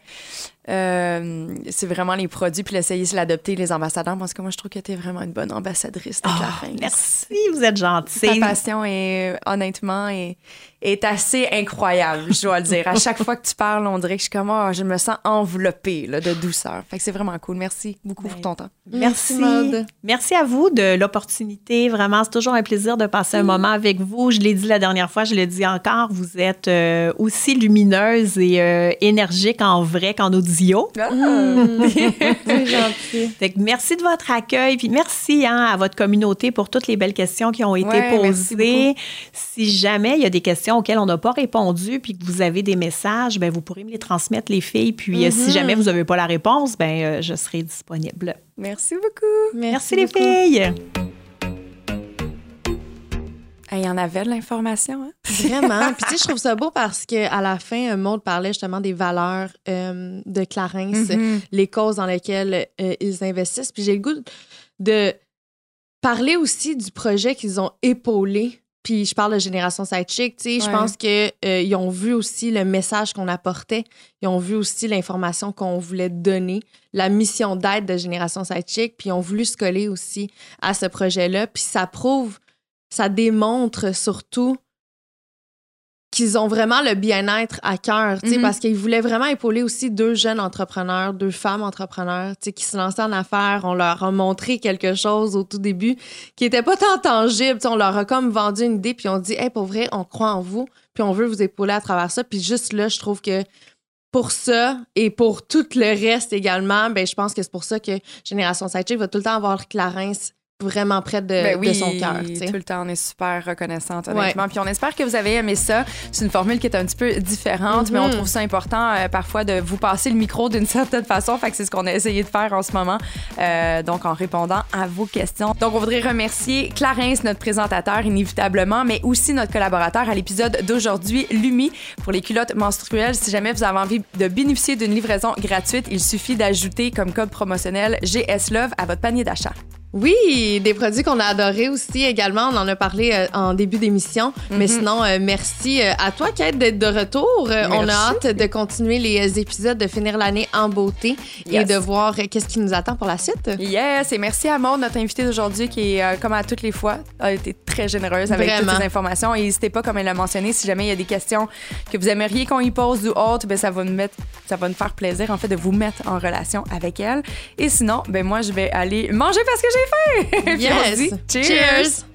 euh, c'est vraiment les produits, puis l'essayer, c'est l'adopter, les ambassadeurs. Parce que moi, je trouve que tu es vraiment une bonne ambassadrice de Clarins. Oh, merci, vous êtes gentille. Ta passion est, honnêtement, est, est assez incroyable, je dois le dire. À chaque fois que tu parles, on dirait que je suis comme, oh, je me sens enveloppée là, de douceur. Fait que c'est vraiment cool. Merci beaucoup ben, pour ton temps. Merci, Maude. Merci à vous de l'opportunité. Vraiment, c'est toujours un plaisir de passer un mmh. moment avec vous. Je l'ai dit la dernière fois, je le dis encore, vous êtes euh, aussi lumineuse et euh, énergique en vrai qu'en audio. Ah. Mmh. C'est gentil. Fait que merci de votre accueil, puis merci hein, à votre communauté pour toutes les belles questions qui ont été ouais, posées. Si jamais il y a des questions auxquelles on n'a pas répondu, puis que vous avez des messages, ben vous pourrez me les transmettre, les filles. Puis mm-hmm. euh, si jamais vous n'avez pas la réponse, ben euh, je serai disponible. Merci beaucoup. Merci, Merci beaucoup. les filles. Il y en avait de l'information, hein? Vraiment. Puis, tu sais, je trouve ça beau parce qu'à la fin, Maude parlait justement des valeurs euh, de Clarins, mm-hmm. les causes dans lesquelles euh, ils investissent. Puis, j'ai le goût de parler aussi du projet qu'ils ont épaulé. Puis, je parle de Génération Sidechick, tu sais. Ouais. Je pense qu'ils euh, ont vu aussi le message qu'on apportait. Ils ont vu aussi l'information qu'on voulait donner, la mission d'aide de Génération Sidechick. Puis, ils ont voulu se coller aussi à ce projet-là. Puis, ça prouve. Ça démontre surtout qu'ils ont vraiment le bien-être à cœur, mm-hmm. parce qu'ils voulaient vraiment épauler aussi deux jeunes entrepreneurs, deux femmes entrepreneurs qui se lançaient en affaires. On leur a montré quelque chose au tout début qui n'était pas tant tangible. T'sais, on leur a comme vendu une idée, puis on dit hey, « pour vrai, on croit en vous, puis on veut vous épauler à travers ça. » Puis juste là, je trouve que pour ça et pour tout le reste également, ben, je pense que c'est pour ça que Génération Sidechick va tout le temps avoir Clarins vraiment près de, ben oui, de son cœur. Tout le temps, on est super reconnaissante, honnêtement. Ouais. Puis on espère que vous avez aimé ça. C'est une formule qui est un petit peu différente, mm-hmm. mais on trouve ça important euh, parfois de vous passer le micro d'une certaine façon. Fait que c'est ce qu'on a essayé de faire en ce moment, euh, donc en répondant à vos questions. Donc on voudrait remercier Clarins, notre présentateur inévitablement, mais aussi notre collaborateur à l'épisode d'aujourd'hui, Lumi, pour les culottes menstruelles. Si jamais vous avez envie de bénéficier d'une livraison gratuite, il suffit d'ajouter comme code promotionnel G S Love à votre panier d'achat. Oui, des produits qu'on a adorés aussi également. On en a parlé euh, en début d'émission. Mm-hmm. Mais sinon, euh, merci euh, à toi, Kate, d'être de retour. Euh, on a hâte de continuer les épisodes, de finir l'année en beauté yes. et de voir euh, qu'est-ce qui nous attend pour la suite. Yes, et merci à Maude, notre invitée d'aujourd'hui, qui, est, euh, comme à toutes les fois, a été très très généreuse avec Vraiment. toutes ces informations. Et n'hésitez pas, comme elle l'a mentionné, si jamais il y a des questions que vous aimeriez qu'on y pose ou autre, ben ça va nous mettre, ça va nous faire plaisir en fait de vous mettre en relation avec elle. Et sinon, ben moi je vais aller manger parce que j'ai faim. Puis Yes. on se dit, cheers. Cheers.